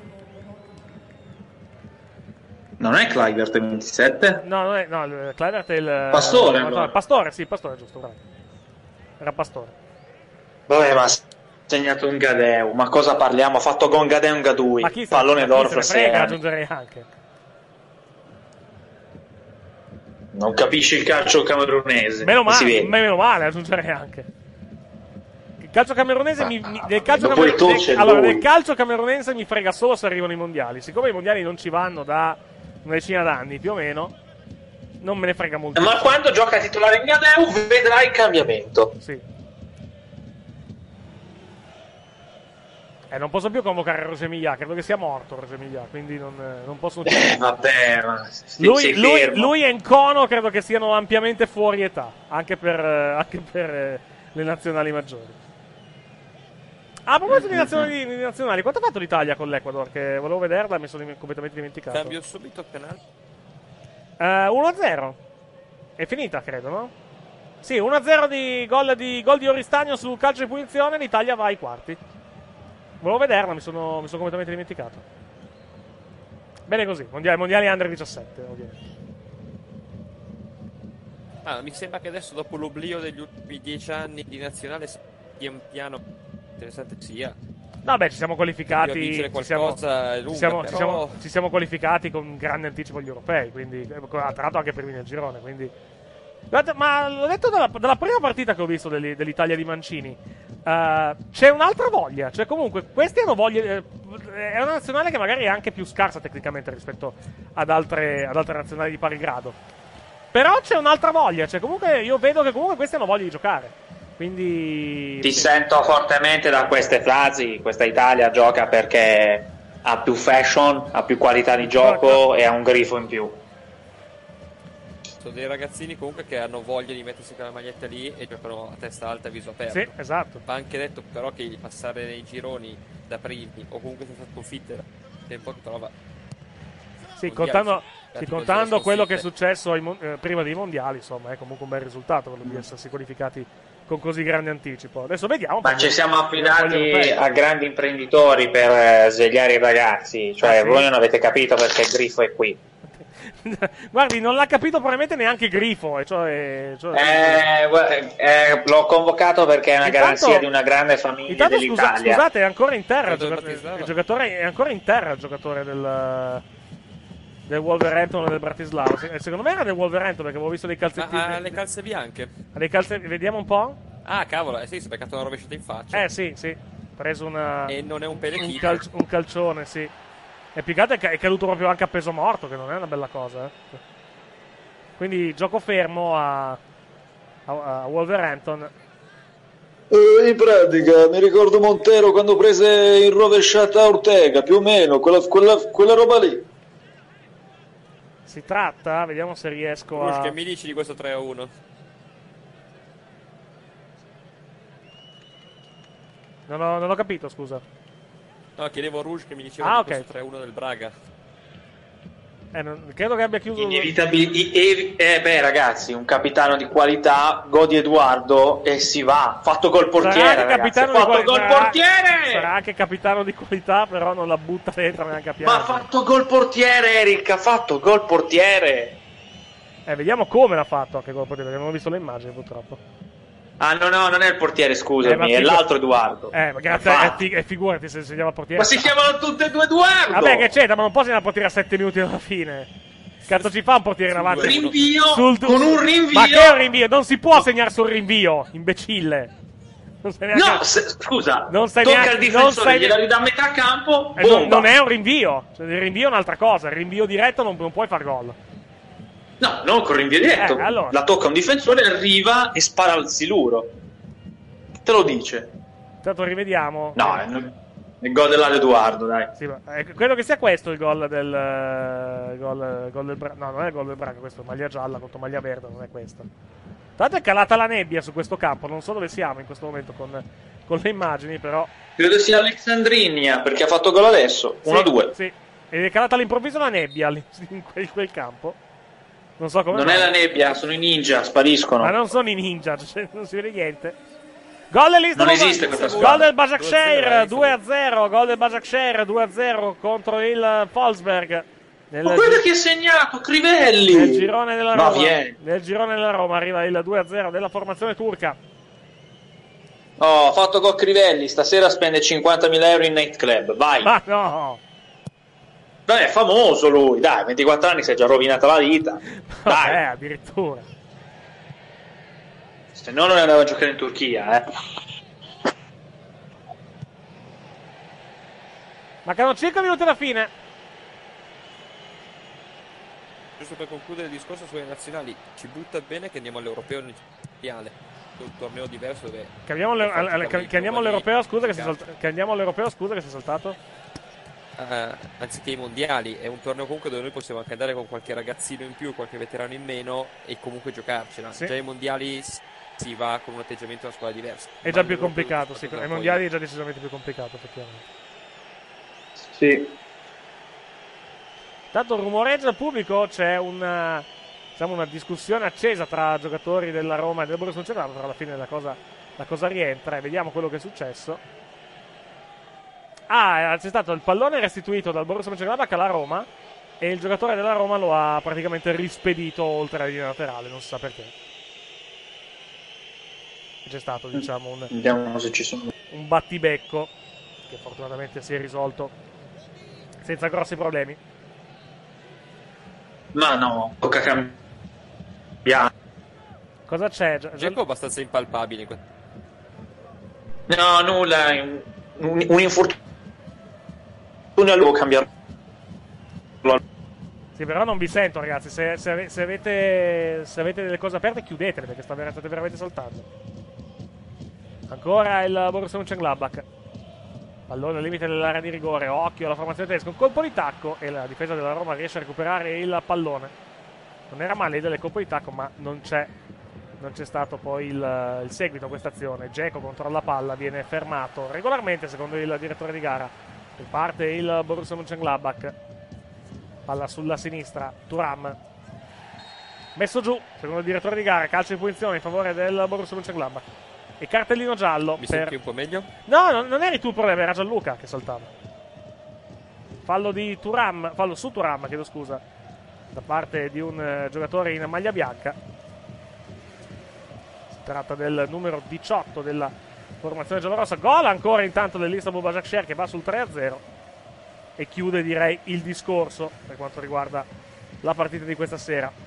Non è Kluivert ventisette? No, non è, no, il Kluivert è il... Pastore, no, allora. Pastore, sì, Pastore, giusto, bravo. Era Pastore. Vabbè, ma ha segnato un Gadeu. Ma cosa parliamo? Ha fatto con Gadeu un Gadui. Ma chi se- Pallone chi d'oro se ne fra frega, sei anni. aggiungerei anche. Non capisci il calcio camerunese. Meno si male, vede. meno male, aggiungerei anche. Il calcio camerunese mi, mi- del, calcio dopo il camer- tour c'è del- allora, lui. del calcio camerunese mi frega solo se arrivano i mondiali. Siccome i mondiali non ci vanno da una decina d'anni più o meno, non me ne frega molto. Ma quando gioca titolare in Gadeu vedrai il cambiamento. Sì. Eh, non posso più convocare Roger Milla, credo che sia morto Roger Milla, quindi non, eh, non posso... Eh, vabbè, ma sei Lui, lui, fermo. lui e Nkono credo che siano ampiamente fuori età, anche per, eh, anche per eh, le nazionali maggiori. Ah, a proposito di nazionali, di nazionali, quanto ha fatto l'Italia con l'Ecuador? Che volevo vederla e mi sono dim- completamente dimenticato. Cambio subito penale. Eh, uno a zero. È finita, credo, no? Sì, uno a zero di gol di, gol di Oristagno sul calcio di punizione, l'Italia va ai quarti. Volevo vederla, mi sono, mi sono completamente dimenticato. Bene così, mondiali, mondiali under diciassette, ovviamente. Ah, mi sembra che adesso, dopo l'oblio degli ultimi dieci anni di nazionale, pian piano interessante sia. Vabbè, ci siamo qualificati. Ci siamo, lunga, ci, siamo, però... ci, siamo, ci siamo qualificati con grande anticipo agli europei. Quindi, tra l'altro, anche primi nel girone. Quindi. Ma l'ho detto dalla, dalla prima partita che ho visto degli, dell'Italia di Mancini. Uh, c'è un'altra voglia. Cioè, comunque, questi hanno voglia. Eh, è una nazionale che magari è anche più scarsa tecnicamente rispetto ad altre, ad altre nazionali di pari grado. Però c'è un'altra voglia. Cioè, comunque, io vedo che comunque questi hanno voglia di giocare. Quindi ti sento fortemente da queste frasi. Questa Italia gioca perché ha più fashion, ha più qualità di gioco e ha un grifo in più. Sono dei ragazzini comunque che hanno voglia di mettersi quella maglietta lì e giocano a testa alta e viso aperto. Sì, esatto. Va anche detto però che passare nei gironi da primi o comunque senza sconfitte tempo che trova. Sì, contando, sì, contando quello che è successo ai, eh, prima dei mondiali, insomma, è comunque un bel risultato quello di essersi qualificati con così grande anticipo. Adesso vediamo. Ma ci siamo affidati a grandi imprenditori per eh, svegliare i ragazzi, cioè ah, sì? Voi non avete capito perché il grifo è qui. Guardi, non l'ha capito probabilmente neanche Grifo. Cioè, cioè... Eh, eh, l'ho convocato perché è una intanto, garanzia di una grande famiglia intanto, dell'Italia. Scusa, scusate, è ancora in terra il giocatore, il giocatore, è ancora in terra il giocatore del, del Wolverhampton o del Bratislava. Secondo me era del Wolverhampton perché avevo visto dei calzettini. Ha le calze bianche. Le calze, vediamo un po'. Ah, cavolo, eh sì, si è beccato una rovesciata in faccia. Eh sì, sì. Preso una. E non è un pelechino. Un, cal- un calcione, sì. E più che altro è caduto proprio anche a peso morto, che non è una bella cosa. Eh. Quindi gioco fermo a, a, a Wolverhampton. Eh, in pratica mi ricordo Montero quando prese in rovesciata Ortega, più o meno, quella, quella, quella roba lì. Si tratta, vediamo se riesco Rush, a... che mi dici di questo tre a uno? Non ho, non ho capito, scusa. No, chiedevo a Rouge che mi diceva ah, di okay. questo tre a uno del Braga. Eh, non, credo che abbia chiuso... Inevitabilmente... Eh beh ragazzi, un capitano di qualità, Godi Edoardo, e si va. Fatto col portiere, sarà ragazzi. Fatto Fatto gol portiere! Sarà anche capitano di qualità, però non la butta dentro neanche a piangere. Ma ha fatto gol portiere, Eric, ha fatto gol portiere! Eh, vediamo come l'ha fatto anche gol portiere, perché non ho visto le immagini purtroppo. Ah no no, non è il portiere, scusami, eh, è l'altro Edoardo. Eh, ma grazie, è, fi- è figurati se si chiama portiere. Ma si chiamano tutte e due Edoardo! Vabbè, che c'entra, ma non può segnare il portiere a sette minuti dalla fine. Cazzo ci fa un portiere in avanti? Rinvio, sul, con un rinvio! Ma che è un rinvio? Non si può segnare sul rinvio, imbecille! Non sei neanche... No, se, scusa, non sei tocca neanche... al difensore, sei... gliela ridà a metà campo, eh, non, non è un rinvio, cioè, il rinvio è un'altra cosa, il rinvio diretto non, non puoi far gol. No, non con rinvio diretto, eh, allora. La tocca un difensore, arriva e spara al siluro. Te lo dice. Intanto rivediamo. No, è il gol dell'Edoardo, dai. Sì, ma, eh, credo che sia questo il gol del uh, gol, gol del Braga. No, non è il gol del Braga, questo è maglia gialla contro maglia verde, non è questo. Tanto è calata la nebbia su questo campo, non so dove siamo in questo momento con, con le immagini, però. Credo sia Alexandrinia, perché ha fatto gol adesso, uno a due. Sì, ed è calata all'improvviso la nebbia in quel, quel campo. Non so come. Non mai. è la nebbia, sono i ninja, spariscono. Ma non sono i ninja, cioè, non si vede niente. Gol non esiste questa squadra. Gol del Başakşehir due a zero. Gol del Başakşehir due a zero contro il Wolfsberg. Nel... Ma guarda chi ha segnato, Crivelli. Nel girone della Roma. No, vieni. Nel girone della Roma arriva il due a zero della formazione turca. Oh, ha fatto gol Crivelli. Stasera spende cinquantamila euro in nightclub. Vai. Ma no. Dai, è famoso lui. Dai, ventiquattro anni si è già rovinata la vita. Dai. Eh, addirittura. Se no non andava a giocare in Turchia, eh. Mancano cinque minuti alla fine. Giusto per concludere il discorso sulle nazionali, ci butta bene che andiamo all'europeo mondiale, un torneo diverso dove... Che andiamo, le, al, che, che andiamo all'europeo, scusa che, si salta, che andiamo all'europeo, scusa che si è saltato. Uh, anziché i mondiali, è un torneo comunque dove noi possiamo anche andare con qualche ragazzino in più, qualche veterano in meno e comunque giocarcela. Sì. Già ai mondiali si va con un atteggiamento a una squadra diversa. È già più complicato, sì, ai mondiali è già decisamente più complicato, effettivamente. Sì. Tanto rumoreggia il pubblico, c'è un, diciamo, una discussione accesa tra giocatori della Roma e del Borussia Mönchengladbach, però alla fine la cosa, la cosa rientra e vediamo quello che è successo. Ah, c'è stato il pallone restituito dal Borussia Mönchengladbach alla Roma e il giocatore della Roma lo ha praticamente rispedito oltre la linea laterale, non si sa perché. C'è stato, diciamo, un, Vediamo se ci sono. un battibecco che fortunatamente si è risolto senza grossi problemi. Ma no, tocca cambiare. Cosa c'è? Dzeko è abbastanza impalpabile. No, nulla. Un, un infortunio a lungo cambiare. Sì, però non vi sento, ragazzi. Se, se, ave- se avete, se avete delle cose aperte, chiudetele perché state veramente saltando. Ancora il Borussia Mönchengladbach. Pallone al limite dell'area di rigore. Occhio alla formazione tedesca. Un colpo di tacco e la difesa della Roma riesce a recuperare il pallone. Non era male del colpo di tacco, ma non c'è, non c'è stato poi il, il seguito a questa azione. Dzeko controlla la palla, viene fermato regolarmente secondo il direttore di gara. Riparte il Borussia Mönchengladbach. Palla sulla sinistra. Thuram. Messo giù secondo il direttore di gara. Calcio di punizione in favore del Borussia Mönchengladbach. E cartellino giallo. Mi per... senti un po' meglio? No, non, non eri tu il problema, era Gianluca che saltava. Fallo di Thuram, fallo su Thuram, chiedo scusa, da parte di un uh, giocatore in maglia bianca. Si tratta del numero diciotto della formazione giallorossa. Gol ancora intanto dell'Istanbul Başakşehir che va sul tre a zero e chiude, direi, il discorso per quanto riguarda la partita di questa sera.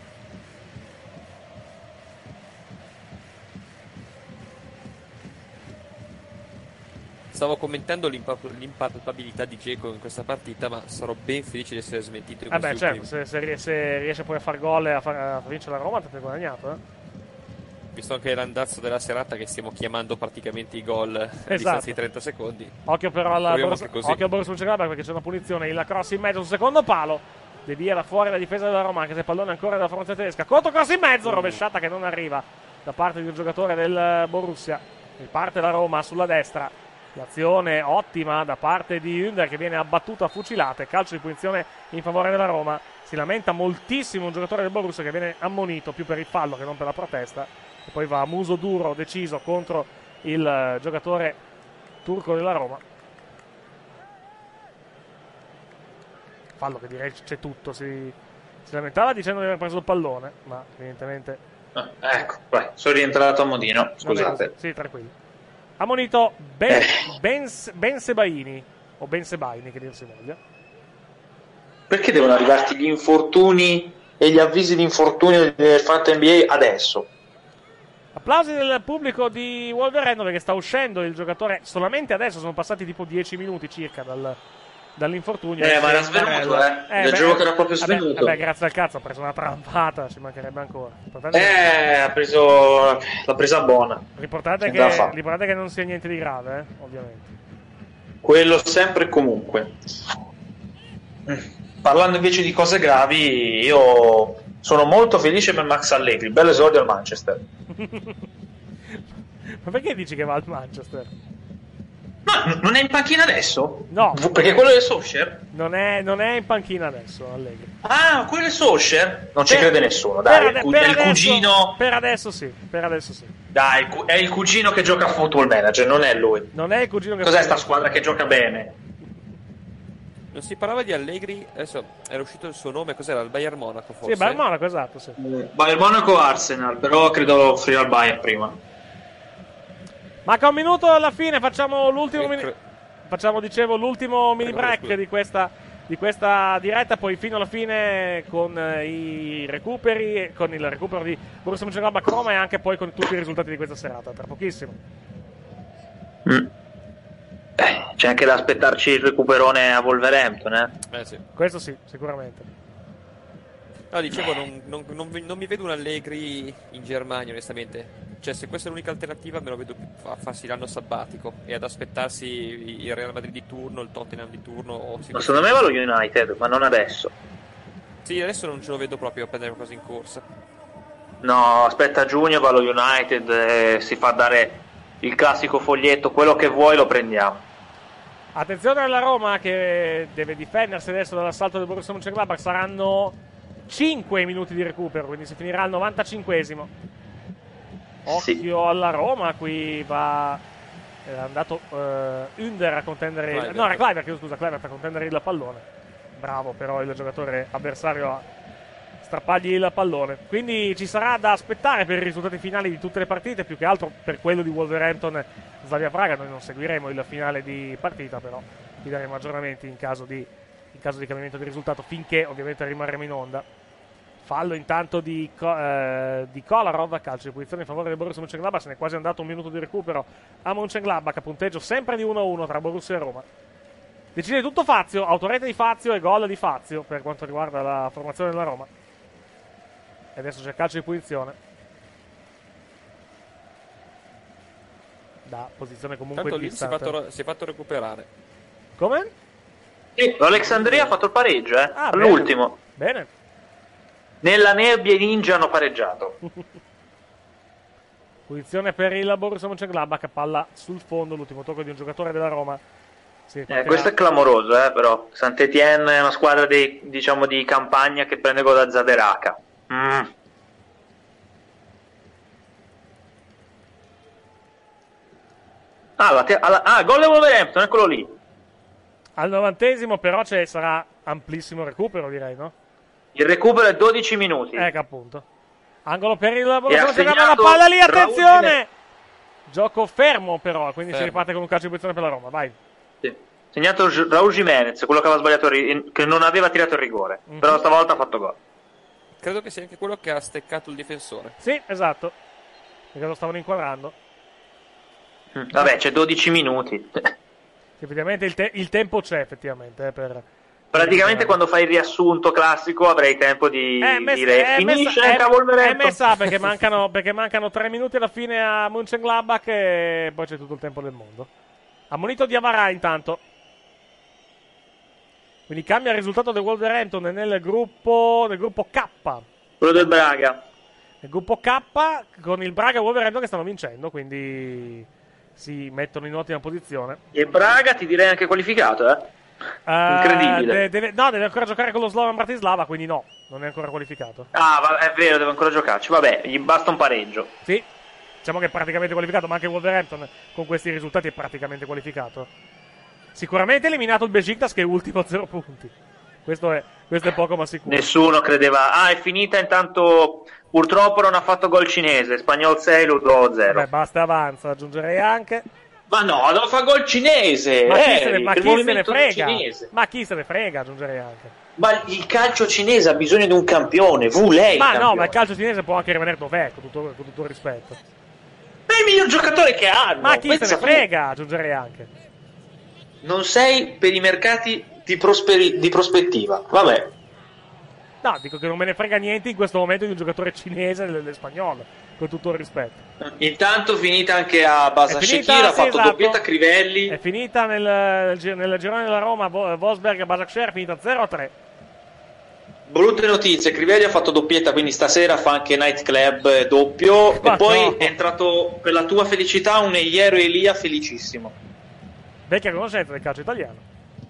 Stavo commentando l'impa- l'impalpabilità di Dzeko in questa partita, ma sarò ben felice di essere smentito in Vabbè, questi certo, ultimi. se, se, ries- se riesce poi a far gol e a far, a far vincere la Roma, ti hai guadagnato, eh? Visto anche l'andazzo della serata che stiamo chiamando praticamente i gol a Esatto. distanza di trenta secondi. Occhio però alla Proviamo Borussia, che così. occhio al Borussia Mönchengladbach perché c'è una punizione, il cross in mezzo sul secondo palo, devia da fuori la difesa della Roma, anche se il pallone è ancora della formazione tedesca. Conto cross in mezzo, rovesciata che non arriva da parte di un giocatore del Borussia. Riparte la Roma sulla destra. L'azione ottima da parte di Ünder che viene abbattuta a fucilate. Calcio di punizione in favore della Roma. Si lamenta moltissimo un giocatore del Borussia che viene ammonito più per il fallo che non per la protesta. E poi va a muso duro, deciso contro il uh, giocatore turco della Roma. Fallo che direi c'è tutto. Si, si lamentava dicendo di aver preso il pallone, ma evidentemente. Ah, ecco, vai, sono rientrato a modino. Scusate. Sì, tranquillo. Ammonito Ben, eh. ben, ben Sebaini o Ben Sebaini che dir si voglia. Perché devono arrivarti gli infortuni e gli avvisi di infortunio del fatto N B A adesso? Applausi del pubblico di Wolverhampton perché sta uscendo il giocatore solamente adesso, sono passati tipo dieci minuti circa dal, dall'infortunio. Eh, ma era svenuto, eh. eh il gioco era proprio svenuto. Vabbè, vabbè, grazie al cazzo, ha preso una trampata, ci mancherebbe ancora. Importante eh, ha preso l'ha presa buona. Riportate che, riportate che non sia niente di grave, eh, ovviamente. Quello sempre e comunque. Parlando invece di cose gravi, io sono molto felice per Max Allegri, bello esordio al Manchester. Ma perché dici che va al Manchester? Ma non è in panchina adesso? No. Perché quello è Solskjaer? Non è, non è in panchina adesso, Allegri. Ah, quello è Solskjaer? Non per, ci crede nessuno, dai. Per, il, per il adesso, cugino... Per adesso sì, per adesso sì. Dai, è il cugino che gioca a Football Manager, non è lui. Non è il cugino che Cos'è sta squadra che gioca bene? Non si parlava di Allegri, adesso era uscito il suo nome, cos'era? Il Bayern Monaco forse? Sì, Bayern Monaco, esatto, sì. Bayern Monaco Arsenal, però credo offrirà al Bayern prima. Manca un minuto alla fine, facciamo l'ultimo Eh, mini... cre- facciamo, dicevo, l'ultimo mini Prego, break scusa. di questa, di questa diretta, poi fino alla fine con eh, i recuperi, con il recupero di Borussia Mönchengladbach Roma e anche poi con tutti i risultati di questa serata, tra pochissimo. Mm. Eh, c'è anche da aspettarci il recuperone a Wolverhampton, eh? Eh sì. Questo sì, sicuramente. No, dicevo, non, non, non, vi- non mi vedo un Allegri in Germania, onestamente. Cioè, se questa è l'unica alternativa, me lo vedo più a farsi l'anno sabbatico e ad aspettarsi il Real Madrid di turno, il Tottenham di turno. O Ma secondo me va lo United, ma non adesso. Sì, adesso non ce lo vedo proprio a prendere qualcosa in corsa. No, aspetta a giugno, va lo United e si fa dare il classico foglietto, quello che vuoi lo prendiamo. Attenzione alla Roma che deve difendersi adesso dall'assalto del Borussia Mönchengladbach. Saranno cinque minuti di recupero, quindi si finirà al novantacinquesimo. Occhio Sì. alla Roma, qui va è andato uh, Under a contendere il... Kluivert. no era Kluivert, chiedo scusa, Kluivert a contendere il pallone. Bravo però il giocatore avversario a strappargli il pallone. Quindi ci sarà da aspettare per i risultati finali di tutte le partite, più che altro per quello di Wolverhampton Slavia Praga. Noi non seguiremo il finale di partita, però vi daremo aggiornamenti in caso di, in caso di cambiamento di risultato, finché ovviamente rimarremo in onda. Fallo intanto di, eh, di Kolarov, calcio di posizione in favore del Borussia Mönchengladbach. Se ne è quasi andato un minuto di recupero a Mönchengladbach, punteggio sempre di uno a uno tra Borussia e Roma. Decide tutto Fazio, autorete di Fazio e gol di Fazio per quanto riguarda la formazione della Roma. E adesso c'è calcio di punizione da posizione comunque Tanto lì si è, distante. fatto, si è fatto recuperare. Come? Sì, l'Alexandria ha fatto il pareggio, eh, Ah, all'ultimo. Bene. Nella nebbia i ninja hanno pareggiato. Punizione per il Borussia Mönchengladbach, palla sul fondo, l'ultimo tocco di un giocatore della Roma. Si Eh, questo è clamoroso, eh, però. Saint-Étienne è una squadra di, diciamo, di campagna che prende gol da Zaderaca. Mm. Ah, la te- alla- ah, gol di Wolverhampton, eccolo lì. Al novantesimo però c'è, sarà amplissimo recupero, direi, no? Il recupero è dodici minuti. Ecco appunto. Angolo per il Borussia E ha Mönchengladbach, la segnato palla lì, Raul attenzione! Jimenez. Gioco fermo però, quindi si Fermo. riparte con un calcio di posizione per la Roma, vai. Sì. Segnato J- Raul Jimenez, quello che aveva sbagliato, il ri- che non aveva tirato il rigore. Mhm. Però stavolta ha fatto gol. Credo che sia anche quello che ha steccato il difensore. Sì, esatto. Perché lo stavano inquadrando. Mm. Vabbè, c'è dodici minuti. Effettivamente il, te- il tempo c'è, effettivamente, eh, per... Praticamente quando fai il riassunto classico avrei tempo di È messa, dire è finisce messa, anche a è, è Wolverhampton. messa perché mancano, perché mancano tre minuti alla fine a Mönchengladbach e poi c'è tutto il tempo del mondo. Ammonito Diawara intanto. Quindi cambia il risultato del Wolverhampton nel gruppo, nel gruppo K. Quello del Braga. Nel gruppo K con il Braga e Wolverhampton che stanno vincendo, quindi si mettono in ottima posizione. E Braga ti direi anche qualificato, eh? Uh, Incredibile. de- deve, no, deve ancora giocare con lo Slovan Bratislava, quindi no, non è ancora qualificato. Ah, va- è vero, deve ancora giocarci. Vabbè, gli basta un pareggio. Sì, diciamo che è praticamente qualificato, ma anche Wolverhampton con questi risultati è praticamente qualificato. Sicuramente eliminato il Besiktas che è ultimo a zero punti. Questo è, questo è poco ma sicuro. Nessuno credeva. Ah, è finita intanto. Purtroppo non ha fatto gol cinese. Spagnol sei, Ludo zero. Beh, basta, avanza, aggiungerei anche. Ma no, non fa gol cinese. Ma chi eh, se ne, ma il chi se ne movimento frega? cinese. Ma chi se ne frega, aggiungerei anche. Ma il calcio cinese ha bisogno di un campione. Vu lei. Ma no, campione. ma il calcio cinese può anche rimanere dov'è, con tutto, con tutto il rispetto. Ma è il miglior giocatore che hanno. Ma chi Pensa se ne come- frega, aggiungerei anche. Non sei per i mercati di, prosperi- di prospettiva. Vabbè. No, dico che non me ne frega niente in questo momento di un giocatore cinese del, del spagnolo, con tutto il rispetto. Intanto finita anche a È Basa finita, Shekir, ha sì, fatto esatto. doppietta Crivelli. È finita nel, nel, gi- nel girone della Roma, Vo- Wolfsberg e Başakşehir, è finita zero a tre. Brutte notizie, Crivelli ha fatto doppietta, quindi stasera fa anche Nightclub eh, doppio. Ma e poi no. è entrato per la tua felicità un Eiero Elia felicissimo. Vecchia conoscenza del calcio italiano.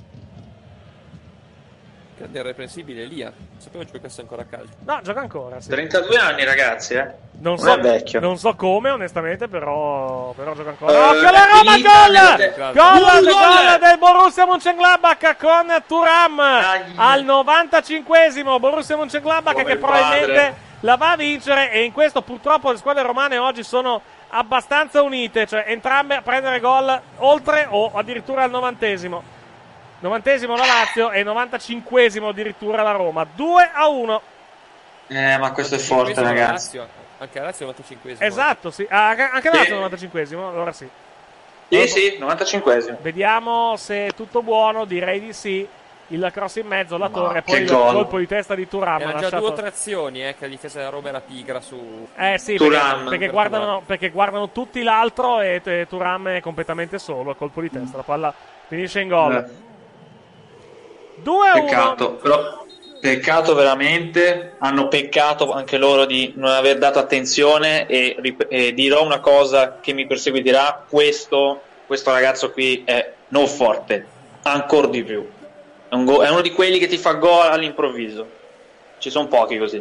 Grande irreprensibile Elia. Sapevo giocasse ancora a calcio. No, gioca ancora, sì. trentadue anni, ragazzi, eh. Non Non so, è vecchio. non so come, onestamente, però, però gioca ancora. Eh, Occhio alla è Roma, finita gol! nel- Gol, Gol, gol, gol! del Borussia Mönchengladbach con Thuram al novantacinquesimo. Borussia Mönchengladbach Come che il probabilmente padre. la va a vincere, e in questo purtroppo le squadre romane oggi sono abbastanza unite, cioè entrambe a prendere gol oltre o addirittura al novantesimo. Novantesimo la Lazio e novantacinquesimo addirittura la Roma. due a uno. Eh, ma questo è forte, Questo è la ragazzi. Lazio, anche la Lazio è novantacinquesimo. Esatto, sì. Ah, anche anche la Lazio Sì. è novantacinquesimo, allora sì. Sì, sì, novantacinquesimo. Vediamo se è tutto buono, direi di sì. Il cross in mezzo, la torre, poi che il gol. colpo di testa di Thuram. Erano ha già lasciato... due o tre azioni, eh, che la difesa della Roma era pigra su... Eh sì, Thuram. perché, perché, guardano, perché guardano tutti l'altro e, e Thuram è completamente solo, colpo di testa, la palla finisce in gol. Eh. due a uno. Peccato, però peccato veramente, hanno peccato anche loro di non aver dato attenzione e, rip- e dirò una cosa che mi perseguiterà, questo, questo ragazzo qui è non forte, ancora di più, è, un go- è uno di quelli che ti fa gol all'improvviso. ci sono pochi così.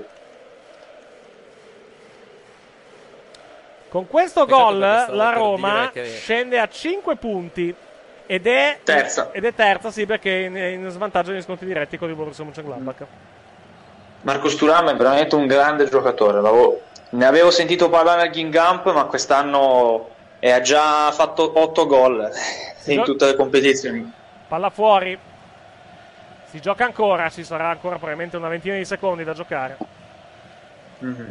Con questo Peccato gol perché stavo la per Roma dire che- scende a cinque punti ed è Terza. ed è terza, sì, perché è in, è in svantaggio negli scontri diretti con il Borussia Mönchengladbach. Marcos Thuram è veramente un grande giocatore. L'avevo- Ne avevo sentito parlare al Gingamp, ma quest'anno è- ha già fatto otto gol in gio- tutte le competizioni. Palla fuori. Si gioca ancora, ci sarà ancora probabilmente una ventina di secondi da giocare. Mhm.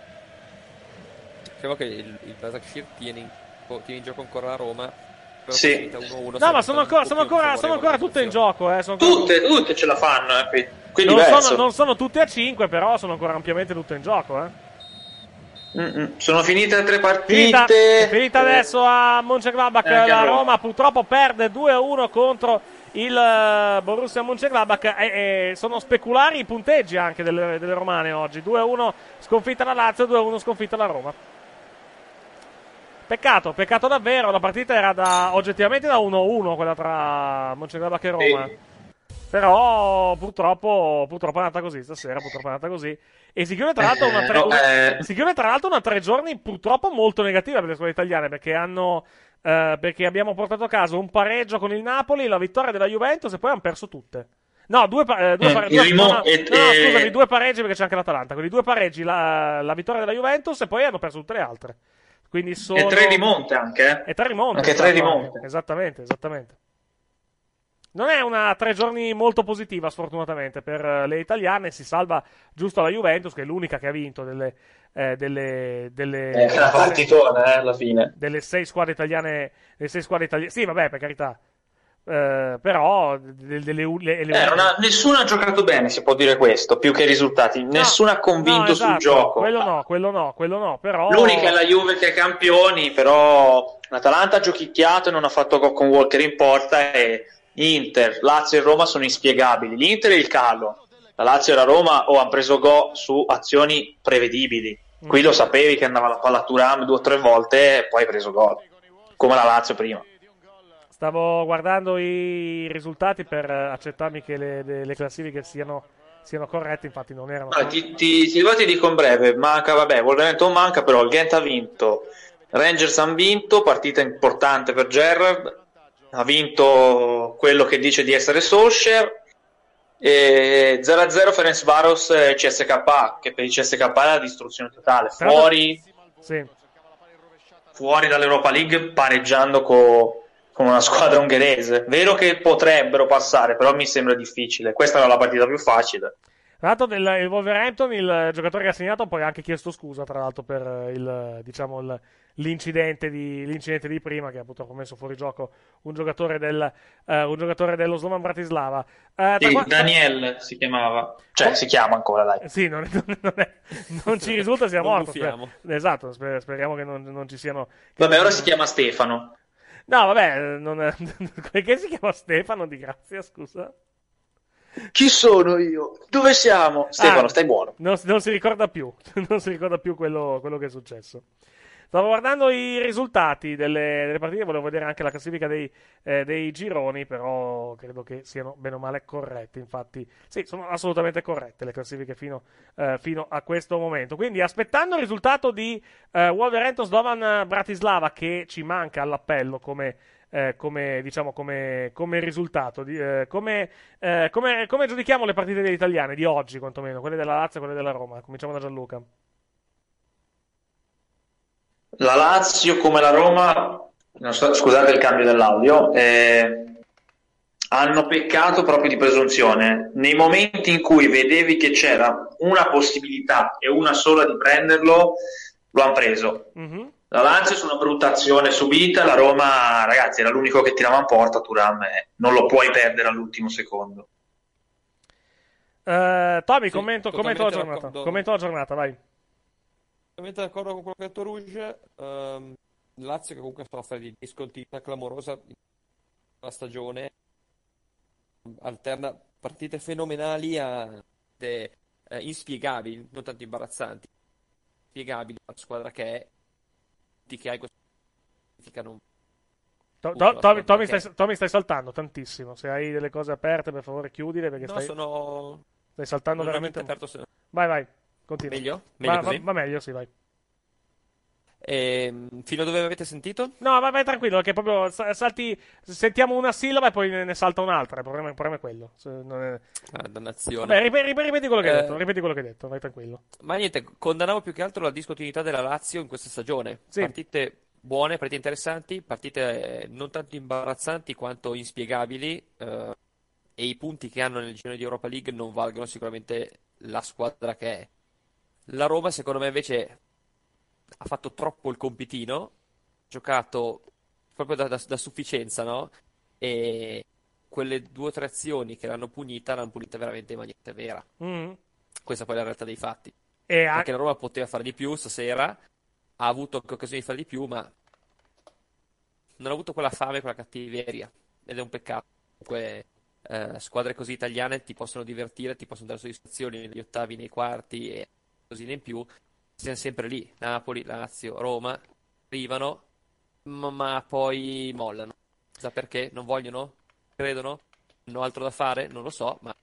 Diciamo che il, il Başakşehir tiene in, tiene in gioco ancora la Roma. Però Sì. finita uno a uno, No, sarebbe ma sono stato ancora, un po' sono più ancora, sono favorevole ancora tutte in gioco. Eh. Sono ancora- Tutte, tutte ce la fanno, eh, qui. Qui è non, diverso. sono, non sono tutte a cinque, però sono ancora ampiamente tutte in gioco. Eh. Mm-mm. Sono finite tre partite. Finita, è finita adesso a Mönchengladbach. Eh, anche La a Roma. Roma purtroppo perde due a uno contro il eh, Borussia Mönchengladbach. E, e sono speculari i punteggi anche delle, delle romane oggi. due a uno sconfitta la Lazio, due a uno sconfitta la Roma. Peccato, peccato davvero. La partita era da, oggettivamente da uno a uno, quella tra Mönchengladbach e Roma. Sì. Però purtroppo, purtroppo è andata così stasera, purtroppo è andata così. E si chiude tra l'altro una tre, Eh, no, una- eh. si chiude tra l'altro una tre giorni purtroppo molto negativa per le squadre italiane, perché hanno eh, perché abbiamo portato a casa un pareggio con il Napoli, la vittoria della Juventus e poi hanno perso tutte. No, due, pa- eh, due Eh, pare- il due- rimo- no, no, e- no, no, e- scusami, due pareggi perché c'è anche l'Atalanta. Quindi due pareggi, la, la vittoria della Juventus e poi hanno perso tutte le altre. Quindi sono... E tre rimonte anche. eh. E tre rimonte. Anche tre esatto, rimonte. anche. Esattamente, esattamente. Non è una tre giorni molto positiva, sfortunatamente, per eh, le italiane. Si salva giusto la Juventus, che è l'unica che ha vinto delle, eh, delle, delle, È una partitona, eh, alla fine. delle sei squadre italiane. Delle sei squadre italiane. Sì, vabbè, per carità. Eh, però, de- delle, u- le, le- Eh, non ha- nessuno ha giocato bene, si può dire questo, più che i risultati. Nessuno ha convinto no, sul esatto, gioco. Quello no, quello no, quello no. Però. L'unica è la Juve che è campioni, però l'Atalanta ha giochicchiato e non ha fatto gol con Walker in porta, e Inter, Lazio e Roma sono inspiegabili. L'Inter è il calo, la Lazio e la Roma o hanno preso gol su azioni prevedibili. Qui Mm. lo sapevi che andava la palla a Thuram due o tre volte e poi hai preso gol, come la Lazio prima. Stavo guardando i risultati per eh, accertarmi che le, le- le classifiche siano, siano corrette, infatti non erano. Allora, ti, ti, ti, ti dico in breve, manca, vabbè, Wolverhampton manca, però il Ghent ha vinto, Rangers hanno vinto, partita importante per Gerrard, ha vinto quello che dice di essere Solskjaer, e zero a zero Ferencvaros e C S K A, che per il C S K A è la distruzione totale, Tra l'altro- fuori, Sì. fuori dall'Europa League pareggiando co- con una squadra ungherese. Vero che potrebbero passare, però mi sembra difficile. Questa era la partita più facile. Tra l'altro del, il Wolverhampton, il giocatore che ha segnato, poi ha anche chiesto scusa, tra l'altro, per il, diciamo, il- l'incidente, di, l'incidente di prima, che ha purtroppo messo fuori gioco un giocatore, del, eh, un giocatore dello Slovan Bratislava. Eh, da Sì, qua- Daniel si chiamava, cioè si chiama ancora, dai. Sì, non, non- non è- non ci risulta sia Non morto. buffiamo. Sper- esatto, sper- speriamo che non, non ci siano... Vabbè, ora si chiama Stefano. No, vabbè, non, perché si chiama Stefano di Grazia, scusa? Chi sono io? Dove siamo? Stefano, Ah, stai buono. Non, non si ricorda più, non si ricorda più quello, quello che è successo. Stavo guardando i risultati delle, delle partite, volevo vedere anche la classifica dei, eh, dei gironi, però credo che siano bene o male corretti. Infatti, sì, sono assolutamente corrette le classifiche fino, eh, fino a questo momento. Quindi, aspettando il risultato di eh, Wolverhampton Slovan Bratislava, che ci manca all'appello come. Eh, come diciamo come, come risultato di, eh, come, eh, come, come giudichiamo le partite delle italiane di oggi, quantomeno quelle della Lazio e quelle della Roma. Cominciamo da Gianluca. La Lazio come la Roma, non so, scusate il cambio dell'audio, eh, hanno peccato proprio di presunzione. Nei momenti in cui vedevi che c'era una possibilità e una sola di prenderlo, lo hanno preso. Mm-hmm. La Lazio su una brutta azione subita, la Roma, ragazzi, era l'unico che tirava in porta, Thuram, eh, non lo puoi perdere all'ultimo secondo. Uh, Tommy, Sì, commento, commento la totalmente giornata. d'accordo. Commento la giornata, vai. Totalmente d'accordo con quello che ha detto Rouge. Ehm, Lazio che comunque soffre di discontinuità clamorosa in la stagione, alterna partite fenomenali a eh, inspiegabili, non tanto imbarazzanti, spiegabili la squadra che è, di che hai questa non To- Uh, to- la Tommy, squadra Tommy che- stai, Tommy, stai saltando tantissimo. Se hai delle cose aperte, per favore, chiudile perché No, stai. sono Stai saltando Non ho veramente. niente aperto se- Vai, vai, continua. Meglio? Meglio va, così? Va, va meglio, sì, vai. Ehm, fino a dove avete sentito? No, vai, vai tranquillo, perché proprio sa- salti, sentiamo una sillaba e poi ne, ne salta un'altra. Il problema, il problema è quello. Se non è... Ah, dannazione. Vabbè, ripeti, ripeti, ripeti quello che hai Eh, detto, ripeti quello che hai detto, vai tranquillo. Ma niente, condannavo più che altro la discontinuità della Lazio in questa stagione. Sì. Partite buone, partite interessanti, partite eh, non tanto imbarazzanti quanto inspiegabili, eh, e i punti che hanno nel girone di Europa League non valgono sicuramente la squadra che è. La Roma, secondo me, invece ha fatto troppo il compitino, giocato proprio da, da- da sufficienza, no? E quelle due o tre azioni che l'hanno punita, l'hanno punita veramente in maniera vera. Mm. Questa poi è la realtà dei fatti. E a- Perché la Roma poteva fare di più stasera, ha avuto anche occasione di fare di più, ma non ha avuto quella fame, quella cattiveria. Ed è un peccato. Comunque, eh, squadre così italiane ti possono divertire, ti possono dare soddisfazioni negli ottavi, nei quarti e così in più. Siamo sempre lì. Napoli, Lazio, Roma arrivano, ma, ma poi mollano. Sa perché? Non vogliono? Credono? Hanno altro da fare? Non lo so, ma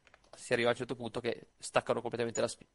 si arriva a un certo punto che staccano completamente la spina.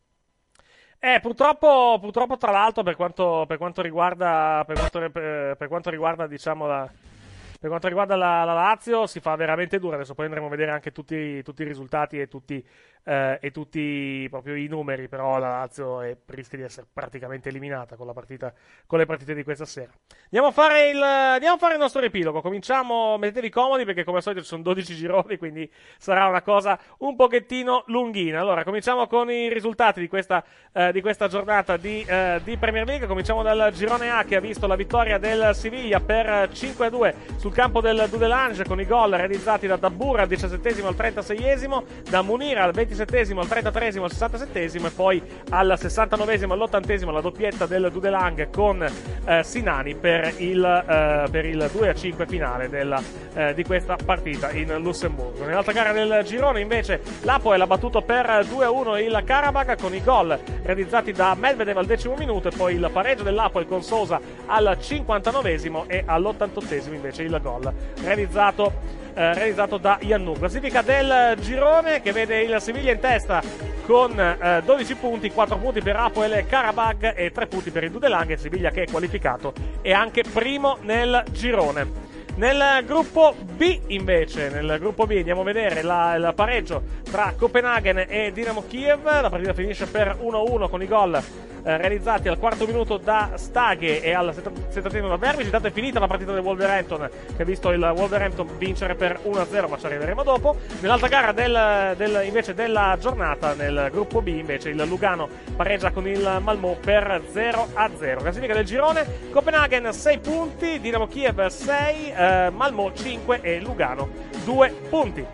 Eh, purtroppo, purtroppo, tra l'altro, per quanto, per quanto riguarda, per quanto, per, per quanto riguarda, diciamo, la, per quanto riguarda la, la Lazio, si fa veramente dura. Adesso poi andremo a vedere anche tutti, tutti i risultati e tutti, eh, e tutti proprio i numeri, però la Lazio è, rischia di essere praticamente eliminata con la partita, con le partite di questa sera. Andiamo a fare il, andiamo a fare il nostro riepilogo. Cominciamo, mettetevi comodi perché come al solito ci sono dodici gironi, quindi sarà una cosa un pochettino lunghina. Allora, cominciamo con i risultati di questa, eh, di questa giornata di, eh, di Premier League. Cominciamo dal girone A, che ha visto la vittoria del Siviglia per cinque a due sul campo del Dudelange, con i gol realizzati da Dabbur al diciassettesimo al trentaseiesimo, da Munir al ventisettesimo al trentatreesimo al sessantasettesimo e poi al sessantanovesimo all'ottantesimo la doppietta del Dudelange con eh, Sinani per il, eh, per il due a cinque finale della, eh, di questa partita in Lussemburgo. Nell'altra gara del girone invece l'Apoel ha battuto per due a uno il Karabakh con i gol realizzati da Medvedev al decimo minuto e poi il pareggio dell'Apoel con Sousa al cinquantanovesimo e all'ottantottesimo invece il gol realizzato, eh, realizzato da Iannù. Classifica del girone che vede il Siviglia in testa con eh, dodici punti, quattro punti per Apoel e Karabakh e tre punti per il Dudelange. Siviglia che è qualificato e anche primo nel girone. Nel gruppo B invece, nel gruppo B andiamo a vedere la, il pareggio tra Copenaghen e Dinamo Kiev. La partita finisce per uno a uno con i gol eh, realizzati al quarto minuto da Staghe e al settantesimo da Verbic. Intanto è finita la partita del Wolverhampton, che ha visto il Wolverhampton vincere per uno a zero, ma ci arriveremo dopo. Nell'altra gara del, del, invece della giornata, nel gruppo B invece il Lugano pareggia con il Malmö per zero a zero. Classifica del girone: Copenaghen sei punti, Dinamo Kiev sei, eh, Malmö cinque e Lugano due punti.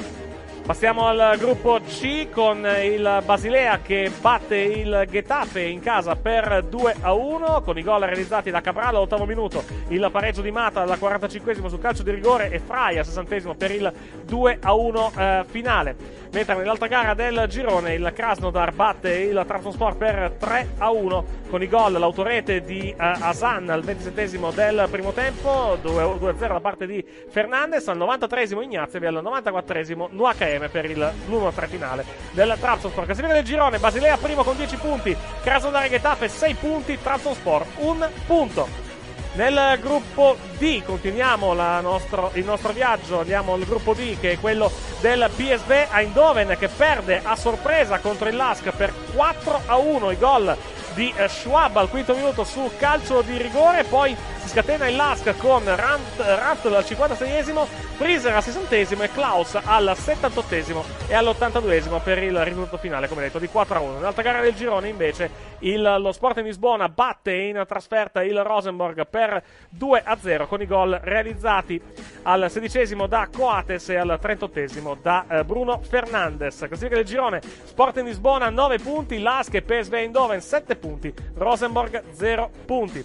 Passiamo al gruppo C con il Basilea che batte il Getafe in casa per due a uno con i gol realizzati da Cabral all'ottavo minuto, il pareggio di Mata al quarantacinquesimo sul calcio di rigore e Frey al sessantesimo per il due a uno eh, finale. Mentre nell'altra gara del girone il Krasnodar batte il Trabzonspor per tre a uno con i gol, l'autorete di uh, Hasan al ventisettesimo del primo tempo, due a zero da parte di Fernandez, al novantatreesimo Ignazievi e al novantaquattresimo Nuakm per il l'uno a tre finale del Trabzonspor. Classifica del girone: Basilea primo con dieci punti, Krasnodar e Getafe sei punti, Trabzonspor un punto. Nel gruppo D continuiamo la nostro, il nostro viaggio, andiamo al gruppo D che è quello del P S V Eindhoven che perde a sorpresa contro il Lask per quattro a uno, i gol di Schwab al quinto minuto su calcio di rigore, poi si scatena il Lask con Raftl al cinquantaseiesimo, Freezer al sessantesimo e Klaus al settantottesimo e all'ottantaduesimo per il risultato finale, come detto, di quattro a uno. Nell'altra gara del girone invece il, lo Sporting Lisbona batte in trasferta il Rosenborg per due a zero con i gol realizzati al sedicesimo da Coates e al trentottesimo da eh, Bruno Fernandes. Classifica del girone: Sporting Lisbona nove punti, Lask e P S V Eindhoven sette punti, Rosenborg zero punti.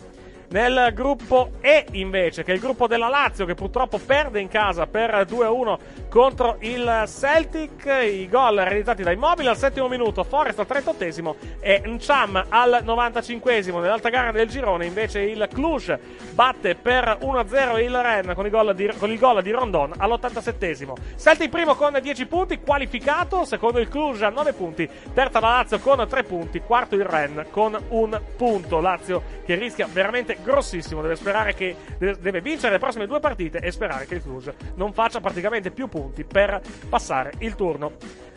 Nel gruppo E invece, che è il gruppo della Lazio, che purtroppo perde in casa per due a uno contro il Celtic, i gol realizzati da Immobile al settimo minuto, Forest al trentottesimo e Ncham al novantacinquesimo. Nell'altra gara del girone invece il Cluj batte per uno a zero il Rennes con il gol di, con il gol di Rondon all'ottantasettesimo. Celtic primo con dieci punti, qualificato, secondo il Cluj a nove punti, terza la Lazio con tre punti, quarto il Rennes con un punto. Lazio che rischia veramente grossissimo, deve sperare che deve, deve vincere le prossime due partite e sperare che il Cluj non faccia praticamente più punti per passare il turno.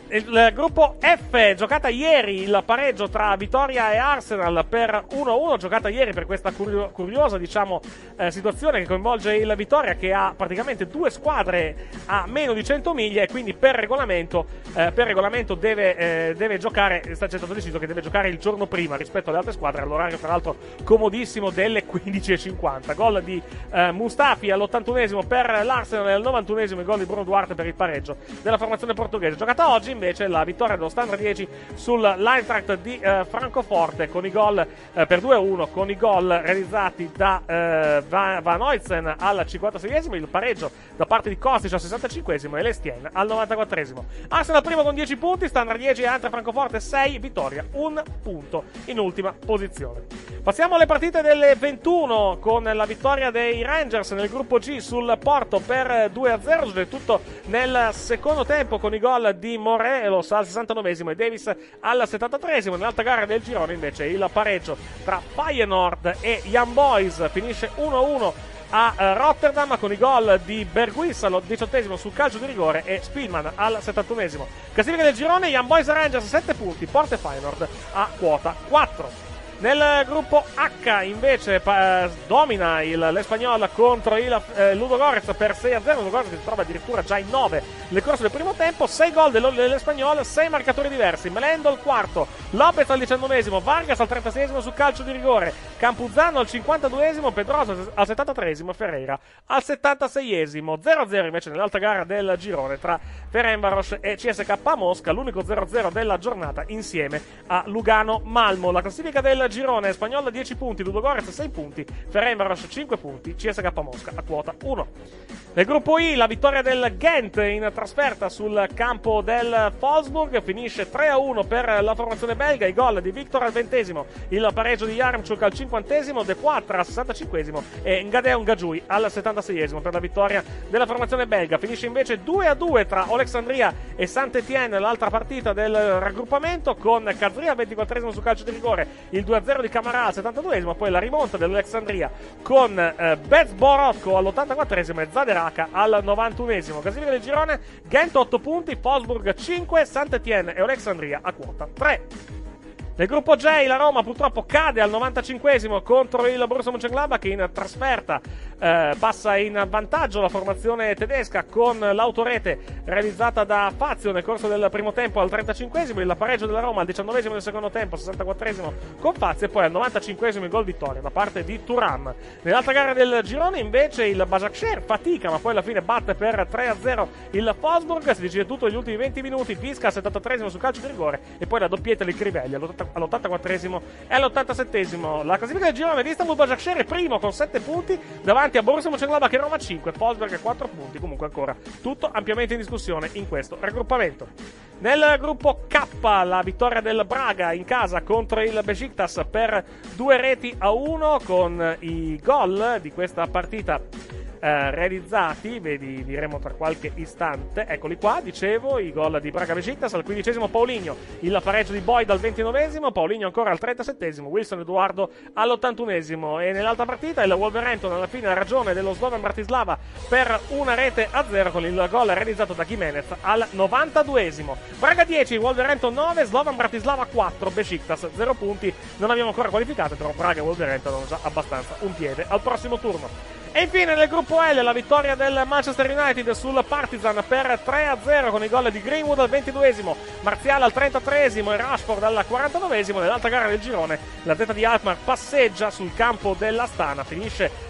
Il gruppo F, giocata ieri il pareggio tra Vittoria e Arsenal per uno a uno, giocata ieri per questa curio- curiosa diciamo eh, situazione che coinvolge il Vittoria, che ha praticamente due squadre a meno di cento miglia e quindi per regolamento eh, per regolamento deve, eh, deve giocare, è stato deciso che deve giocare il giorno prima rispetto alle altre squadre, all'orario tra l'altro comodissimo delle quindici e cinquanta. Gol di eh, Mustafi all'ottantunesimo per l'Arsenal e al novantunesimo il gol di Bruno Duarte per il pareggio della formazione portoghese. Giocata oggi invece la vittoria dello Standard dieci sull'Eintracht di eh, Francoforte con i gol eh, per due a uno, con i gol realizzati da eh, Van, Van Oysen al cinquantaseiesimo, il pareggio da parte di Kostic al sessantacinquesimo e Lestien al novantaquattresimo. Arsenal primo con dieci punti, Standard dieci e Eintracht Francoforte sei, Vittoria un punto in ultima posizione. Passiamo alle partite delle ventuno con la vittoria dei Rangers nel gruppo G sul Porto per due a zero, soprattutto nel secondo tempo con i gol di Morelos al sessantanovesimo e Davis al settantatreesimo. Nell'altra gara del girone invece il pareggio tra Feyenoord e Young Boys finisce uno a uno a Rotterdam con i gol di Berghuis al diciottesimo sul calcio di rigore e Spielman al settantunesimo. Classifica del girone: Young Boys e Rangers sette punti, Porto e Feyenoord a quota quattro. Nel gruppo H invece pa- domina il, l'Espanyol contro il eh, Ludogorets per sei a zero. Ludogorets che si trova addirittura già in nove nel corso del primo tempo. sei gol dell'Espanyol, sei marcatori diversi. Melendo al quarto, Lopez al diciannovesimo, Vargas al trentaseiesimo sul calcio di rigore, Campuzano al cinquantaduesimo, Pedrosa al settantatreesimo, Ferreira al settantaseiesimo. zero a zero invece nell'altra gara del girone tra Ferencváros e C S K A Mosca, l'unico zero a zero della giornata insieme a Lugano Malmo. La classifica del girone: Spagnola dieci punti, Ludogorets sei punti, Ferencváros cinque punti, C S K A Mosca a quota uno. Nel gruppo I la vittoria del Ghent in trasferta sul campo del Wolfsburg, finisce tre a uno per la formazione belga, i gol di Victor al ventesimo, il pareggio di Yaremchuk al cinquantesimo, De Poitre al sessantacinquesimo e Ngadeon Gadjoui al settantaseiesimo per la vittoria della formazione belga. Finisce invece due a due tra Alexandria e Saint-Étienne, l'altra partita del raggruppamento, con Kazria al ventiquattresimo sul calcio di rigore, il due a zero di Camara al settantaduesimo, poi la rimonta dell'Alexandria con eh, Bez Borotko all'ottantaquattresimo e Zaderaka al novantunesimo. Classifica del girone: Ghent otto punti, Wolfsburg cinque, Saint-Étienne e Alexandria a quota tre. Nel gruppo J la Roma purtroppo cade al novantacinquesimo contro il Borussia Mönchengladbach, che in trasferta eh, passa in vantaggio la formazione tedesca con l'autorete realizzata da Fazio nel corso del primo tempo al trentacinquesimo, il pareggio della Roma al diciannovesimo del secondo tempo, sessantaquattresimo con Fazio, e poi al novantacinquesimo il gol vittoria da parte di Thuram. Nell'altra gara del girone invece il Başakşehir fatica, ma poi alla fine batte per tre a zero il Wolfsburg. Si decide tutto negli ultimi venti minuti, Visca al settantatreesimo sul calcio di rigore e poi la doppietta di Crivelli all'ottantaquattresimo e all'ottantasettesimo. La classifica del girone di Istanbul: Başakşehir è primo con sette punti davanti a Borussia Mönchengladbach e Roma cinque, Wolfsburg quattro punti. Comunque ancora tutto ampiamente in discussione in questo raggruppamento. Nel gruppo K la vittoria del Braga in casa contro il Besiktas per due reti a uno, con i gol di questa partita Eh, realizzati, vedi, diremo tra qualche istante, eccoli qua, dicevo, i gol di Braga Besiktas: al quindicesimo Paulinho, il pareggio di Boyd al ventinovesimo, Paulinho ancora al trentasettesimo, Wilson Eduardo all'ottantunesimo. E nell'altra partita il Wolverhampton alla fine ha ragione dello Slovan Bratislava per una rete a zero, con il gol realizzato da Gimenez al novantaduesimo. Braga dieci, Wolverhampton nove, Slovan Bratislava quattro, Besiktas zero punti. Non abbiamo ancora qualificato, però Braga e Wolverhampton hanno già abbastanza un piede al prossimo turno. E infine nel gruppo L la vittoria del Manchester United sul Partizan per tre a zero, con i gol di Greenwood al ventiduesimo, Martial al trentatreesimo e Rashford al quarantanovesimo. Nell'altra gara del girone la Z di Alkmaar passeggia sul campo dell'Astana, finisce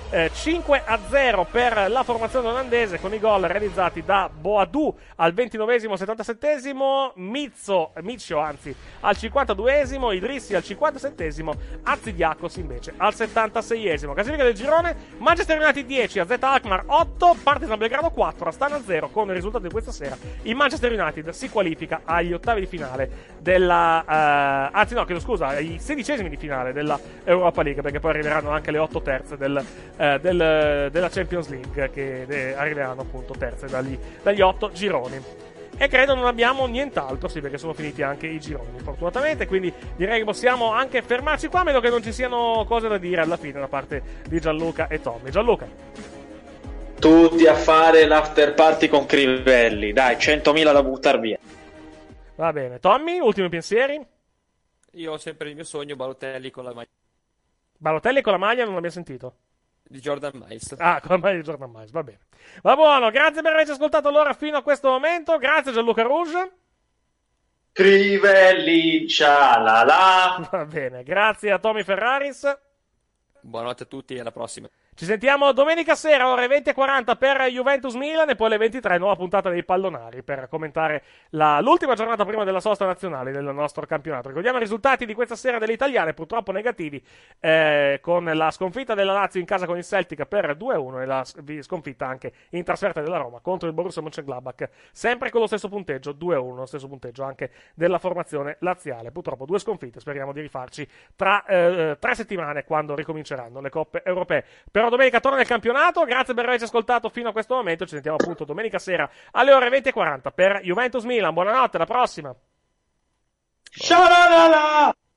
eh, cinque a zero per la formazione olandese, con i gol realizzati da Boadou al ventinovesimo settantasettesimo, Mizzo, Miccio anzi al cinquantaduesimo, Idrissi al cinquantasettesimo, Azidiakos invece al settantaseiesimo. Classifica del girone: Manchester United dieci, A Z Alkmaar otto, Partizan Belgrado quattro, Astana zero. Con il risultato di questa sera il Manchester United si qualifica agli ottavi di finale della uh, anzi no, chiedo scusa, ai sedicesimi di finale della Europa League, perché poi arriveranno anche le otto terze del, uh, del, della Champions League, che eh, arriveranno appunto terze dagli, dagli otto gironi. E credo non abbiamo nient'altro, sì, perché sono finiti anche i gironi fortunatamente, quindi direi che possiamo anche fermarci qua, a meno che non ci siano cose da dire alla fine da parte di Gianluca e Tommy. Gianluca, tutti a fare l'after party con Crivelli, dai, centomila da buttare via. Va bene. Tommy, ultimi pensieri? Io ho sempre il mio sogno, Balotelli con la maglia. Balotelli con la maglia non l'abbiamo sentito. Di Jordan Miles. Ah, con la maglia di Jordan Miles, va bene. Va buono, grazie per averci ascoltato allora fino a questo momento. Grazie Gianluca Rouge. Crivelli, cialala. Va bene, grazie a Tommy Ferraris. Buonanotte a tutti e alla prossima. Ci sentiamo domenica sera, ore venti e quaranta per Juventus-Milan e poi alle ventitré nuova puntata dei Pallonari per commentare la, l'ultima giornata prima della sosta nazionale del nostro campionato. Ricordiamo i risultati di questa sera delle italiane, purtroppo negativi, eh, con la sconfitta della Lazio in casa con il Celtic per due a uno e la sconfitta anche in trasferta della Roma contro il Borussia Mönchengladbach, sempre con lo stesso punteggio, due a uno, lo stesso punteggio anche della formazione laziale. Purtroppo due sconfitte, speriamo di rifarci tra eh, tre settimane quando ricominceranno le coppe europee. Però domenica torna nel campionato, grazie per averci ascoltato fino a questo momento, ci sentiamo appunto domenica sera alle ore venti e quaranta per Juventus Milan. Buonanotte, alla prossima. Ciao!